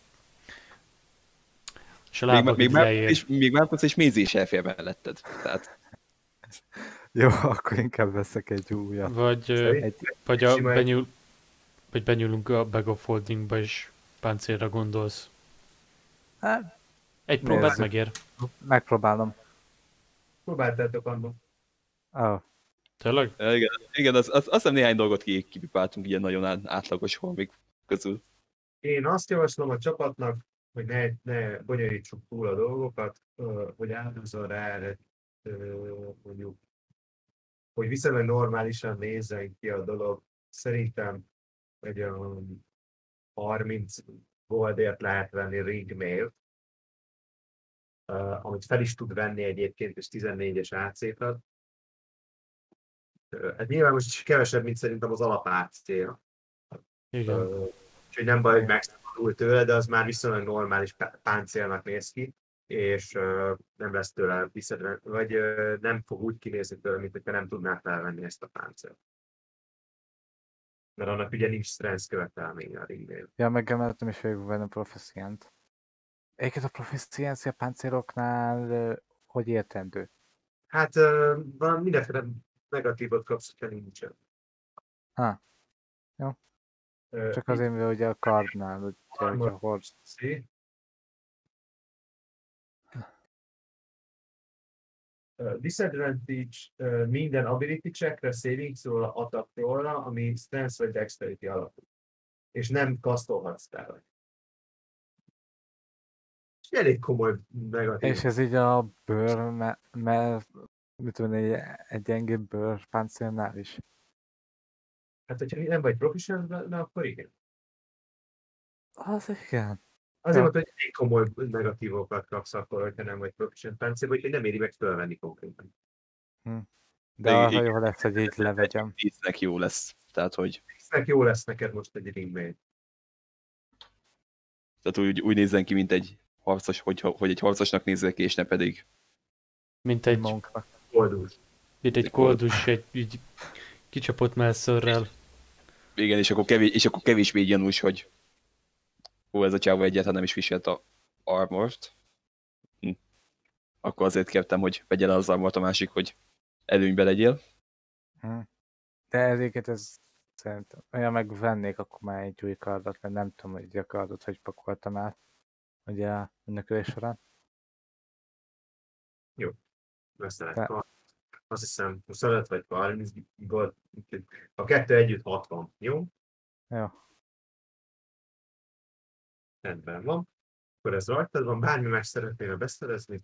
és a még, lábad még, így már, leér. és, még már és mézi is elfér melletted. Tehát Jó, akkor inkább veszek egy újat. Vagy, Egy... vagy benyúlunk a Bag of Holdingba, és páncélra gondolsz. Hát, Egy próbát nézzük. megér. Megpróbálom. Próbáltátok annak. Oh. Tényleg? igen, azt hiszem néhány dolgot kipipáltunk ilyen nagyon átlagos holmik közül. Én azt javaslom a csapatnak, hogy ne bonyolítsuk túl a dolgokat, hogy áldozzon rá erre, mondjuk, hogy viszonylag normálisan nézzen ki a dolog. Szerintem egy 30 goldért lehet venni ringmailt, amit fel is tud venni egyébként, és 14-es AC-t ad. Hát nyilván most kevesebb, mint szerintem az alap AC-ja. Igen. Úgyhogy nem baj, hogy megszabadul tőle, de az már viszonylag normális páncélnak néz ki, és nem lesz tőle vagy nem fog úgy kinézni tőle, mint hogyha nem tudná felvenni ezt a páncélt. Mert annak ugye nincs strength követelménye a ringnél. Ja, megemeltem is végül benne proficiency-t. Egyébként a proficiency a páncéloknál hogy értendő? Hát van mindenféle negatívot kapsz, hogyha nincsen. Jó. Csak azért, mivel ugye a kardnál, ugye, Armor. a horse. Disadvantage minden ability checkre, saving throw-ra, attack roll-ra, ami strength vagy dexterity alapú. És nem kasztolhatsz fel. És elég komoly negatív. És ez így a bőr, mert mit tudom, egy gyengébb bőr páncélnál is. Hát, hogyha nem vagy proficient benne, akkor igen. Az igen. Azért Ja. mondta, hogy elég komoly negatívokat kapsz akkor, hogyha nem vagy proficient páncélba, úgyhogy nem éri meg fölvenni konkrétan. De arra jó lesz, hogy így levegyem. 10-nek jó lesz, tehát hogy Hiszen jó lesz neked most egy ringmail. tehát úgy nézzen ki, mint egy harcos, hogy egy harcosnak nézzek ki, és ne pedig Mint egy Monknak. Oldus. koldus, egy kicsapott melszörrel. igen, és akkor kevésbé gyanús, hogy ez a csávó egyáltalán nem is viselt a armort. Akkor azért kértem, hogy vegye el az armort a másik, hogy előnybe legyél. De ezeket ez szerintem, olyan megvennék akkor már egy új kardot, mert nem tudom, hogy a kardot hogy pakoltam át. Ugye a ünnepülés során. Veszel azt hiszem 25 vagy 30 gold. A kettő együtt 60, jó? Jó. Rendben van. Akkor ez rajtad van, bármi más szeretnél beszerezni?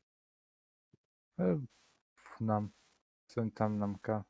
Nem. Szerintem nem kell.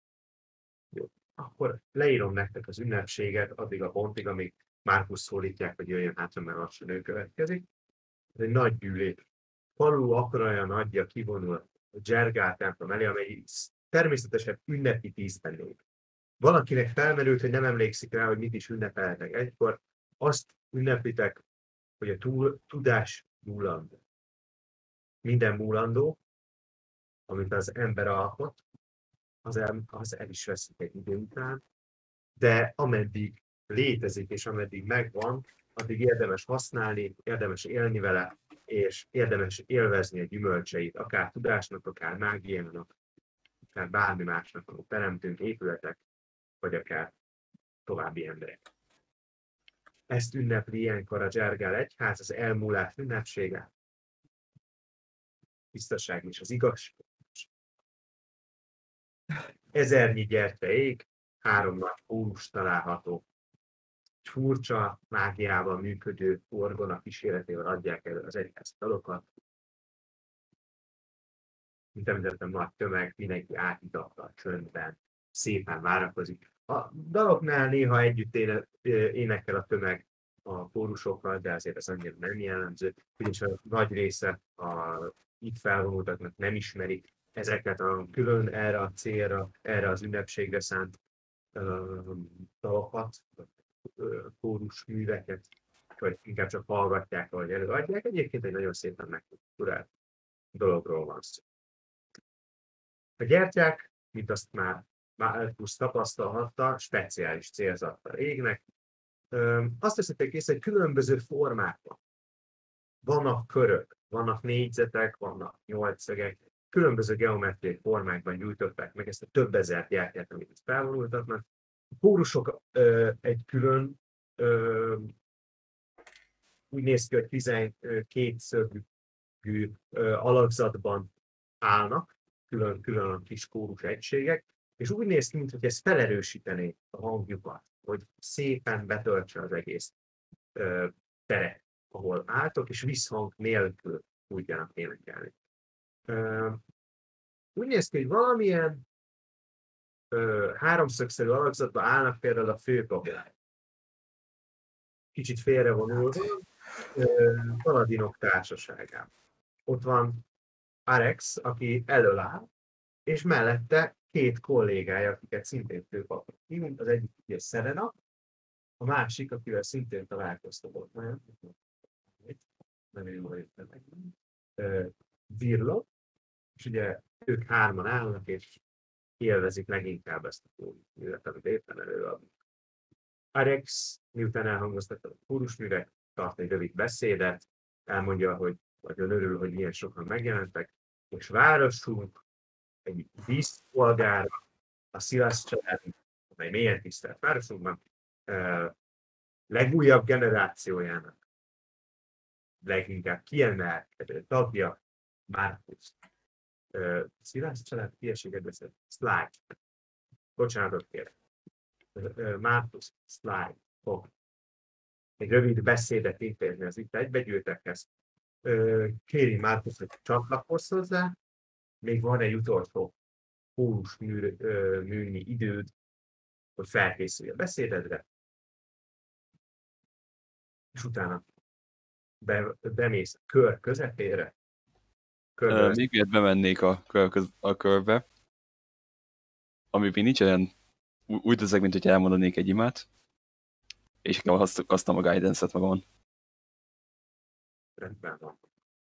Akkor leírom nektek az ünnepséget addig a pontig, amíg Márkusz szólítják, hogy jöjjön hátra, mert lassan ő következik. Ez egy nagy gyűlés. Falu akkora nagyja kivonul a Dzsergál templom elé, amely természetesen ünnepi díszpennék. Valakinek felmerült, hogy nem emlékszik rá, hogy mit is ünnepeltek egykor, azt ünneplitek, hogy a tudás múlandó. Minden múlandó, amit az ember alkot, az el is veszik egy idő után, de ameddig létezik és ameddig megvan, addig érdemes használni, érdemes élni vele, és érdemes élvezni a gyümölcseit, akár tudásnak, akár mágiának, akár bármi másnak, amit teremtünk, épületek, vagy akár további emberek. Ezt ünnepli ilyenkor a Dzsergál egyház, az elmúlás ünnepsége, tisztaság és az igazság. Ezernyi gyertya ég, 3 nagy kórus található. Egy furcsa, mágiával működő orgona kíséretével adják elő az egyház dalokat. Mint említettem, nagy tömeg, mindenki átitattal, csöndben, szépen várakozik. A daloknál néha együtt énekel a tömeg a kórusokkal, de azért ez annyira nem jellemző, ugyanis a nagy része a itt felvonultaknak nem ismerik ezeket a külön erre a célra, erre az ünnepségre szánt dalokat, kórusműveket, vagy inkább csak hallgatják, ahogy előadják. Egyébként egy nagyon szépen megkulturált dologról van szó. A gyertyák, mint azt már Malthus tapasztalhatta, speciális célzattal égnek. Azt veszették észre, hogy különböző formák vannak körök, vannak négyzetek, vannak nyolcszögek, különböző geometriai formákban gyújtották meg ezt a több ezer gyertyát, amit itt felvonultatnak. A kórusok egy külön, úgy néz ki, hogy 12 szögű alakzatban állnak, külön a kis kórus egységek, és úgy néz ki, mintha ez felerősítené a hangjukat, hogy szépen betöltse az egész teret, ahol álltok, és visszhang nélkül tudjanak énekelni. Úgy néz ki, hogy valamilyen háromszögszerű alakzatban állnak például a főpapák. Kicsit félrevonulva, paladinok társaságában. Ott van Arex, aki elől áll, és mellette két kollégája, akiket szintén főpapok hívunk. Az egyik ugye Serena, a másik, akivel szintén találkoztam ott, nem én vagyok meg. Virlo, és ugye ők hárman állnak, és élvezik leginkább ezt a kórusművet, amit éppen előadnak. Arex, miután elhangoztatta a kórusművet, tart egy rövid beszédet, elmondja, hogy nagyon örül, hogy ilyen sokan megjelentek, és városunk egy díszpolgára, a Szilasz család, amely mélyen tisztelt városunkban, legújabb generációjának leginkább kiemelkedő tagja, Marcus. Szilász család hülyeséget beszél. Slide. Bocsánatot kérek. Marcus Slide fog egy rövid beszédet intézni az itt egybegyűltekhez. Kéri Marcus, hogy csatlakozz hozzá. Még van egy utolsó kórus műnyi időd, hogy felkészülj a beszédedre. És utána bemész a kör közepére. Még miért bemennék a körbe, amiben nincs olyan úgy ezek, mint hogy elmondanék egy imát, és inkább használom a guidance-et magamon. Rendben van.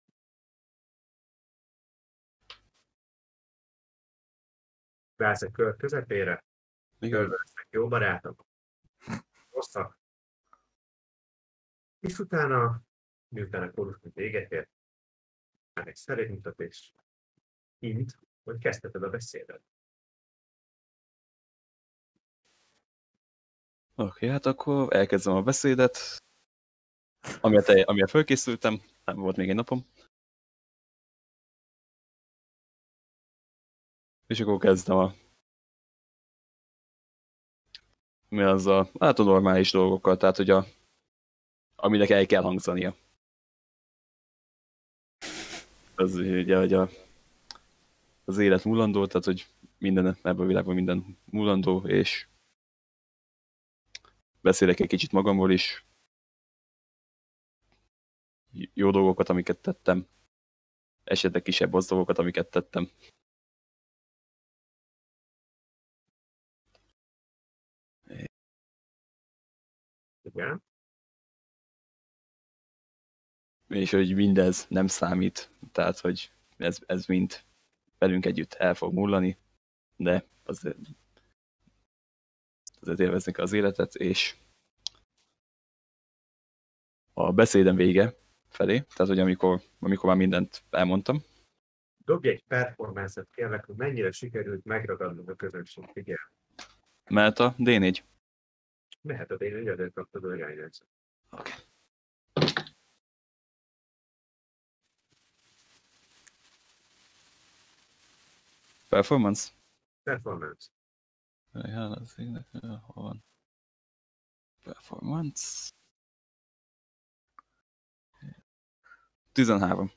Beállsz a kör közepére, körben lesznek jó barátok, rosszak, és utána, miután a kórusnak véget ért, már egy szerénymutatés int, hogy kezdheted a beszédet. Oké, hát akkor elkezdem a beszédet, amivel felkészültem, nem volt még egy napom. És akkor kezdem a normális dolgokkal, tehát hogy aminek el kell hangzania. Az ugye, hogy az élet mullandó, tehát hogy minden ebben a világban minden mullandó, és beszélek egy kicsit magamról is, jó dolgokat, amiket tettem, esetleg kisebb rossz dolgokat, amiket tettem. Igen. És hogy mindez nem számít, tehát hogy ez mind velünk együtt el fog mullani, de azért élvezni kell az életet, és a beszédem vége felé, tehát hogy amikor már mindent elmondtam. Dobj egy performance-et kérlek, hogy mennyire sikerült megragadnod a közönség figyelmet. Mert a D4. Mehet a D4, azért kaptad a guidance-et. Oké. Performance? Performance. Ja, az hol van? Performance. 13.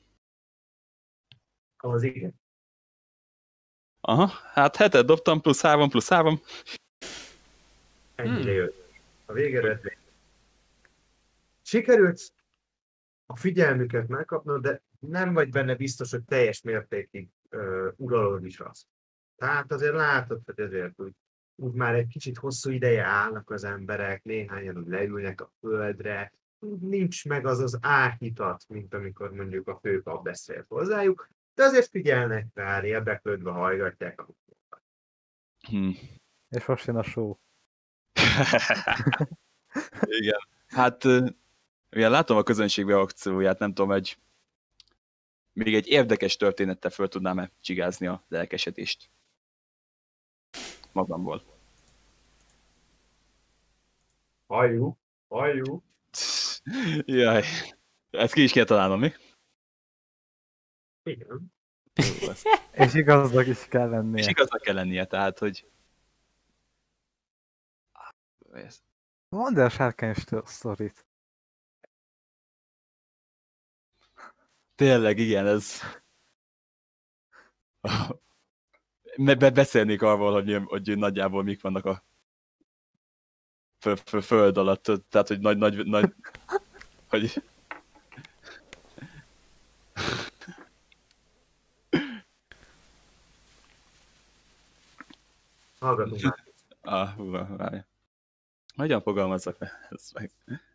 Az igen. Aha, hát 7-et dobtam, plusz 3. Ennyire jött. A végeredmény. Sikerült a figyelmüket megkapnod, de nem vagy benne biztos, hogy teljes mértékig uralod is azt. Tehát azért látod, hogy ezért úgy úgy már egy kicsit hosszú ideje állnak az emberek, néhányan úgy leülnek a földre, nincs meg az az áhítat, mint amikor mondjuk a főpap beszél hozzájuk, de azért figyelnek rá, érdeklődve hallgatják a És most jön a show. Igen. Hát, ugye látom a közönség reakcióját, nem tudom, még egy érdekes történettel föl tudnám-e csigázni a lelkesedést magamból. Halljuk. Jaj, ezt ki is kell találnom, mi? Igen. És igaznak is kell lennie. És igaznak kell lennie, tehát, hogy... Mondd el a sárkány sztorit. Tényleg, igen, ez... Beszélnék arról, hogy nagyjából mik vannak a föld alatt, tehát, hogy nagy hogy... Hallgatunk már. Várj. Hogyan fogalmazzak ezt meg?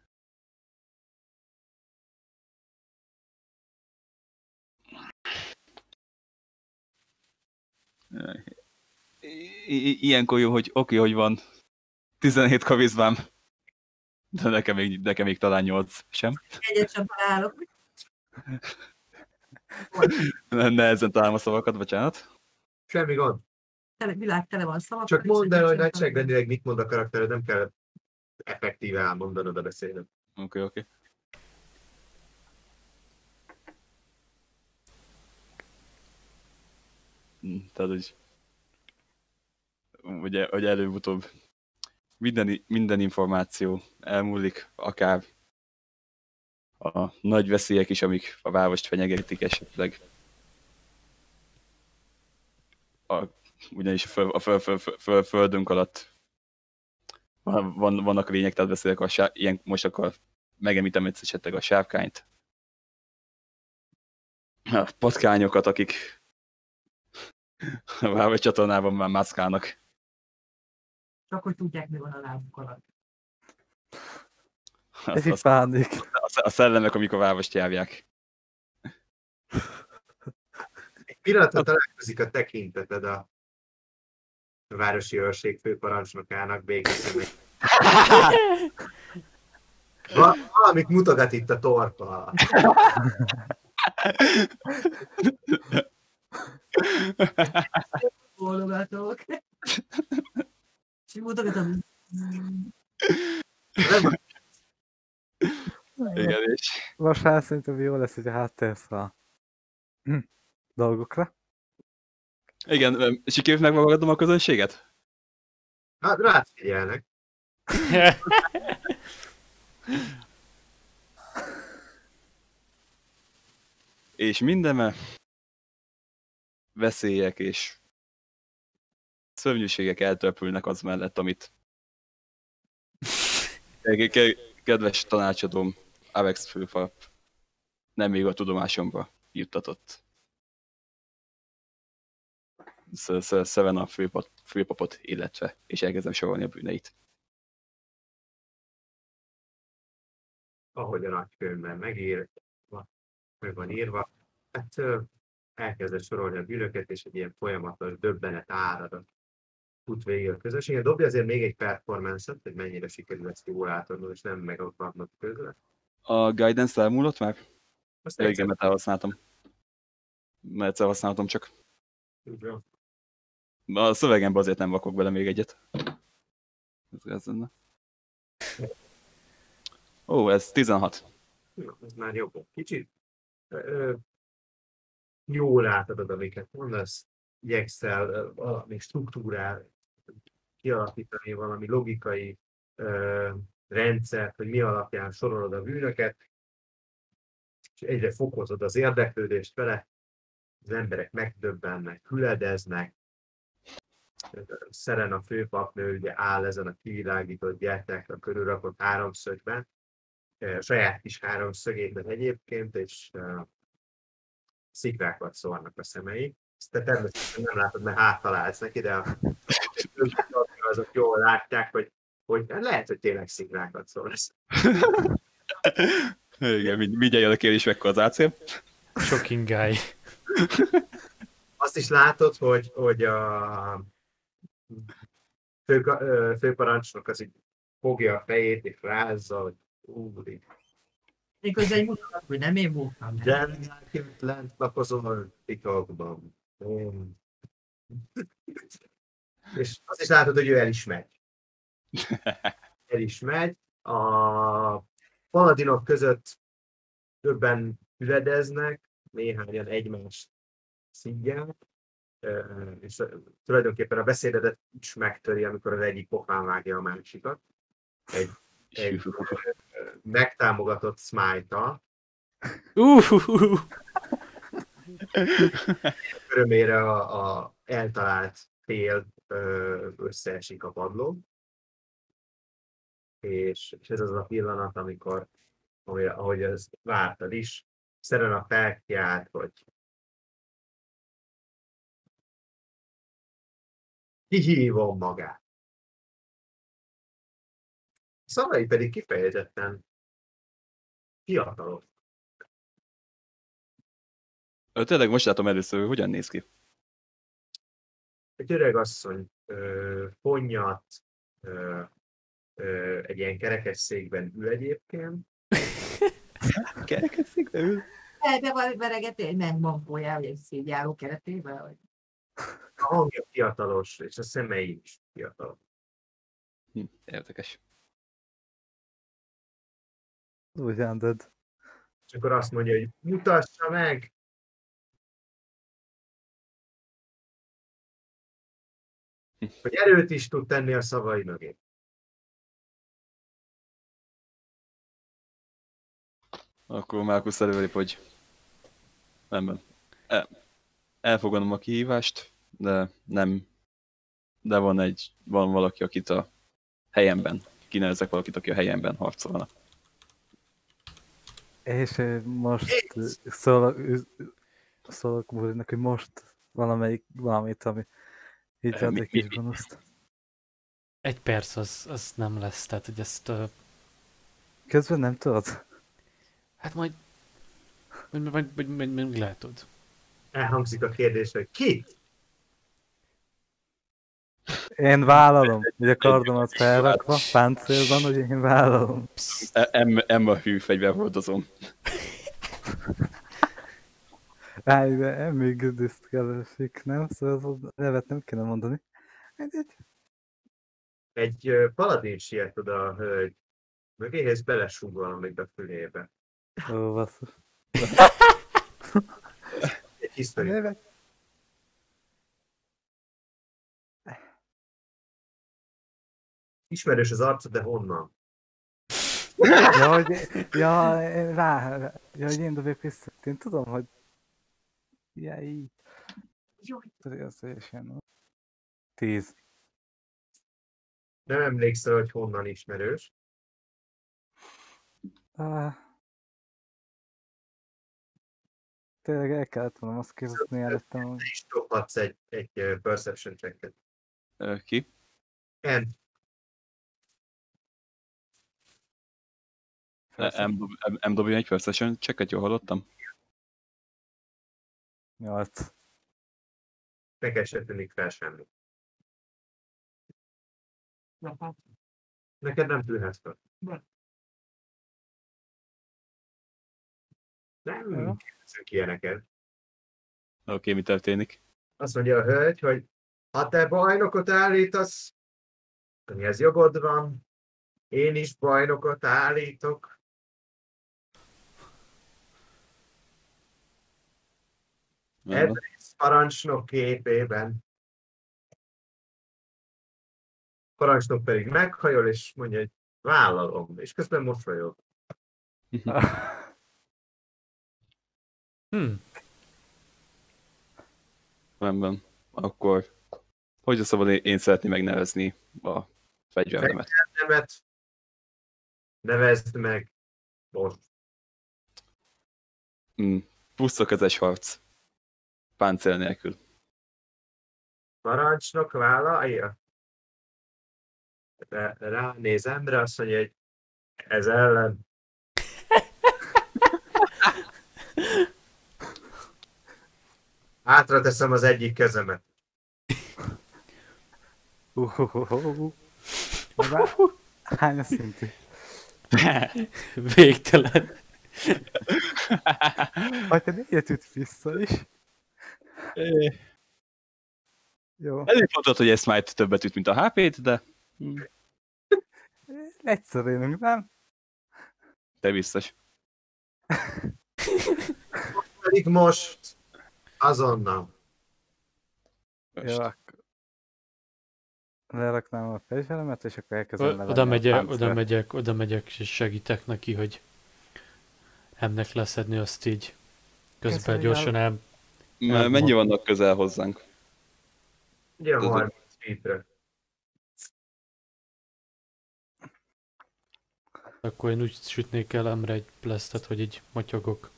Ilyenkor jó, hogy oké, hogy van 17 karizmám, de nekem még talán 8 sem. Egyet sem találok. Nehezen találom a szavakat, bocsánat. Semmi gond. Világ tele van szavakkal. Csak mondd és el, hogy egyet sem nagyságrendileg mit mond a karaktered, nem kell effektíve elmondanod a beszédet. Oké. Tehát, hogy előbb-utóbb minden információ elmúlik, akár a nagy veszélyek is, amik a várost fenyegetik esetleg. Ugyanis a földünk alatt vannak lények, tehát beszélek ilyen, most akkor megemlítem esetleg a sárkányt, a patkányokat, akik a város csatornában már mászkálnak. Csak hogy tudják, mi van a lábuk alatt. Ez itt pánik. A szellemek, amik a várost járják. Egy pillanatra találkozik a tekinteted a városi őrség főparancsnokának békeszemben. Valamit mutogat itt a torka. Bólogatok. És mutogatom. Igen, és... Most már szerintem jó lesz, hogy háttérsz a dolgokra. Igen, sikerült megmagadom a közönséget? Hát rád figyelnek. És mindeme veszélyek és szörnyűségek eltörpülnek az mellett, amit kedves tanácsadóm Avex főpap nem még a tudomásomba juttatott. Seven a főpapot, illetve, és elkezdem sorolni a bűneit. Ahogy a nagykönyvben meg van írva, hát elkezdett sorolni a bűnöket, és egy ilyen folyamatos döbbenet áradat fut végig a közösségen. Dobja azért még egy performance-et, hogy mennyire sikerül ezt jól átadnod, és nem megakadnod közben. A guidance elmúlott már? Azt Igen, mert elhasználtam. Mert egyszer használtam csak. Úgy. A szövegemben azért nem vakok bele még egyet. Ez lenne. Ó, ez 16. Jó, ez már jobb. Kicsit jól átadod, amiket mondasz, igyekszel valami struktúrát kialakítani, valami logikai rendszert, hogy mi alapján sorolod a bűnöket, és egyre fokozod az érdeklődést vele, az emberek megdöbbennek, hüledeznek, Serena főpapnő ugye áll ezen a kivilágított gyertyákra körülrakott háromszögben, saját kis háromszögében egyébként, és szikrákat szórnak a szemei. Ezt te természetesen nem látod, mert háttalálsz neki, de azok jól látják, hogy lehet, hogy tényleg sziklákat szólsz. Igen, mindjárt jön a kérdés, mekkora az acél. Shocking guy. Azt is látod, hogy a főparancsnok az így fogja a fejét és rázza, hogy úri. Miközben egy mutatnak, hogy nem én voltam. Gyermekként lent lapozol titokban. És azt is látod, hogy ő el is megy. El is megy. A paladinok között többen üledeznek, néhányan egymást szígják, és tulajdonképpen a beszédedet is megtöri, amikor az egyik pofán vágja a másikat. Egy megtámogatott smite-a. Örömére a eltalált fél összeesik a padlón. És ez az a pillanat, amikor, ahogy ezt vártad is, Serena felkiált, hogy kihívom magát. Szavai pedig kifejezetten fiatalok. Tényleg most látom először, hogy hogyan néz ki. Egy öreg asszony fonnyat, egy ilyen kerekesszékben ül egyébként. Kerekesszékben ül? De van veregetés, nem bankója, hogy egy szétjáró keretében, vagy... A hangja fiatalos, és a szemei is fiatalok. Érdekes. Ugyandad. És akkor azt mondja, hogy mutassa meg! Hogy erőt is tud tenni a szavai mögé. Akkor Márkusz előlép, hogy nem. Elfogadom a kihívást, de nem. De van valaki, akit a helyemben, kinevezek valakit, aki a helyemben harcolna. És most szólok Burinak, hogy most valamit, ami így ad egy kis bonuszt. 1 perc az nem lesz, tehát hogy ezt... Közben nem tudod? Hát majd látod. Elhangzik a kérdés, hogy ki? Én vállalom, hogy a kardomat felrakva, páncélban, hogy én vállalom. Emma hű fegyverhordozom. De még gödöszt keresik, nem? Szóval a nevet nem kéne mondani. Egy paladin siet oda a hölgy mögéhez, belesúgol még a fülébe. Ó, basszus. Egy hisztori. Ismerős az arcod, de honnan? hogy én dobjak vissza. Én tudom, hogy... így. Jó, 10. Nem emlékszel, hogy honnan ismerős? Tényleg el kellett volna azt kérdezni előttem. És dobhatsz egy perception checket. Ki? And M dobja egy perception checket, jól hallottam? 8. neked se tűnik fel semmi. Neked nem tűnhet fel. Nem kérdezünk ilyeneket. Oké, mi történik? Azt mondja a hölgy, hogy ha te bajnokot állítasz, ez jogod van, én is bajnokot állítok. Edris parancsnok képében. Parancsnok pedig meghajol, és mondja, hogy vállalom, és közben mosolyog. Rendben. Akkor hogy szabad én szeretném megnevezni a fegyvernemet? Fegyvernemet nevezd meg most. Pusztakezes harc. Páncél nélkül. Parancsnok vállalja? ránéz Endre, azt mondja, hogy ez ellen. Hátra teszem az egyik kezemet. Hányas szintű? Végtelen. Ha te négyet üt vissza is. Jó. Elég mondtad, hogy ezt már többet üt, mint a HP-t, de Egyszer élünk, nem? te biztos. Pedig most azonnal. Jó, akkor leraknám a fegyveremet, és akkor elkezdem levenni Oda megyek, és segítek neki, hogy ennek leszedni azt így. Közben Köszönjük, gyorsan Mennyi vannak közel hozzánk? Ugye Tudom. 30 feetre. Akkor én úgy sütnék el Emre egy plesztet, hogy így motyogok.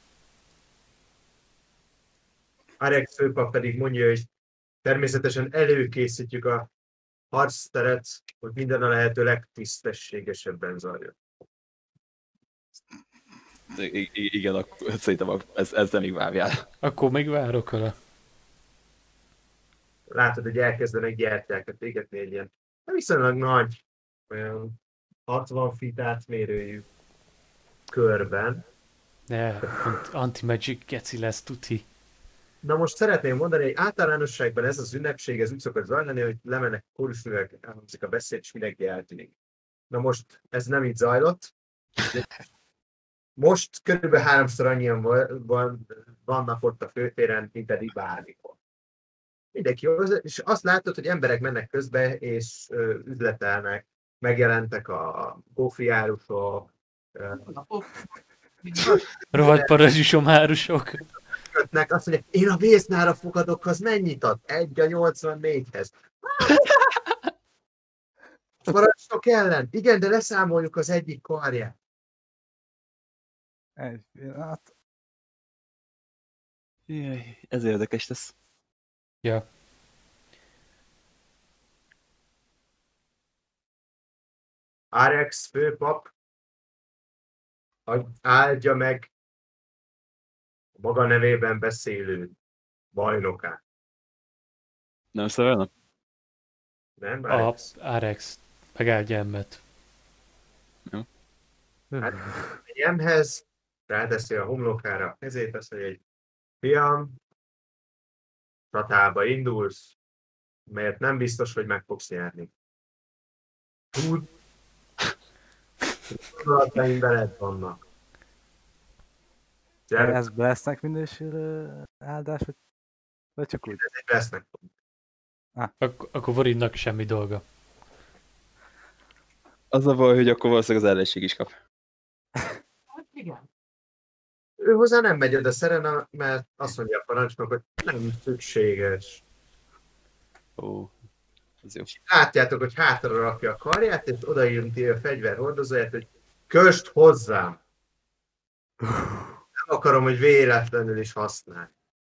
Arex főpap pedig mondja, hogy természetesen előkészítjük a harcteret, hogy minden a lehető legtisztességesebben zajljon. Igen, akkor szerintem ezzel még várjál. Akkor még várok vele. Látod, hogy elkezdenek gyertyákat égetni egy ilyen viszonylag nagy, olyan 60 feet átmérőjű körben. De anti-magic geci lesz tuti. Na most szeretném mondani, hogy általánosságban ez az ünnepség, ez úgy szokott zajlani, hogy lemennek kórusművek, elhangzik a beszéd, és mindenki eltűnik. Na most ez nem így zajlott. Most körülbelül 3-szor annyian vannak ott a főtéren, mint eddig bármikor. Mindenki hozzá, és azt látod, hogy emberek mennek közbe, és üzletelnek, megjelentek a kófiárusok, Rohadt parazsisom árusok. kötnek, azt mondja, én a vésznára fogadok, az mennyit ad? 1-84-hez. Parancsnok ellen? Igen, de leszámoljuk az egyik karját. Egy pillanat. Jaj, ez érdekes lesz. Ja. Arex főpap áldja meg a maga nevében beszélő bajnokát. Nem szerelne? Nem, A Arex? Arex megáldja Emmet. Emhez ráteszi a homlokára a kezét, azt mondja, hogy fiam, csatába indulsz, mert nem biztos, hogy meg fogsz nyerni. Tud, gondolataim veled vannak. Gyere, Ez lesznek minősülő áldás, vagy csak úgy? lesznek. Akkor Vorinnak semmi dolga. Az a baj, hogy akkor valószínűleg az ellenség is kap. Igen. Ő hozzá nem megy oda Serena, mert azt mondja a parancsnok, hogy nem szükséges. Ó, ez jó. Látjátok, hogy hátra rakja a karját, és odaírti a fegyverhordozóját, hogy köst hozzám. Nem akarom, hogy véletlenül is használj.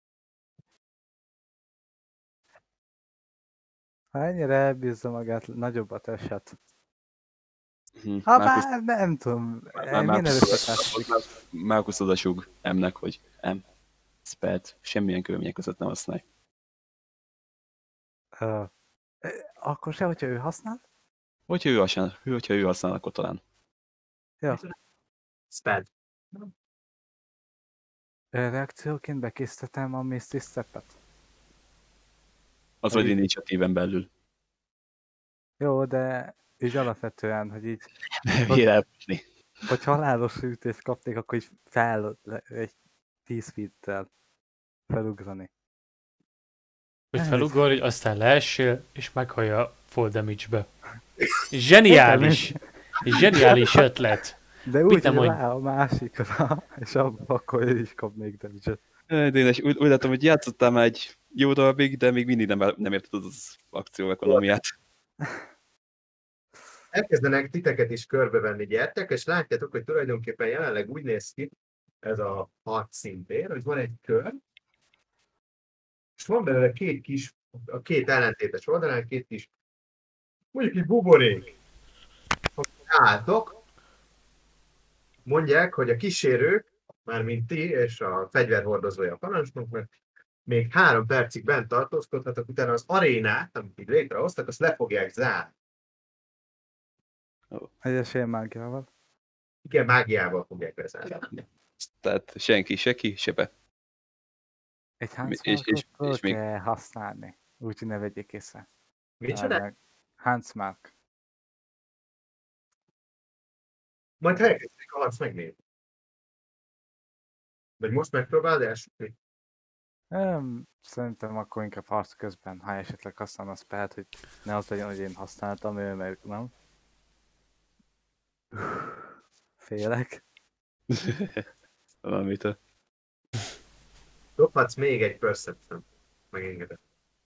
Ha ennyire elbízza magát, nagyobbat esett. Már Bár nem tudom. Márkusz oda súg M-nek, hogy M, spelt, semmilyen körülmények között nem használj. Akkor se, hogyha ő használ? Hogyha ő használ, akkor talán. Jó. Sped. Reakcióként bekészítettem a Misty Step-et. Az vagy initiatíven belül. Jó, de így alapvetően, hogy így, Vélelni. hogy halálos ütést kapnék, akkor így egy 10 feet-tel felugrani. Hogy felugorj, aztán leessél, és meghallja full damage-be. Zseniális! Zseniális ötlet! De úgy, hogy rá a másikra, és akkor ő is kap még damage-et. Dénes, úgy látom, hogy játszottál már egy jó darabig, de még mindig nem érted az akció ekonómiát. Elkezdenek titeket is körbevenni gyertek, és látjátok, hogy tulajdonképpen jelenleg úgy néz ki ez a harc szintér, hogy van egy kör, és van belőle két ellentétes oldalán, két kis, mondjuk egy buborék. álltok, mondják, hogy a kísérők, mármint ti és a fegyverhordozója a parancsnoknak, még 3 percig bent tartózkodhatok, utána az arénát, amit így létrehoztak, azt le fogják zárni. Egyes ilyen mágiával. Igen, mágiával fogják lezárni. Tehát senki, se ki, se be. Egy És Hansmarkot még- kell használni. Úgyhogy ne vegyék észre. Micsoda? Hansmark. Majd ha elkezdik a harc, megnézni. Vagy most megpróbáld elsütni? Szerintem akkor inkább harc közben, ha esetleg használom a spellt, hogy ne az legyen, hogy én használtam, ő meg nem. Félek. Valamitől. Dobhatsz még egy perception. Megengedett.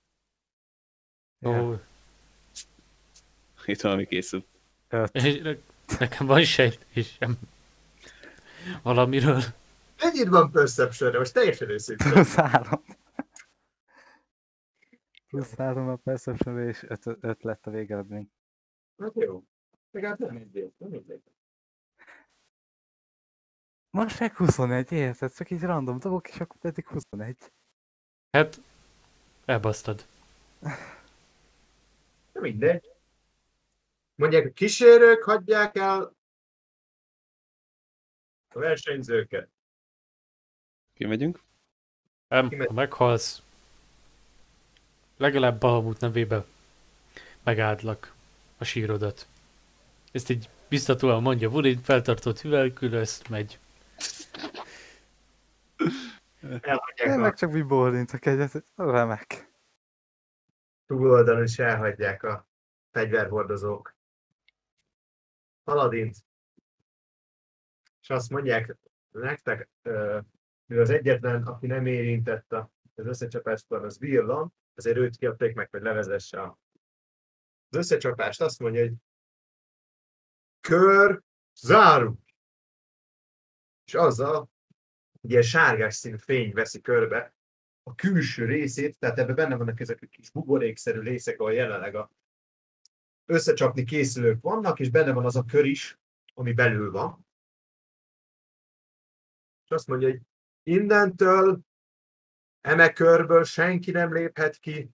Ó, Itt valami készül. 5. és nekem van sejtésem. Valamiről. Ennyit van perceptionre, most teljesen őszintén. Plusz 3. Plusz 3 a perception és 5 lett a végeredmény. Hát jó. Legalább nem egy nem mindegy. Most meg 21, érted? Csak így random dobok, és akkor pedig 21. Hát, elbasztad. Nem mindegy. Mondják, a kísérők hagyják el a versenyzőket. Kimegyünk? Ha meghalsz, legalább Bahamut nevébe megáldlak a sírodat. Ezt így biztatóan mondja Vurin, feltartott hüvelykülözt, megy. Elhagyják Én a meg csak mi bólintok egyet, hogy remek. túloldalon is elhagyják a fegyverhordozók. Paladint. És azt mondják nektek, hogy az egyetlen, aki nem érintett az összecsapáskor, az Virlan, azért őt kérték meg, hogy levezesse az összecsapást. Azt mondja, hogy kör zárul. És azzal egy ilyen sárgás színű fény veszi körbe a külső részét, tehát ebben benne vannak ezek a kis buborékszerű részek, ahol jelenleg a összecsapni készülők vannak, és benne van az a kör is, ami belül van. És azt mondja, hogy innentől eme körből senki nem léphet ki,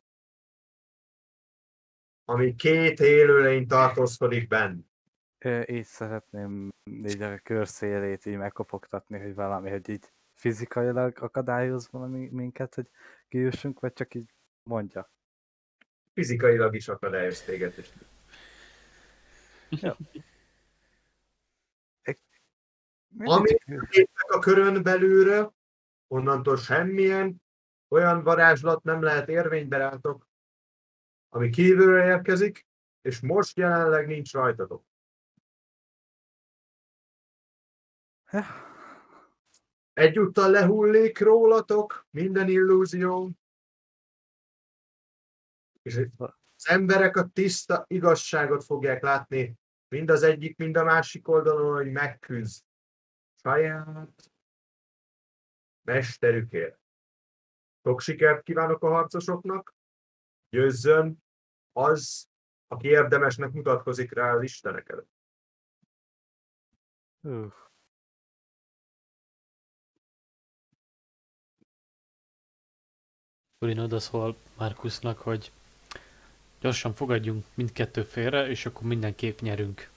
ami 2 élőlény tartózkodik benne. Így szeretném így a körszélét így megkopogtatni, hogy valami, hogy így fizikailag akadályoz valami minket, hogy kijussunk, vagy csak így mondja. Fizikailag is akadályoz téged. És ami léptek a körön belülről, onnantól semmilyen olyan varázslat nem lehet érvénybe rátok, ami kívülről érkezik, és most jelenleg nincs rajtatok. Egyúttal lehullik rólatok minden illúzió, és az emberek a tiszta igazságot fogják látni, mind az egyik, mind a másik oldalon, hogy megküzd saját mesterükért. Sok sikert kívánok a harcosoknak, győzzön az, aki érdemesnek mutatkozik rá az istenek előtt. Vurin odaszól Markusnak, hogy gyorsan fogadjunk mindkettő félre, és akkor mindenképp nyerünk.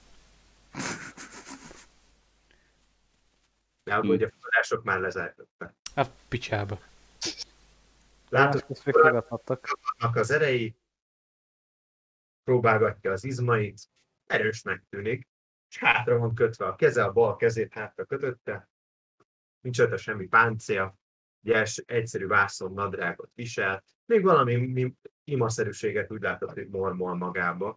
Ne aggódj, a források már lezártak be. A picsába. Látod, Ezt még fogadhattak. hogy az erei, próbálgatja az izmait, erősnek tűnik, és hátra van kötve a keze, a bal kezét hátra kötötte, nincs rajta semmi páncél, egyszerű vászon nadrágot visel, még valami imaszerűséget úgy látod, hogy mormol magába.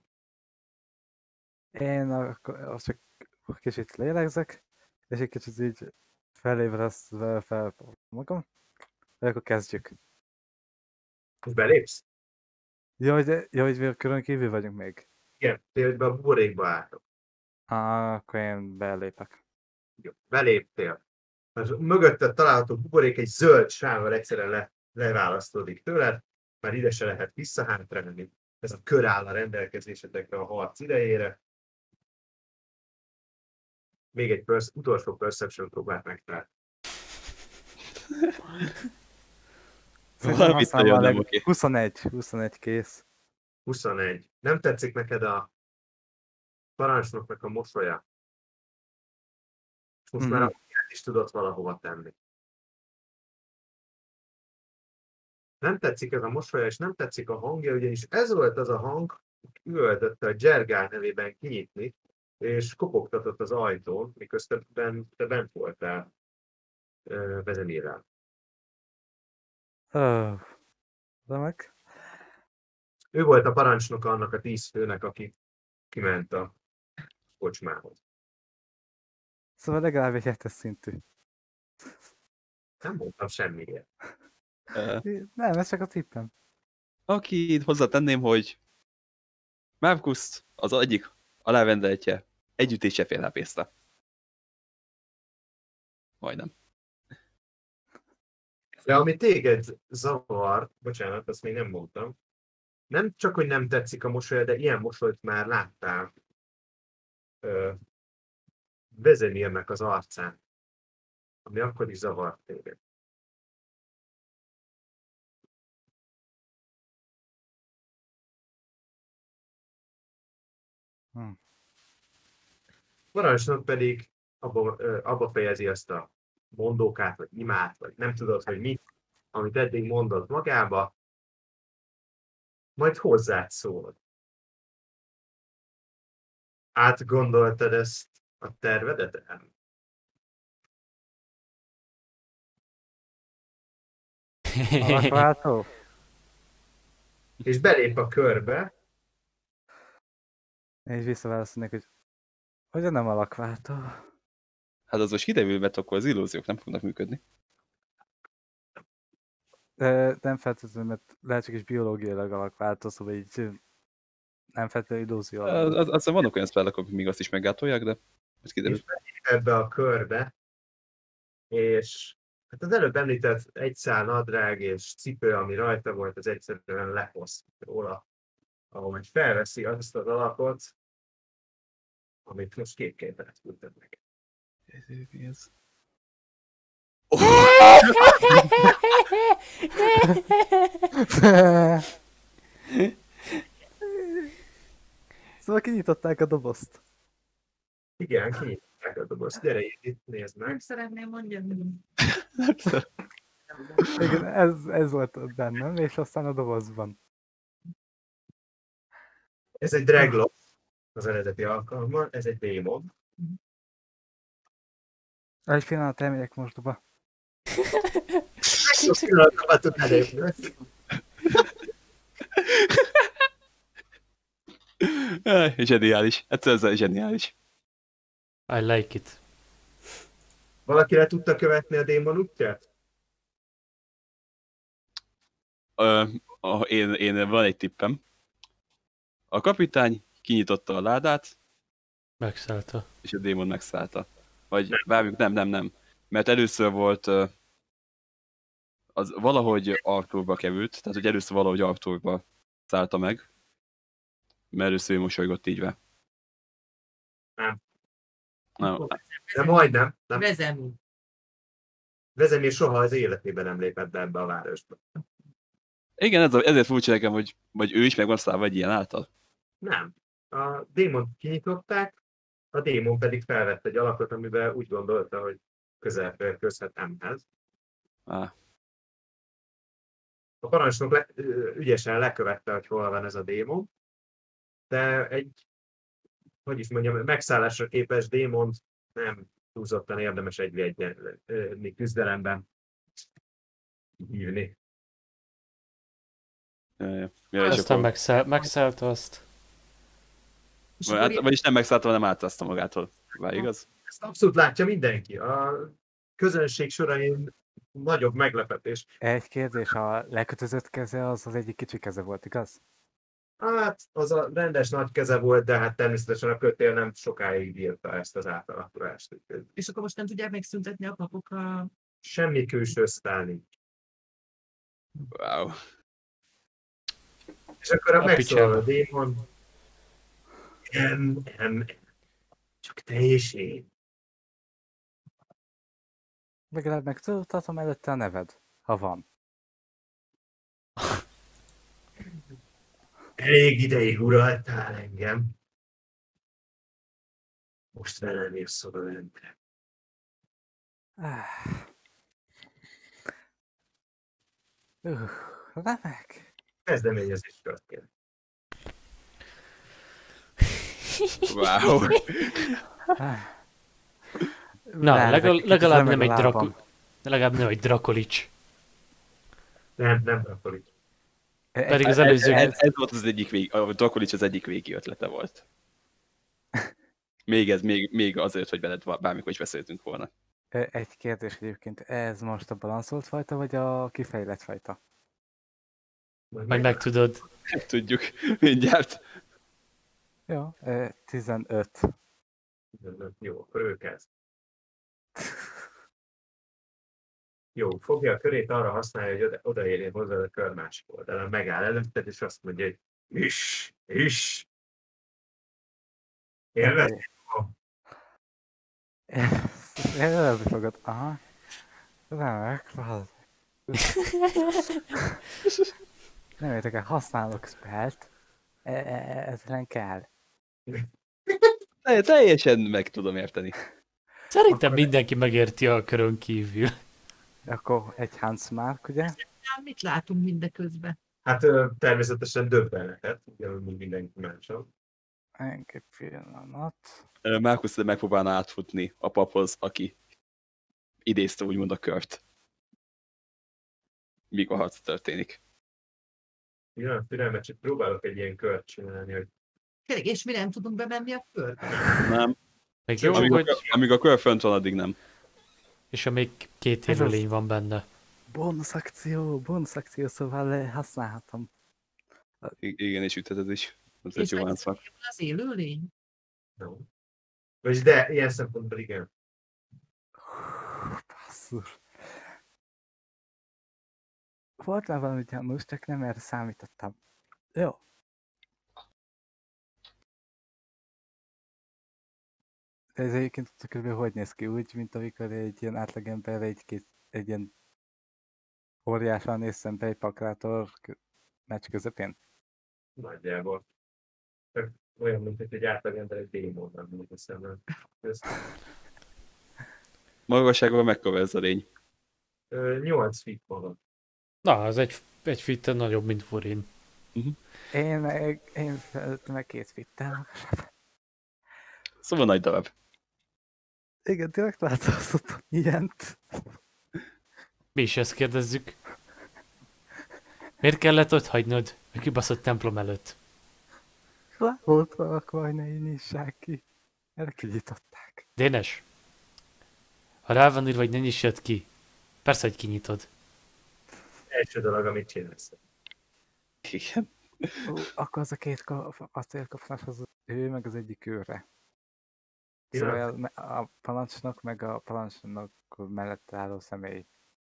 Én akkor csak kicsit lélegzek, és egy kicsit így felébresztve fel magam, vagy akkor kezdjük. És belépsz? Hogy külön kívül vagyunk még. Igen, például a buborékba álltok. Akkor én belépek. Jó, beléptél. Az mögötted található buborék egy zöld sávval egyszerűen leválasztódik tőled, már ide se lehet visszahátrálni. Ez a kör áll a rendelkezésetekre a harc idejére. még egy utolsó perception próbát megtalált. Szerintem Valamit használom nagyon a nem oké. 21 kész. 21. Nem tetszik neked a parancsnoknak a mosolya? És most már a hangját is tudod valahova tenni. Nem tetszik ez a mosolya, és nem tetszik a hangja, ugyanis ez volt az a hang, üvöltötte a Dzsergál nevében kinyitni, és kopogtatott az ajtón, miközben te bent voltál Vezemirrel. Remek. Ő volt a parancsnoka annak a 10 főnek, aki kiment a kocsmához. Szóval legalább egy 7-es szintű. Nem mondtam semmiért. Nem, ez csak a tippem. Aki hozzátenném, hogy Mávkuszt az egyik alárendeltje együttésre fél HP-zte. Majdnem. De ami téged zavar, bocsánat, azt még nem mondtam, nem csak, hogy nem tetszik a mosolya, de ilyen mosolyt már láttál Vezemirnek az arcán, ami akkor is zavart téged. Parancsnok pedig abba fejezi azt a mondókát, vagy imát, vagy nem tudod, hogy mit, amit eddig mondott magába, majd hozzád szól. Átgondoltad ezt a tervedet? Alakváltó? És belép a körbe, És visszaválaszolnék, hogy hogyan nem alakváltó? Hát az most kiderül, mert akkor az illúziók nem fognak működni. Nem feltétlenül, mert lehet csak is biológiailag alakváltó, szóval így nem feltétlenül illúzió. Aztán vannak olyan spellek, akik még azt is meggátolják, de ez kiderül. és belép ebbe a körbe, és hát az előbb említett egy szál nadrág és cipő, ami rajta volt, az egyszerűen lehoz róla, ahol majd felveszi azt az alapot, amit most képként átküldtem meg. Mi ez? Szóval kinyitották a dobozt. Igen, kinyitották a dobozt. Gyere itt, nézd Nem meg. szeretném mondani. Igen, ez volt ott bennem, és aztán a dobozban. Ez egy Dragloff az eredeti alkalommal, ez egy démon. Egy pillanat, elmegyek mosdóba. Sok pillanatban tud elépni. Zseniális. Egyszerűen zseniális. I like it. Valaki le tudta követni a démon útját? Én van egy tippem. A kapitány kinyitotta a ládát, Megszállta. és a démon megszállta. Vagy várjuk, nem. Mert először volt, az valahogy Arthurba került, tehát hogy először valahogy Arthurba szállta meg, mert először ő mosolygott így be. Nem. Nem. De majdnem. Nem. Vezemű. Vezemir soha az életében nem lépett be ebbe a városba. Igen, ezért furcsa nekem, hogy vagy ő is meg van szállva egy ilyen által. Nem. A démont kinyitották, a démon pedig felvett egy alakot, amivel úgy gondolta, hogy közel férkőzhet M-hez. A parancsnok ügyesen lekövette, hogy hol van ez a démon, de egy, hogy is mondjam, megszállásra képes démont nem túlzottan érdemes egy küzdelemben hívni. Aztán megszállta azt. Vagyis nem megszállta, hanem átaszta magától. Vár, igaz? Ezt abszolút látja mindenki. A közönség sorain nagyobb meglepetés. Egy kérdés, a lekötözött keze az egyik kicsi keze volt, igaz? Hát, az a rendes nagy keze volt, de hát természetesen a kötél nem sokáig bírta ezt az átalakulást. És akkor most nem tudják megszüntetni a papok a... Semmi külső sztár nincs. Wow. És akkor A megszólal picsába. a démon. Nem, csak te és én. Legalább megtudhatom előtte a neved, ha van. Elég ideig uraltál engem. Most velem jössz oda lentre. Remek. Kezdeményezés történt. Wow. Na, legalább nem egy legalább nem egy Drakolics. Nem Drakolics. Pedig az előző... Ez volt az egyik a Drakolics az egyik végi ötlete volt. Még azért, hogy veled bármikor is beszéltünk volna. Egy kérdés egyébként, ez most a balanszolt fajta, vagy a kifejlett fajta? Majd megtudod. Tudjuk, mindjárt. Jó, 15. Jó, akkor ő kezd. Jó, fogja a körét arra használja, hogy odaérjen hozzá a kör másik oldalán, megáll előtted, és azt mondja, hogy is. Élvezd? Előbb fogod. Aha. Remek, nem értek el, használok spellt. Ezen kell. Teljesen meg tudom érteni. Szerintem mindenki megérti a körön kívül. Akkor egy Hansmark, ugye? Mit látunk mindeközben? Hát természetesen döbbenetet, ugyanúgy mindenki máson. Egy pillanat. Márkusz megpróbálna átfutni a paphoz, aki idézte úgymond a kört. Míg a harc történik. Pillanat, türelmet, csak próbálok egy ilyen kört csinálni, hogy Tényleg, és mi nem tudunk bemenni a körbe? Nem. Még jó, Amíg a kör fönt van, addig nem. És még 2 élőlény van benne. Bonus akció, szóval használhatom. Igen, és ütheted is. Az És egy jó Hansmark. az élőlény? no. Vagy de ilyen szempontból igen. Basszus. Volt már valami gyanús, csak nem erre számítottam. Jó. De ez egyébként kb. Hogy néz ki? Úgy, mint amikor egy ilyen átlagember egy ilyen óriásan néz szembe egy pakrátor meccs közepén. Nagyjából. Csak olyan, mint hogy egy átlagember egy démonnak mint a szemben. Magasságban mekkora ez a lény? 8 feet maga. Na, az egy fitten nagyobb, mint Furin. Én meg 2 fittel. Szóval nagy darab. Igen, direkt változtattam ilyent. Mi is ezt kérdezzük. Miért kellett ott hagynod a kibaszott templom előtt? Le volt rakva, hogy ne nyissák ki. Erre kinyitották. Dénes? Ha rá van írva, hogy ne nyissad ki, persze, hogy kinyitod. Első dolog, amit csinálsz. Igen. Akkor az a két acélkapás az ő meg az egyik őre. Pillanat. Szóval a parancsnok meg a parancsnok mellett álló személy.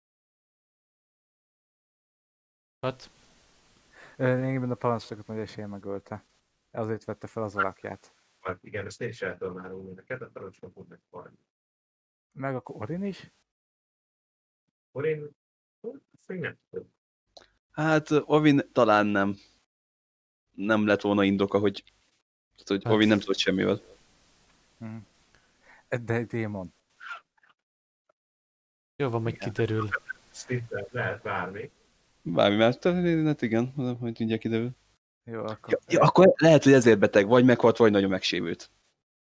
Hát, Lényegében a parancsnokot nagy esélye megölte. Azért vette fel az alakját. Hát igen, ezt én is el tudom árulni neked, a parancsnokon meg valami. Meg akkor Orin is? Orin, ezt még nem tudom. Hát Ovin talán nem lett volna indoka, hogy Ovin nem tudott semmivel. De egy démon. jó van, majd kiderül. Stitter, lehet bármi. Bármi más történet, igen, hogy mindjárt kiderül. Jó, akkor... Ja, akkor lehet, hogy ezért beteg, vagy meghalt, vagy nagyon megsérült.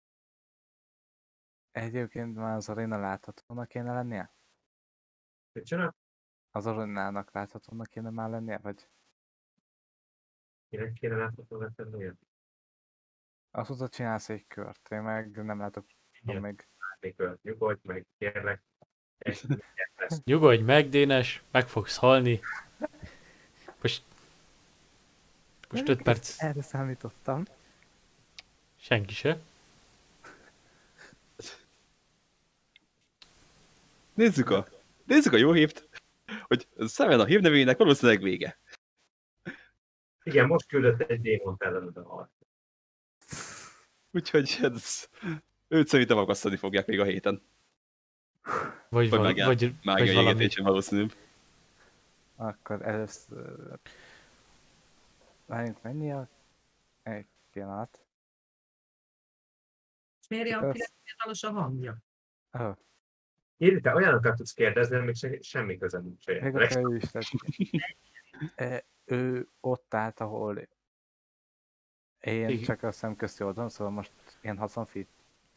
Egyébként már az Arina láthatónak kéne lennie? Mit csinál? Az Arinának láthatónak kéne már lennie, vagy? Kinek kéne látható lennie? Azt mondta, csinálsz egy kört, én meg nem látok Igen. még. Mikor nyugodj meg, kérlek. Nyugodj meg, Dénes, meg fogsz halni. Most 5 perc. Erre számítottam. Senki se. Nézzük a jó hírt, hogy Seven a hírnevének valószínűleg vége. Igen, most küldött egy démont ellened a harc. Úgyhogy őt szerintem akasztani fogják még a héten. Vagy, Vagy vagy mágiai valami. égetésen valószínűbb. Akkor először... Várjunk, mennyi a... Egy pillanat. És miért ilyen Persze. fiatalos a hangja? Oh, Írj, te olyanokat tudsz kérdezni, amik semmi köze nincs még saját. akkor ő is tett. Ő ott állt, ahol én Igen. csak a szemközti oldalon, szóval most ilyen 60 feet.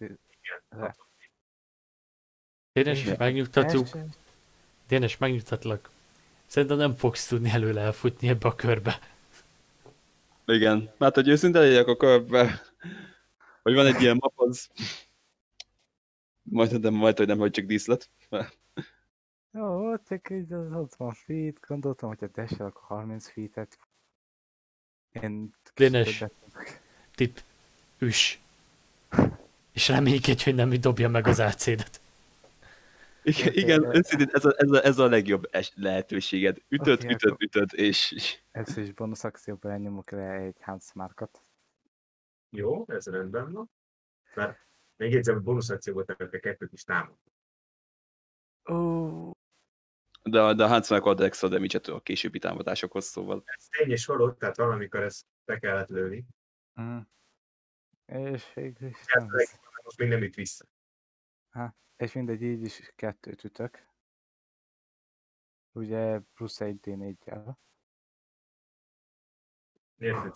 Dénes, És- megnyugtatjuk. és- Dénes, megnyugtatlak. Szerintem nem fogsz tudni előle elfutni ebbe a körbe. Igen, hát hogy őszinte legyek a körbe, hogy van egy ilyen map, az majd, hogy nem, hogy csak díszlet. Jó, csak így az 60 feet, gondoltam, hogy a dash akkor 30 feet-et. Én Dénes. többet- Tipp. Üss. És reménykedj, hogy nem dobja meg az AC-det. Igen, őszintén ez a legjobb lehetőséged. Ütöd, Oké, ütöd, és... Először is bónusz akcióban elnyomok le egy Huntsmarkot. Jó, ez rendben van. Mert megjegyzem, hogy bónusz akcióban te kettőt is támad. Ó, De a Huntsmark ad extra damage-et a későbbi támadásokhoz, szóval... Ez tény és való, tehát valamikor ezt be kellett lőni. és végül is Hát, nem lesz. most még nem üt vissza. És mindegy, így is 2-t ütök. Ugye plusz 1 D4-jel. Érted?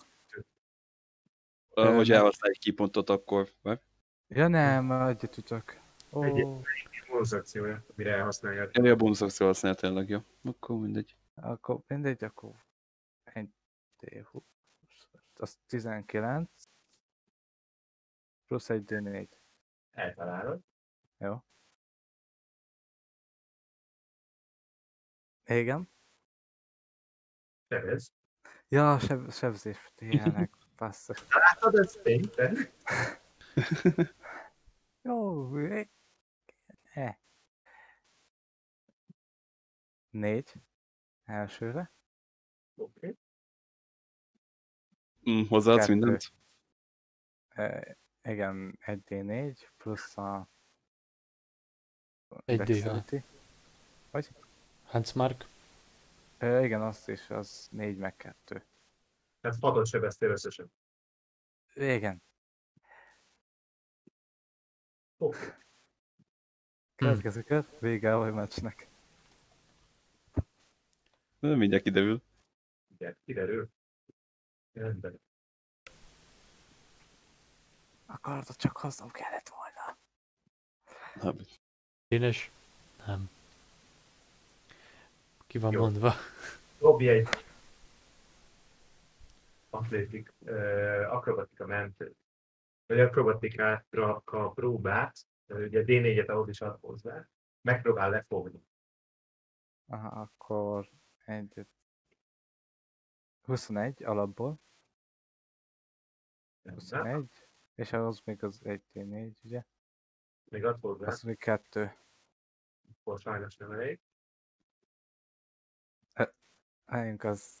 Hogy nem. elhasználj egy kipontot, akkor... Ja nem, egyet ütök. Ó, Egy bónusz akciója, amire elhasználja. Ja, a bónusz akció használja tényleg, jó. Akkor mindegy. akkor mindegy, akkor egy D20. Az 19. Plusz 1 D4. Eltalálod. Jó. Igen. Sebez. Ja, sebzés. Tényleg, basszus. Látod, ez tény, te? Jó, 4. Elsőre. Oké. Hozzáadsz 2. mindent? Igen, 1 D4 plusz a Egy Dexterity. Vagy? Huntsmark. Igen, azt is, az 4 meg 2. Tehát 6-ot sebeztél összesen. Igen. Oké. Következő kör, vége a meccsnek. Mindjárt kiderül. Ugye, kiderül. Rendben. A kardot csak hoznom kellett volna. Dénes. Nem. Ki van Jó. mondva. Dobj egy akrobatika mentő. Vagy akrobatikára próbát, ugye D4-et ahhoz is ad hozzá, megpróbál lefogni. Aha, akkor 21 alapból. 21. És ahhoz még az 1D4, ugye? Még ad hozzá, Az még 2. akkor sajnos nem elég. Álljunk az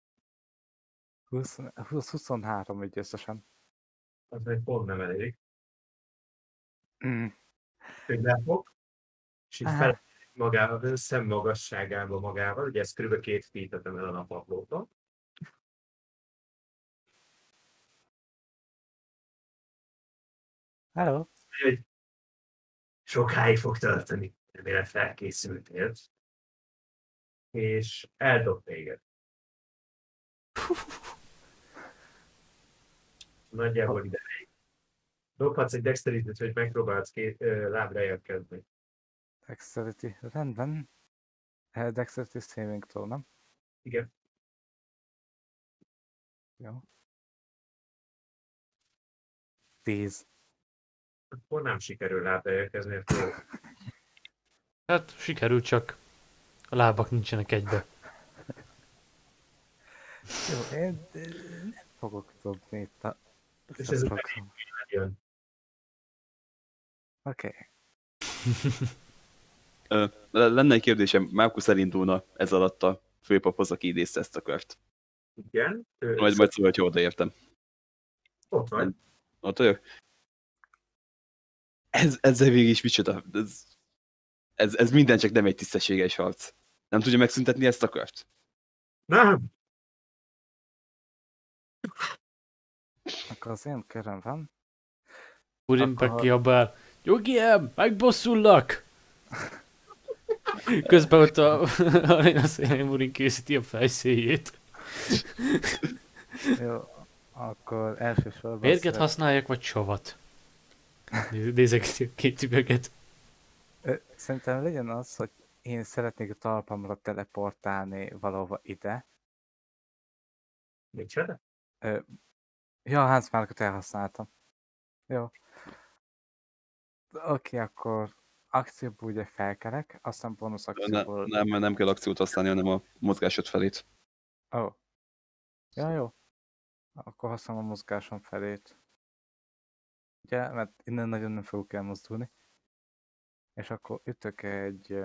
23 így összesen. Az még pont nem elég. Mm. Hogy lefog, és így Aha. fel magával, szemmagasságában magával, ugye ez kb. 2 feet-et emel a napaplótól. Hello? Hogy sokáig fog tartani, remélem felkészültél. És eldob téged. Nagyjából ideig. Dobhatsz egy dexterity-t, hogy megpróbálsz két lábra érkezni. Dexterity, rendben. Dexterity saving throw, nem? Igen. Jó. 10. Akkor nem sikerül lábra érkezni, akkor Hát sikerült, csak a lábak nincsenek egybe. Jó, én nem fogok dobni itt a... és ez a jön. Oké. Lenne egy kérdésem, Márkusz elindulna ez alatt a főpaphoz, aki idézte ezt a kört. Igen. Majd szól, hogy odaértem. Ott vagy. Ott vagyok. Ezzel végig is micsoda. Ez minden csak nem egy tisztességes harc. Nem tudja megszüntetni ezt a kört? Nem! Akkor az én köröm van. Urim Akkor- bekiabál. Jogiem, megbosszullak! Közben ott a szélén Urim készíti a fejszéjét. Jó, akkor elsősorban... Mérget használjak, vagy savat? Nézek a két üveget. Szerintem legyen az, hogy én szeretnék a talpamra teleportálni valahova ide. Micsoda? Ja, Hans Márkot elhasználtam. Jó. Oké, akkor akcióból ugye felkelek, aztán bónusz akcióból... Nem kell akciót használni, hanem a mozgásod felét. Ó. Ja, jó. Akkor használom a mozgásom felét. Ugye, mert innen nagyon nem fogok elmozdulni. És akkor ütök egy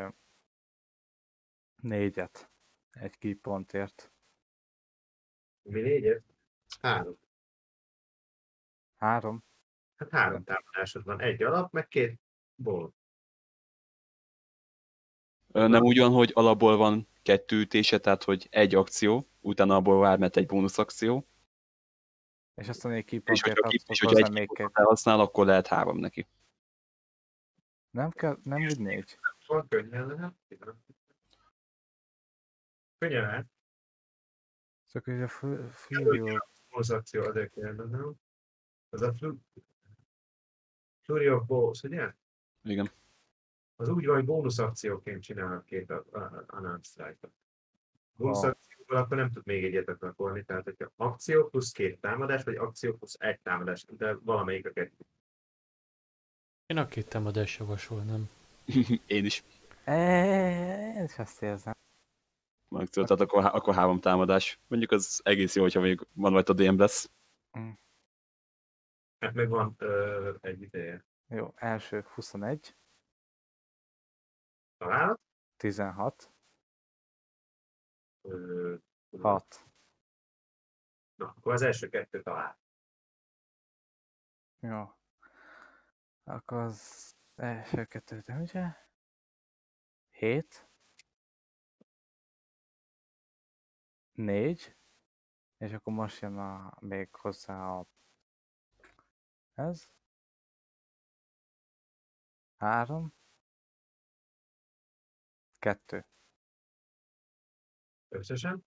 4-et. Egy keypontért. Mi 4-et? 3. 3. Hát 3 támadásod van. 1 alap, meg 2 ból. Nem úgy van, hogy alapból van 2 ütése, tehát hogy 1 akció, utána abból vár, mert egy bónusz akció. És aztán egy És keypontért hogyha hozzá egy még keypontot 2. elhasznál, akkor lehet 3 neki. Nem kell, nem úgy 4. Van könnyen lehet. Könnyen lehet. Csak hogy a Fury Bónusz akció azért kérdezem, nem? Az a Flurry of Bows, ugye? Igen. Az úgy van, hogy bónusz akcióként csinálnak 2 Unarmed Strike-ot. Bónusz akcióból akkor nem tud még egyet akarni, tehát hogyha akció plusz 2 támadás, vagy akció plusz 1 támadás, de valamelyik a 2. Én a 2 támadást javasolnám. Én is. Én is azt érzem. Akció, tehát akkor 3 támadás. Mondjuk az egész jó, hogyha még van vagy a DM lesz. Hát meg van egy ideje. Jó, első 21, Találat? 16, Ö, 6. Na, akkor az első 2 talál. Jó. Akkor az első 2 ugye? 7, 4, és akkor most jön még hozzá ez. 3, 2. Összesen?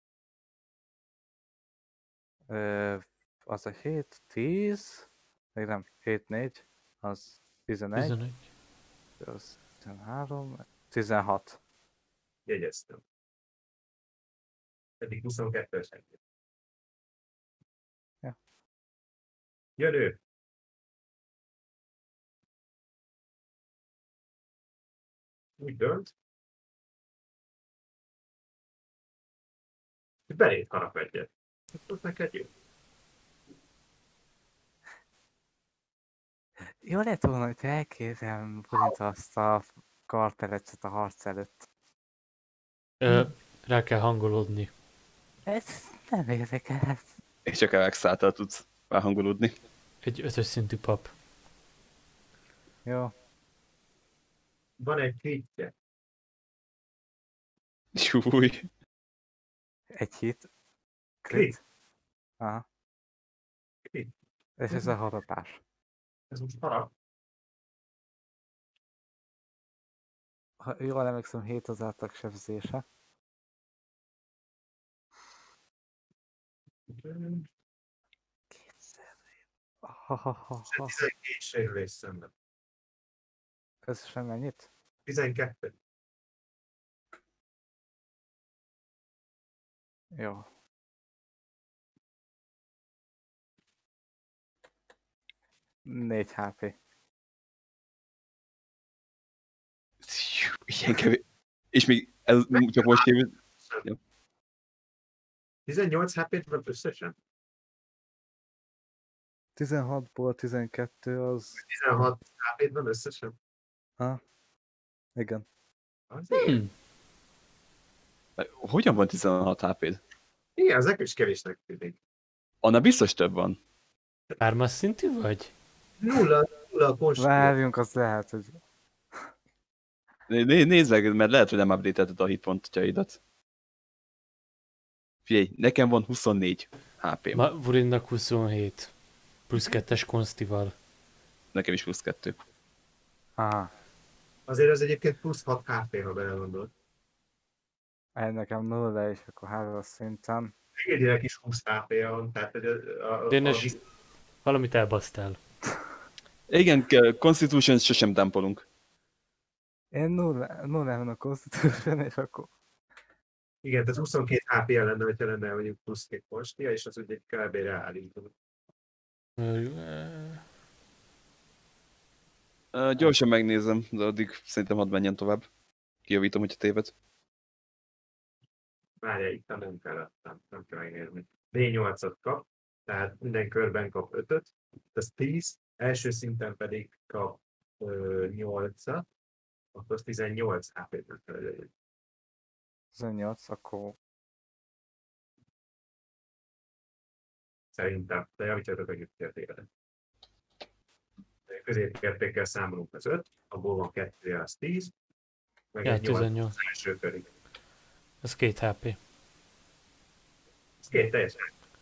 Az a 7, 10, még nem, 7, 4, az 11, 11. az 13, 16. Jegyeztem. Pedig 22-es egyet. Ja. Jön ő. Úgy dönt. Hogy beléd harap egyet. Ott neked jó. Jó lett volna, hogy elkérem Bulint azt a karperecet a harc előtt. Rá kell hangolódni. Ez nem érdekel. És csak Alex által tudsz ráhangolódni. Egy 5-ös szintű pap. Jó. Van egy kritje. Súly. Egy hit. Crit. Aha. Crit. És ez a harapás. Ez most harap. Ha jól emlékszem, 7 az átlag sebzése. Kétszer. Ha. 12 sérülés szemben. Összesen mennyit? 12. Jó. Négy HP. Ilyen kevés. És még ez csak most évő. 18 HP-t van összesen? 16-ból 12 az... 16 HP-t van összesen? Ha? Igen. Az igen. Hogyan van 16 HP-d? Igen, az nekem is kevésnek tűnik. Annál biztos több van. 3-as szintű vagy? 0 a konstitúció. Várjunk, az lehet, hogy... Nézd meg, mert lehet, hogy nem update-elted a hitpontjaidat. Figyelj, nekem van 24 HP-m. Vurinnak 27. Plusz 2-es konstival. Nekem is plusz 2. Aha. Azért az egyébként plusz 6 HP, ha belegondolod. Nekem 0 és akkor 3 szinten. Egédileg is 20 HP-ja van, tehát hogy Dénes, valamit elbasztál. Igen, Constitution sosem támpolunk. Én 0 van a Constitution, és akkor... igen, tehát 22 HP-ja lenne, hogyha lenne mondjuk plusz 2 postia, és az ugye kb. Ráállítunk. Gyorsan megnézem, de addig szerintem hadd menjen tovább. Kijavítom, hogyha téved. Várjál, itt nem kell megnézni. D8-at kap, tehát minden körben kap 5-öt, ez 10, első szinten pedig kap 8-at, akkor 18 HP-t kell legyen. 18, akkor... Szerintem, de javítsatok, hogy itt értékelem. Középértékkel számolunk az 5, abból van 2, az 10, meg Ja, egy 8 18. az első körig. Ez 2 HP. Ez 2 teljesen.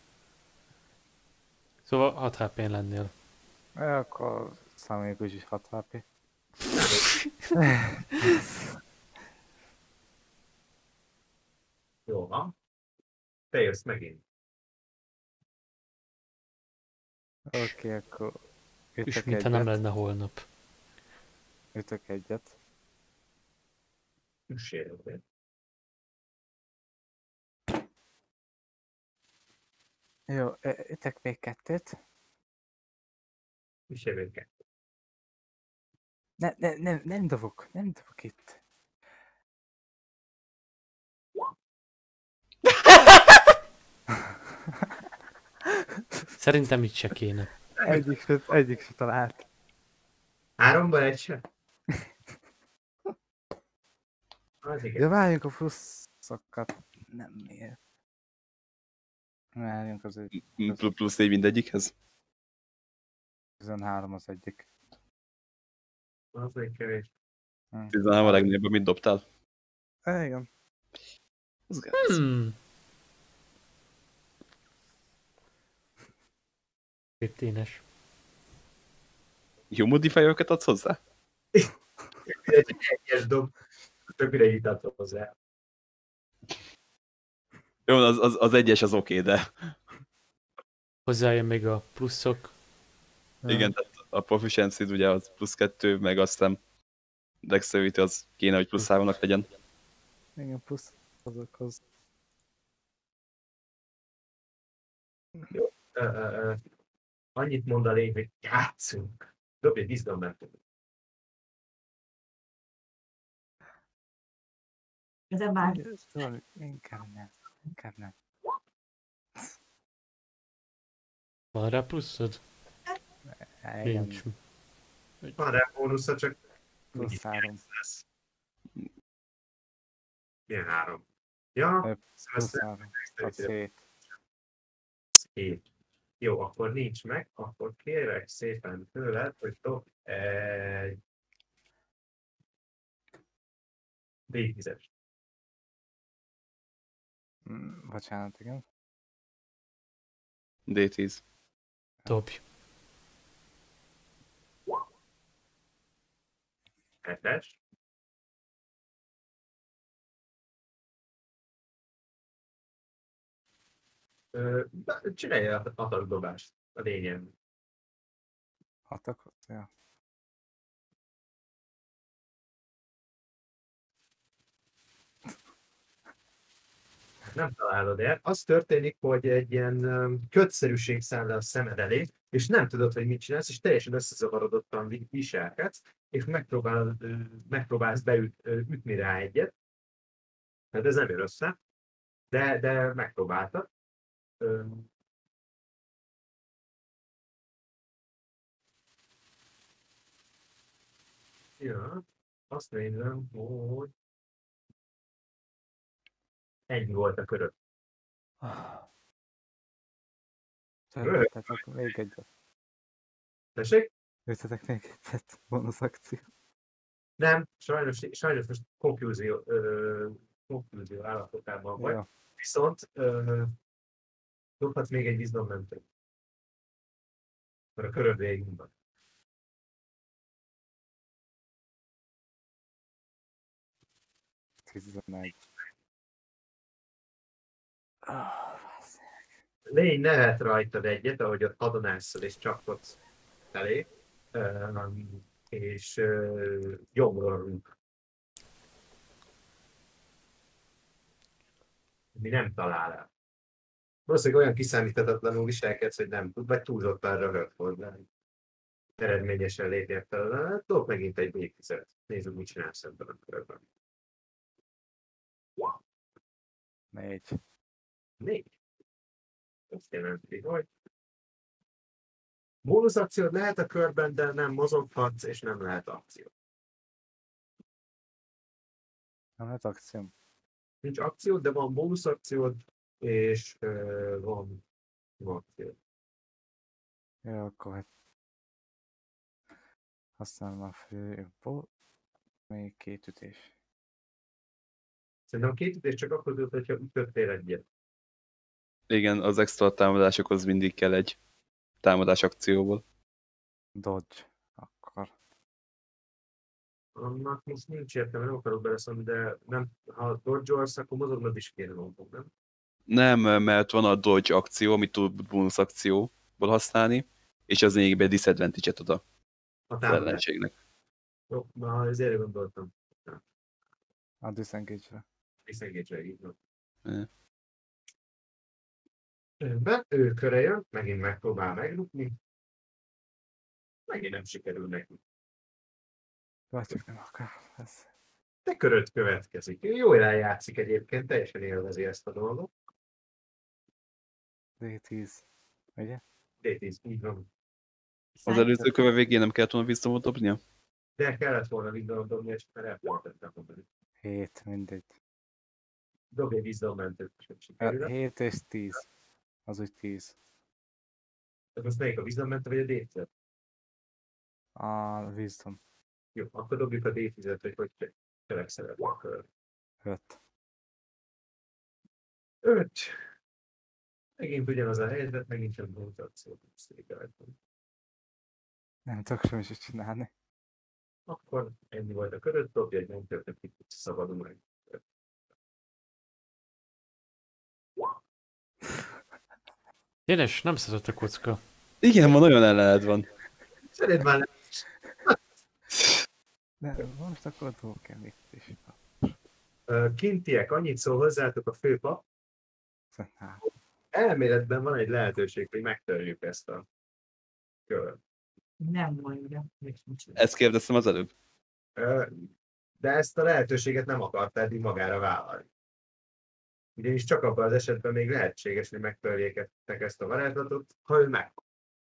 Szóval 6 HP-n lennél. Akkor számoljuk úgyis 6 HP. Jó van. Te jössz megint. Oké, akkor... És mintha nem lenne holnap. Ütök egyet. Sérültél. Jó, ütök még 2-t. Sérültél. Nem dobok itt. Szerintem itt se kéne. Egyik se talált. 3-ban egy se? Az igen. Ja, várjunk a pluszokat. Nem miért. Várjunk az egy. Plusz 4 mindegyikhez. 13 az egyik. Az még kevés. 13 a legnagyobb, mit dobtál? Igen. Az gáz. Dénes. Jó modifieröket adsz hozzá? Egy egyes dob, többire jutott hozzá. Jó, az egyes az oké, de... Hozzájön még a pluszok. Igen, tehát a proficiency ugye az plusz 2, meg aztán dexterity az kéne, hogy plusz 3-nak legyen. Igen, plusz azokhoz. Annyit mondanék, hogy játszunk. Dobj egy izdalmentet. Ezen már Szóval inkább nem. Van rá pluszod? Igen, Nincs. Van rá bónusza, csak plusz 3. lesz. Milyen 3? Ja, Plusz 3. A szét. 7. Jó, akkor nincs meg, akkor kérek szépen tőled, hogy dobj egy D10-es. Bocsánat, igen. D10. Dobj. 7-es. Csinálj a atakdobást a lényeg. Atakot? Ja. Nem találod el. Az történik, hogy egy ilyen kötszerűség száll le a szemed elé, és nem tudod, hogy mit csinálsz, és teljesen összezavarodottan viselkedsz, és megpróbálsz beütni rá egyet. Hát ez nem jön össze, de megpróbáltad. Ja, azt nézem, hogy ennyi volt a körök. Ütetek még egyet. Tessék? Ütetek még egyet. Bonus akció. Nem, sajnos most konklúzió állapotában vagy. Jó. Viszont dobhatsz még egy vízdommentőt. Mert a köröd végig van. Légy, ne lehet rajtad egyet, ahogy ott hadonászol és csapkodsz felé, és jobbról rúg. Mi nem talál el. Valószínűleg olyan kiszámíthatatlanul viselkedsz, hogy nem tud, vagy túlzottan röhög hozzá. Eredményesen lépjek fel. Dobd megint egy D10-et. Nézzük, mit csinálsz ebben a körben. 4. 4. Azt jelenti, hogy bónusz akciód lehet a körben, de nem mozoghatsz, és nem lehet akció. Nem lehet akcióm. Nincs akciód, de van bónusz akciód, és van akciód. Jó, akkor hát használom a főimpót. Még 2 ütés. Szerintem 2 ütés csak akkor tudod, hogyha ütöttél egyet. Igen, az extra támadásokhoz mindig kell egy támadás akcióból. Dodge. Akkor. Annak most nincs értelme, nem akarok beleszólni, de nem, ha dodge-olsz, akkor mozognod is kéne mondom, nem? Nem, mert van a dodge akció, amit tud bónusz akcióból használni, és az lényegében disadvantage-et ad a A támadás. ellenségnek. Jó, már ezért gondoltam. A disengage-re. Disengage-re így van. Ja. Rendben, ő köre jön, megint megpróbál megrúgni. Megint nem sikerül neki. Vagy csak nem akar. Ez. Te köröd következik. Ő jól eljátszik egyébként, teljesen élvezi ezt a dolgot. D10. Ugye? D10, így van. Az előző köve végén nem kellett volna visszamot dobnia? De kellett volna videót dobni, és már elfelejtettem mondani. 7, mindegy. Dobj egy vízdommentőt, és hogy sikerül. 7 és 10. Az úgy 10. Tehát most melyik a vízdommentő, vagy a D10? A wisdom. Jó, akkor dobjuk a D10-et, hogy cselekszel ebben a kör. 5. 5. Megint ugyanaz a helyzet, megint csak mutációt székelhetünk. Nem tudok semmi is csinálni. Akkor ennyi volt a köröd, dobj egy mentőt, akit szabadul meg. Jénes, nem szedett a kocka. Igen, van olyan ellened van. Szerint már De most akkor dobok el itt is. kintiek, annyit szól hozzátok a főpap. Elméletben van egy lehetőség, hogy megtörjük ezt a kört. Nem mondja. Ezt kérdeztem az előbb. De ezt a lehetőséget nem akarta eddig magára vállalni. Ugyanis csak abban az esetben még lehetséges, hogy megtörjék ezt a varázslatot, ha ő meg.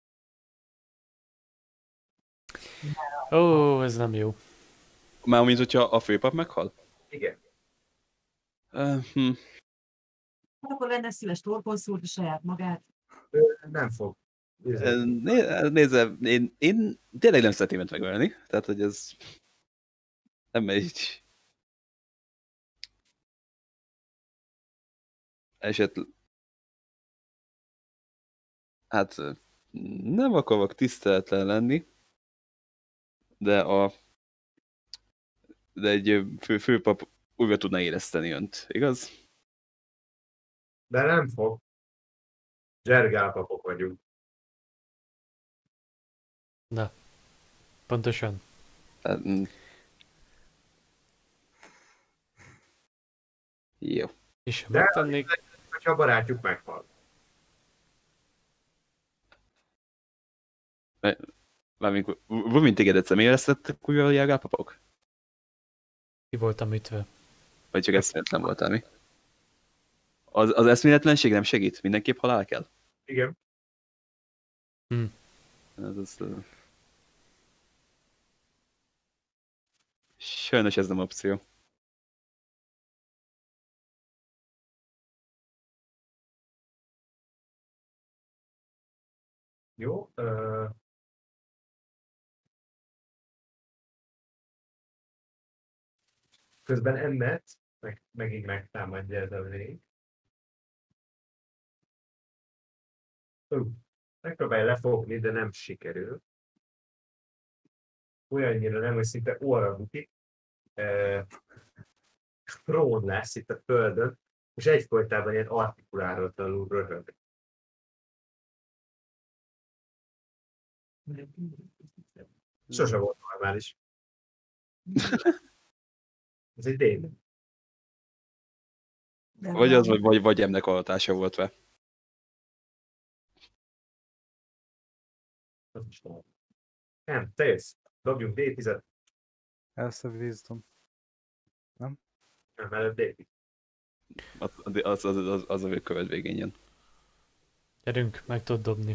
Ó, ez nem jó. Mármint, hogyha a főpap meghal? Igen. Akkor lenne szíves torkon szúrt a saját magát. Ő nem fog. Nézze, én tényleg nem szeretném őt megölni. Tehát, hogy ez nem egy hát nem akarok tiszteletlen lenni, de egy főpap újra tudna érezteni önt, igaz? De nem fog. Zsergálpapok vagyunk. Na, pontosan. Hát, jó. És ha De megtennék, hogyha a barátjuk meghal. Valamint téged egyszer éreztettek újra a járgálpapok? ki voltam ütve. Vagy csak eszméletlen voltál mi? Az eszméletlenség nem segít? Mindenképp halál kell? Igen. Sajnos ez nem opció. Jó. Közben Emmet megint megtámadja ez a lény. Megpróbálja lefogni, de nem sikerül. Olyannyira nem, hogy szinte óra butik. Prón lesz itt a földön, és egyfolytában ilyen artikulálatlanul röhög. Sose volt normális. Ez egy démon. Vagy az, vagy emnek a hatása volt vele. Az is van. Nem, te jössz. Dobjunk D10-et. Először Wisdom. Nem, előbb D10. Az a végkövet végén jön. Gyerünk, meg tudod dobni.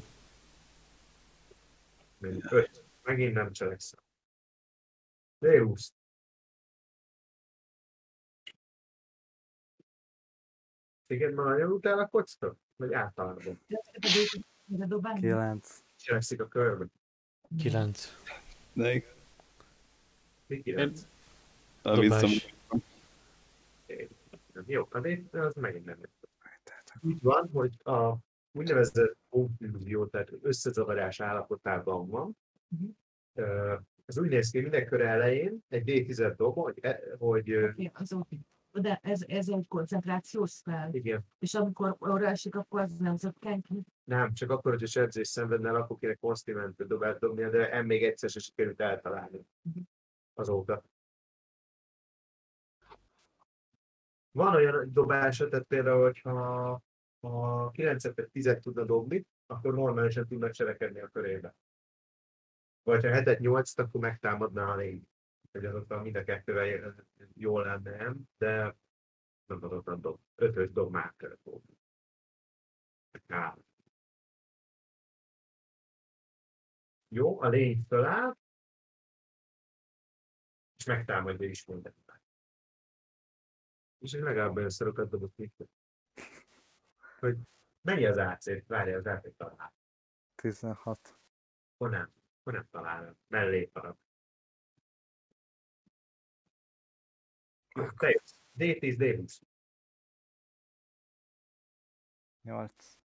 5. Megint nem cselekszem. D20. Téged már nagyon utál a kocka? Vagy általában? 9. Cselekszik a körben. 9. De Mi 9? Dobás. Jó, de az megint nem. Úgy van, hogy a úgynevezett konfúzió, tehát összezavarás állapotában van. Ez úgy néz ki, minden kör elején egy D10-et dob, hogy De ez egy koncentrációs fel. igen. És amikor orra esik, akkor az nem zökken ki. Nem, csak akkor, hogyha sebzés szenvedne, akkor kéne konstimentet dobált dobnia, de még egyszer se sikerült eltalálni azóta. Van olyan dobása, tehát például, hogyha a 9-et 10-et tudna dobni, akkor normálisan tudnak cselekedni a körébe. Vagy ha 7-et 8-t, akkor megtámadná a lény. Hogy azokban mind a kettővel jól lenne, de nem azokban dob. 5-ös dob már kellett volna. Jó, a lény föláll, és megtámadja is mindent. És legalább olyan szarokat dobott mit. Hogy mennyi az AC-t? Várja, az AC-t talál. 16. Akkor nem talál. Mellé talál. Te jössz. D10, D20. 8.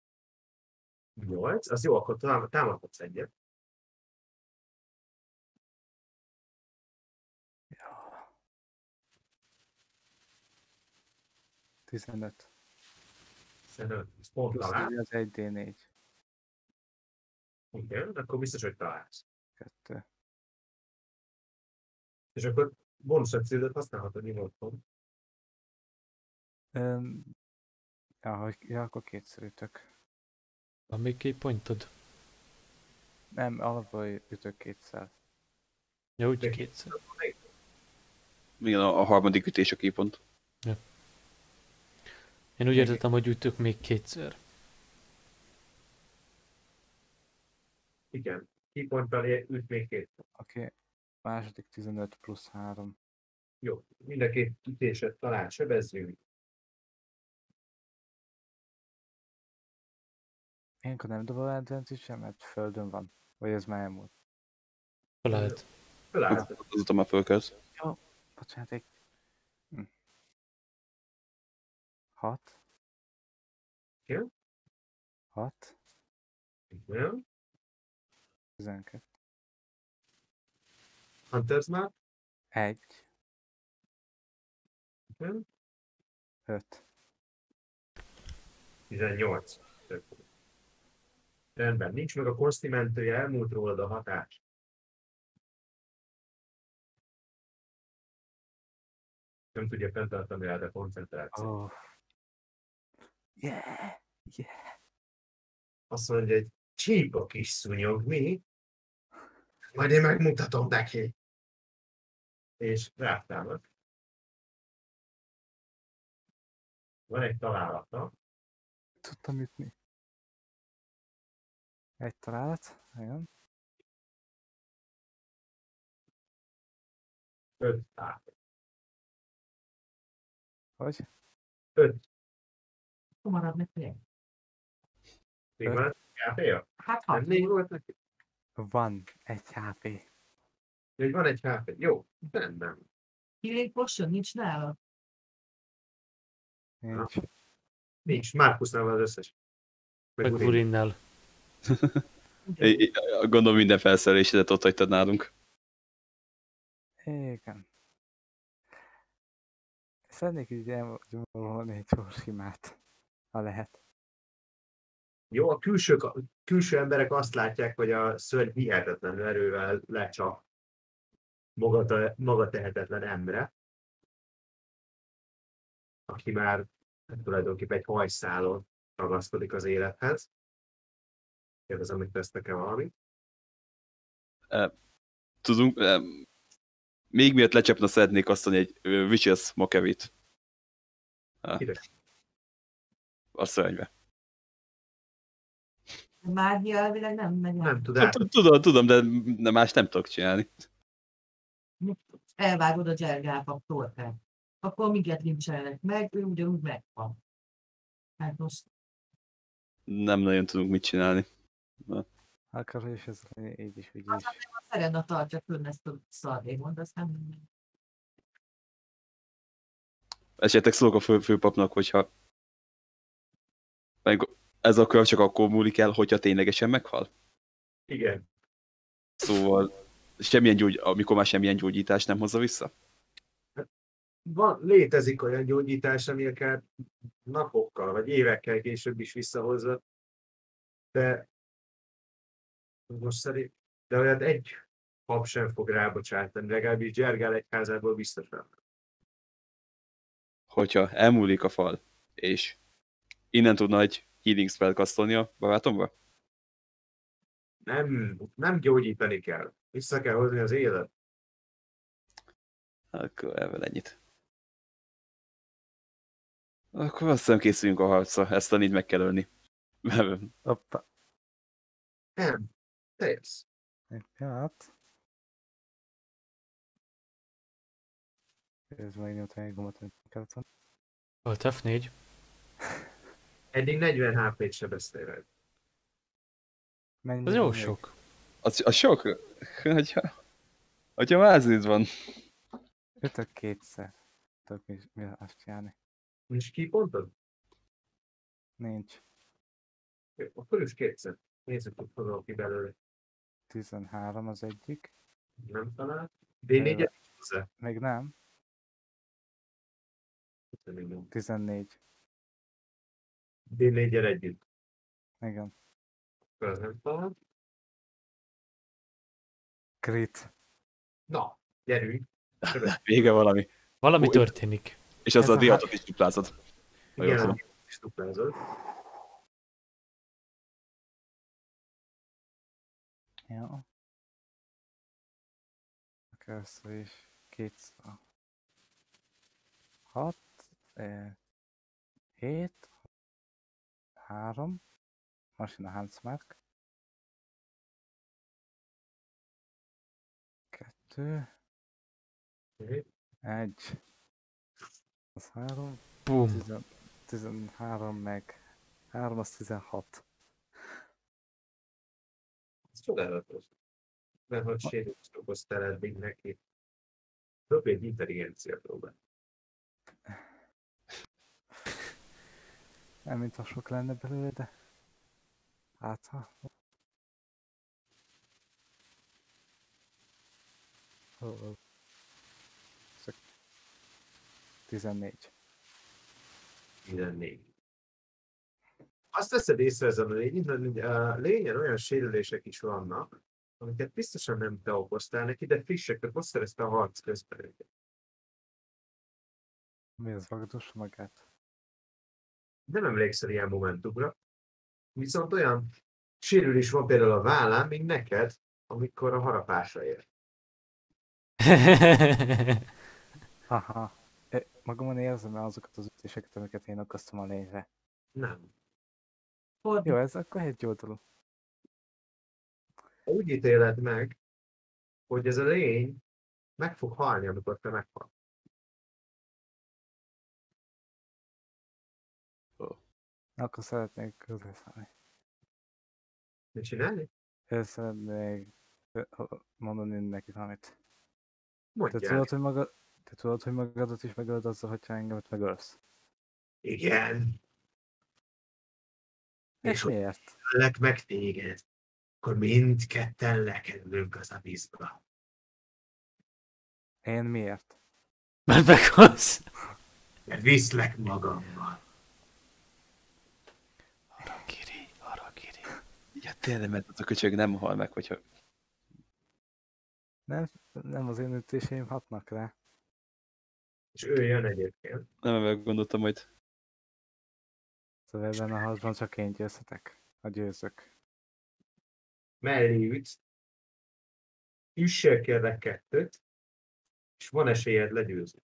8, az jó, akkor támadhatsz egyet. Ja. 15. Szerintem ez pont Plusz talál. az 1D4. Igen, akkor biztos, hogy találsz. 2. És akkor bónusz akciódat használhatod nyugodtan. Ja, akkor kétszer ütök. Van még 2 pontod? Nem, alapból ütök kétszer. Ja, úgy 2-szer. Igen, a harmadik ütés a képont. Én úgy értettem, hogy ütök még 2-szer. Igen. Kiponttal üt még 2. Oké. Második 15 plusz 3. Jó. Mind a két ütéset talál, sebezzünk. Ilyenkor nem dobol advantage sem, mert földön van. Vagy ez már elmúlt. Lehet. Fölállt. Azóta már fölkelsz. Jó, bocsánat, 6. Igen. 6. Igen. 12. Hunter's Mark. 1. Igen. 5. 18. Rendben, nincs meg a konstimentője, elmúlt rólad a hatás. Nem tudja fenntartani rád a koncentrációt. Oh. Yeah! Yeah! Azt mondja, hogy csípa kis szúnyog, mi? Majd én megmutatom neki. És rátámad. Van egy találata. Tudtam ütni. Egy találat, igen. 5 táp. Hogy? 5. Marad neki. Még van egy HP-ja? Hát Nem 6. 4 volt neki? Van egy HP. Még van egy HP. Jó, rendben. Healing Potion nincs nála? Nincs. Nincs, Márkusznál van az összes. Meg Urin. Vurinnel. Gondolom minden felszerelésedet ott hagytad nálunk. Igen. Szeretnék így elmondani egy sorsimát, ha lehet. Jó, a külső emberek azt látják, hogy a szörny hihetetlen erővel lecsap maga tehetetlen embre, aki már tulajdonképpen egy hajszálon ragaszkodik az élethez. Kérdezem, hogy tesztek-e valamit? Tudunk, még miatt lecsapna szeretnék azt mondani egy Witches Mokevit. Ide. A szörnybe. Mágia elvileg nem megy el. Nem tud át. Tudom, de más nem tudok csinálni. Elvágod a dzsergápak torkát. Akkor minket lincselnek meg, ő ugyanúgy megvan. Hát most Nem nagyon tudunk mit csinálni. Akkor is ez így is, úgy is. a Serena tartja fönn ezt a szardémont, aztán Esetleg szólok a főpapnak, hogyha meg ez a kör csak akkor múlik el, hogyha ténylegesen meghal. Igen. Szóval amikor már semmilyen gyógyítás nem hozza vissza. Létezik olyan gyógyítás, ami akár napokkal vagy évekkel később is visszahozza, de most szerint, de olyat egy pap sem fog rábocsátani, legalábbis Dzsergál egyházából biztosan. Hogyha elmúlik a fal, és innen tudna egy healing spell kasztolni a barátomba? Nem gyógyítani kell. Vissza kell hozni az élet. Akkor ebből ennyit. Akkor azt hiszem készüljünk a harcra, ezt a négy meg kell ölni. Hoppa. Nem. Te jössz. Egy pillanat. Ez megnyomtam egy gombot, amit kellett volna. Volt F4. Eddig 40 HP-t sebeztél rá. Mennyi Ez jó még? sok. A sok? Hogyha mázid van. Ütök kétszer. Tudok mi azt csinálni. Nincs ki pontod? Nincs. Jó, akkor is kétszer. Nézzük, hogy fogom ki belőle. 13 az egyik. Nem talál. D4-et hozzá. Még nem. 14. D4-el együtt. Igen. Akkor az nem talál. Crit. Na, gyerünk. Vége valami. Valami Ó, történik. És az Ez a a diatot is duplázod. Ha jól Igen, tudom. is duplázod. Jó. Először is 200. 6. 7. 3. Maschine Hansmark. 2. 1. Az 3. Bum. 13 meg 3 az 16. Ez csodálatos. Mert hogy sérülést okoztál eddig neki. Dobj egy intelligencia próbát. Nem mintha sok lenne belőle, de hát ha... Oh. 14. 14. Azt veszed észre ezen a lényen, hogy a lényen olyan sérülések is vannak, amiket biztosan nem te okoztál neki, de frisseket hozszerezte a harc közben. Mi az vagdossa magát? Nem emlékszel ilyen momentumra. Viszont olyan sérülés van például a vállán, mint neked, amikor a harapásra ér. Haha. Magamon érzem el azokat az ütéseket, amiket én okoztam a lényre. Nem. Jó, ez akkor egy oldalú. Úgy ítéled meg, hogy ez a lény meg fog halni, amikor te meghalsz. Akkor szeretnék közösszállni. Mit csinálni? Szeretnék mondani neki valamit. Te Mondjál. tudod, hogy maga Te tudod, hogy magadat is megöled azzal, hogyha engemet megölsz? Igen. És miért? Öllek meg téged, akkor mindketten lekerülünk az abysszba. Én miért? Mert meghalsz. Mert viszlek magammal. Harakiri. Ja, tényleg, mert az a köcsög nem hal meg, hogyha... Nem az én ütéseim hatnak rá. És ő jön egyébként. Nem meggondoltam, hogy... Szóval ebben a harcban csak én győzhetek. A győzök. Mellé ütsz. Üssél kérlek kettőt, és van esélyed legyőzni.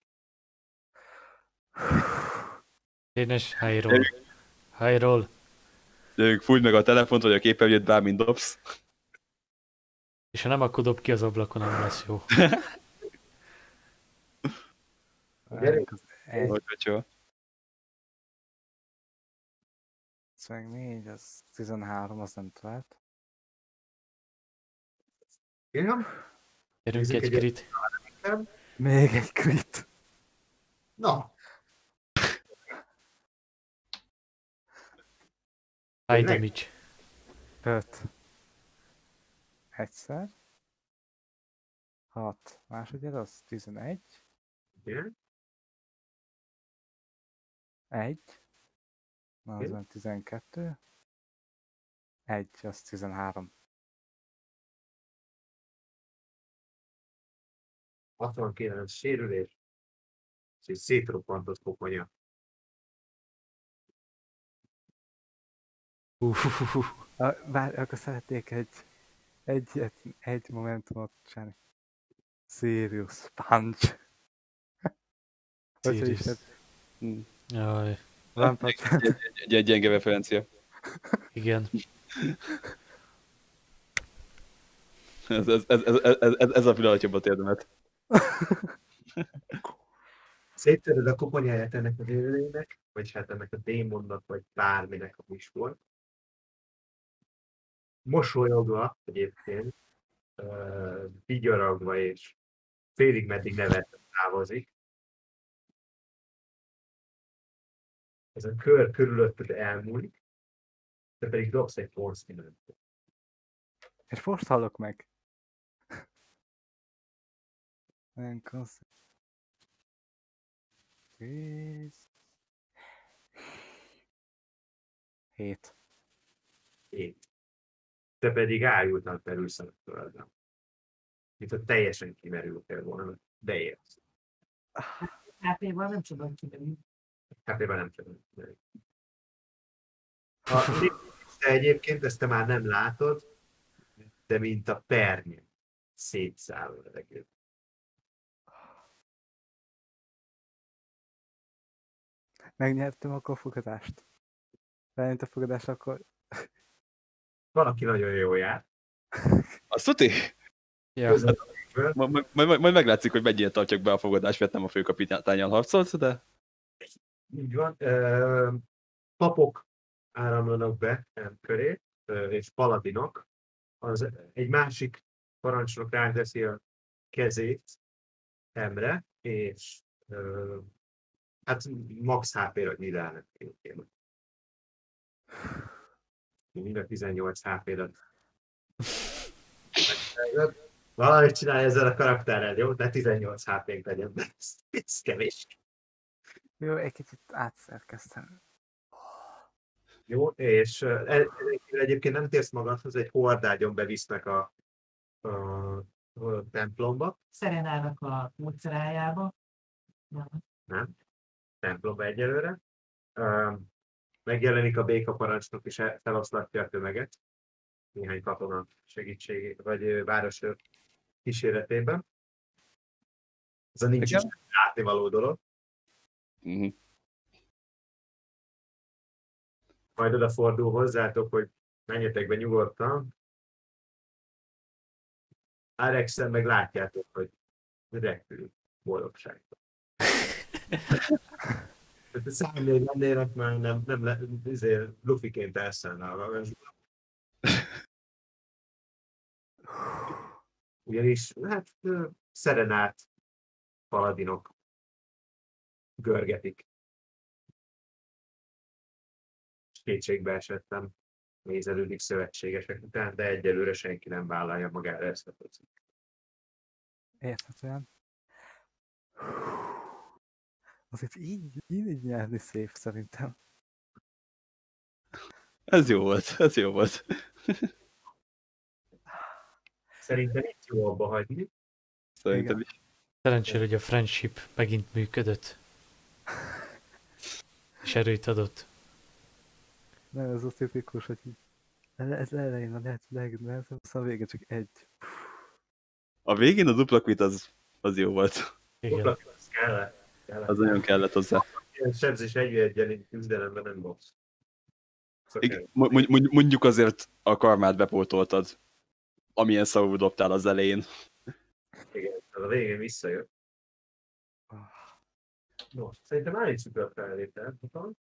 Énes helyról. Helyról. Fújj meg a telefont, vagy a képernyőt, bármint dobsz. És ha nem, akkor dob ki az ablakon, nem lesz jó. Várjunk az egy, Hogy köcsög. meg 4, az 13, az nem talált. Igen? Érünk Nézzük egy egy- crit. Még egy crit. Na, High Tényleg? damage. 5. Egyszer. 6. Másodjára az 11. igen. 1. Na, az Igen. van 12. 1, az 13. 69 sérülés, és egy szétroppantott koponya. Bár akkor szeretnék egy momentumot csinálni. Serious punch. Hogyha is Serious. Jaj, van punch. Egy gyenge referencia. igen. Ez a pillanat jobbat érdemet. Széttöröd a koponyáját ennek az élőlénynek, vagy hát ennek a démonnak, vagy bárminek, ami is volt. Mosolyogva egyébként, vigyorogva és félig meddig nevetve távozik. Ez a kör körülötted elmúlik, te pedig dobsz egy konsztinentet. És most hallok meg. Nagyon klassz. 10. 7. Te pedig ájultan felülsz a földre. Mint ha teljesen kimerültél volna, de élsz. HP-val nem tudom kiderülni. Hát éppen nem tudom. Te egyébként ezt te már nem látod, de mint a pernye szétszáll a levegő. Megnyertem akkor a fogadást. Rájött a fogadás, akkor Valaki nagyon jól jár. Azt tuti? Ja. Majd meglátszik, hogy mennyire tartják be a fogadást, mert nem a főkapitánnyal harcolt, de... Így van. Papok áramlanak be köré, és paladinok. Az egy másik parancsnok ráteszi a kezét Emre, és hát max HP-ra nyilálnak egyébként. Mind a 18 HP-ra. Valamit csinálj ezzel a karakterrel, jó? De 18 HP-nk legyen, mert ez kevés. jó, egy kicsit átszerkeztem. Jó, és egyébként nem térsz magadhoz, egy hordágyon bevisznek a templomba. Szerenának a módszerájába. Nem, templomba egyelőre. Megjelenik a békaparancsnok, és feloszlatja a tömeget. Néhány katona segítségét, vagy városőr kíséretében. Ez a nincs is látnivaló dolog. Uh-huh. Majd odafordul hozzátok, hogy menjetek be nyugodtan. Alexen meg látjátok, hogy repül boldogságban. Tehát számlé lennének, már nem lufiként elszállna a magasba. Ugyanis, hát Szerenát paladinok görgetik. És kétségbe esettem, nézelődik szövetségesek után, de egyelőre senki nem vállalja magára ezt a pozíciót. Érthetően. Azért így nyerni szép szerintem. Ez jó volt, ez jó volt. Szerintem itt jó abba hagyni. Szerintem is. Szerencsére, hogy a friendship megint működött. És erőt adott. Nem, ez az tipikus, hogy így, ez elején a legnehezebb, aztán a vége csak egy. A végén a dupla quit az jó volt. Igen. Az kellett. Az nagyon kellett hozzá. Ilyen sebzés 1v1-en küzdelemben nem box. Igen, mondjuk azért a karmát bepótoltad, amilyen szavú dobtál az elején. Igen, az a végén visszajött. No, szerintem állítsuk a felvételt.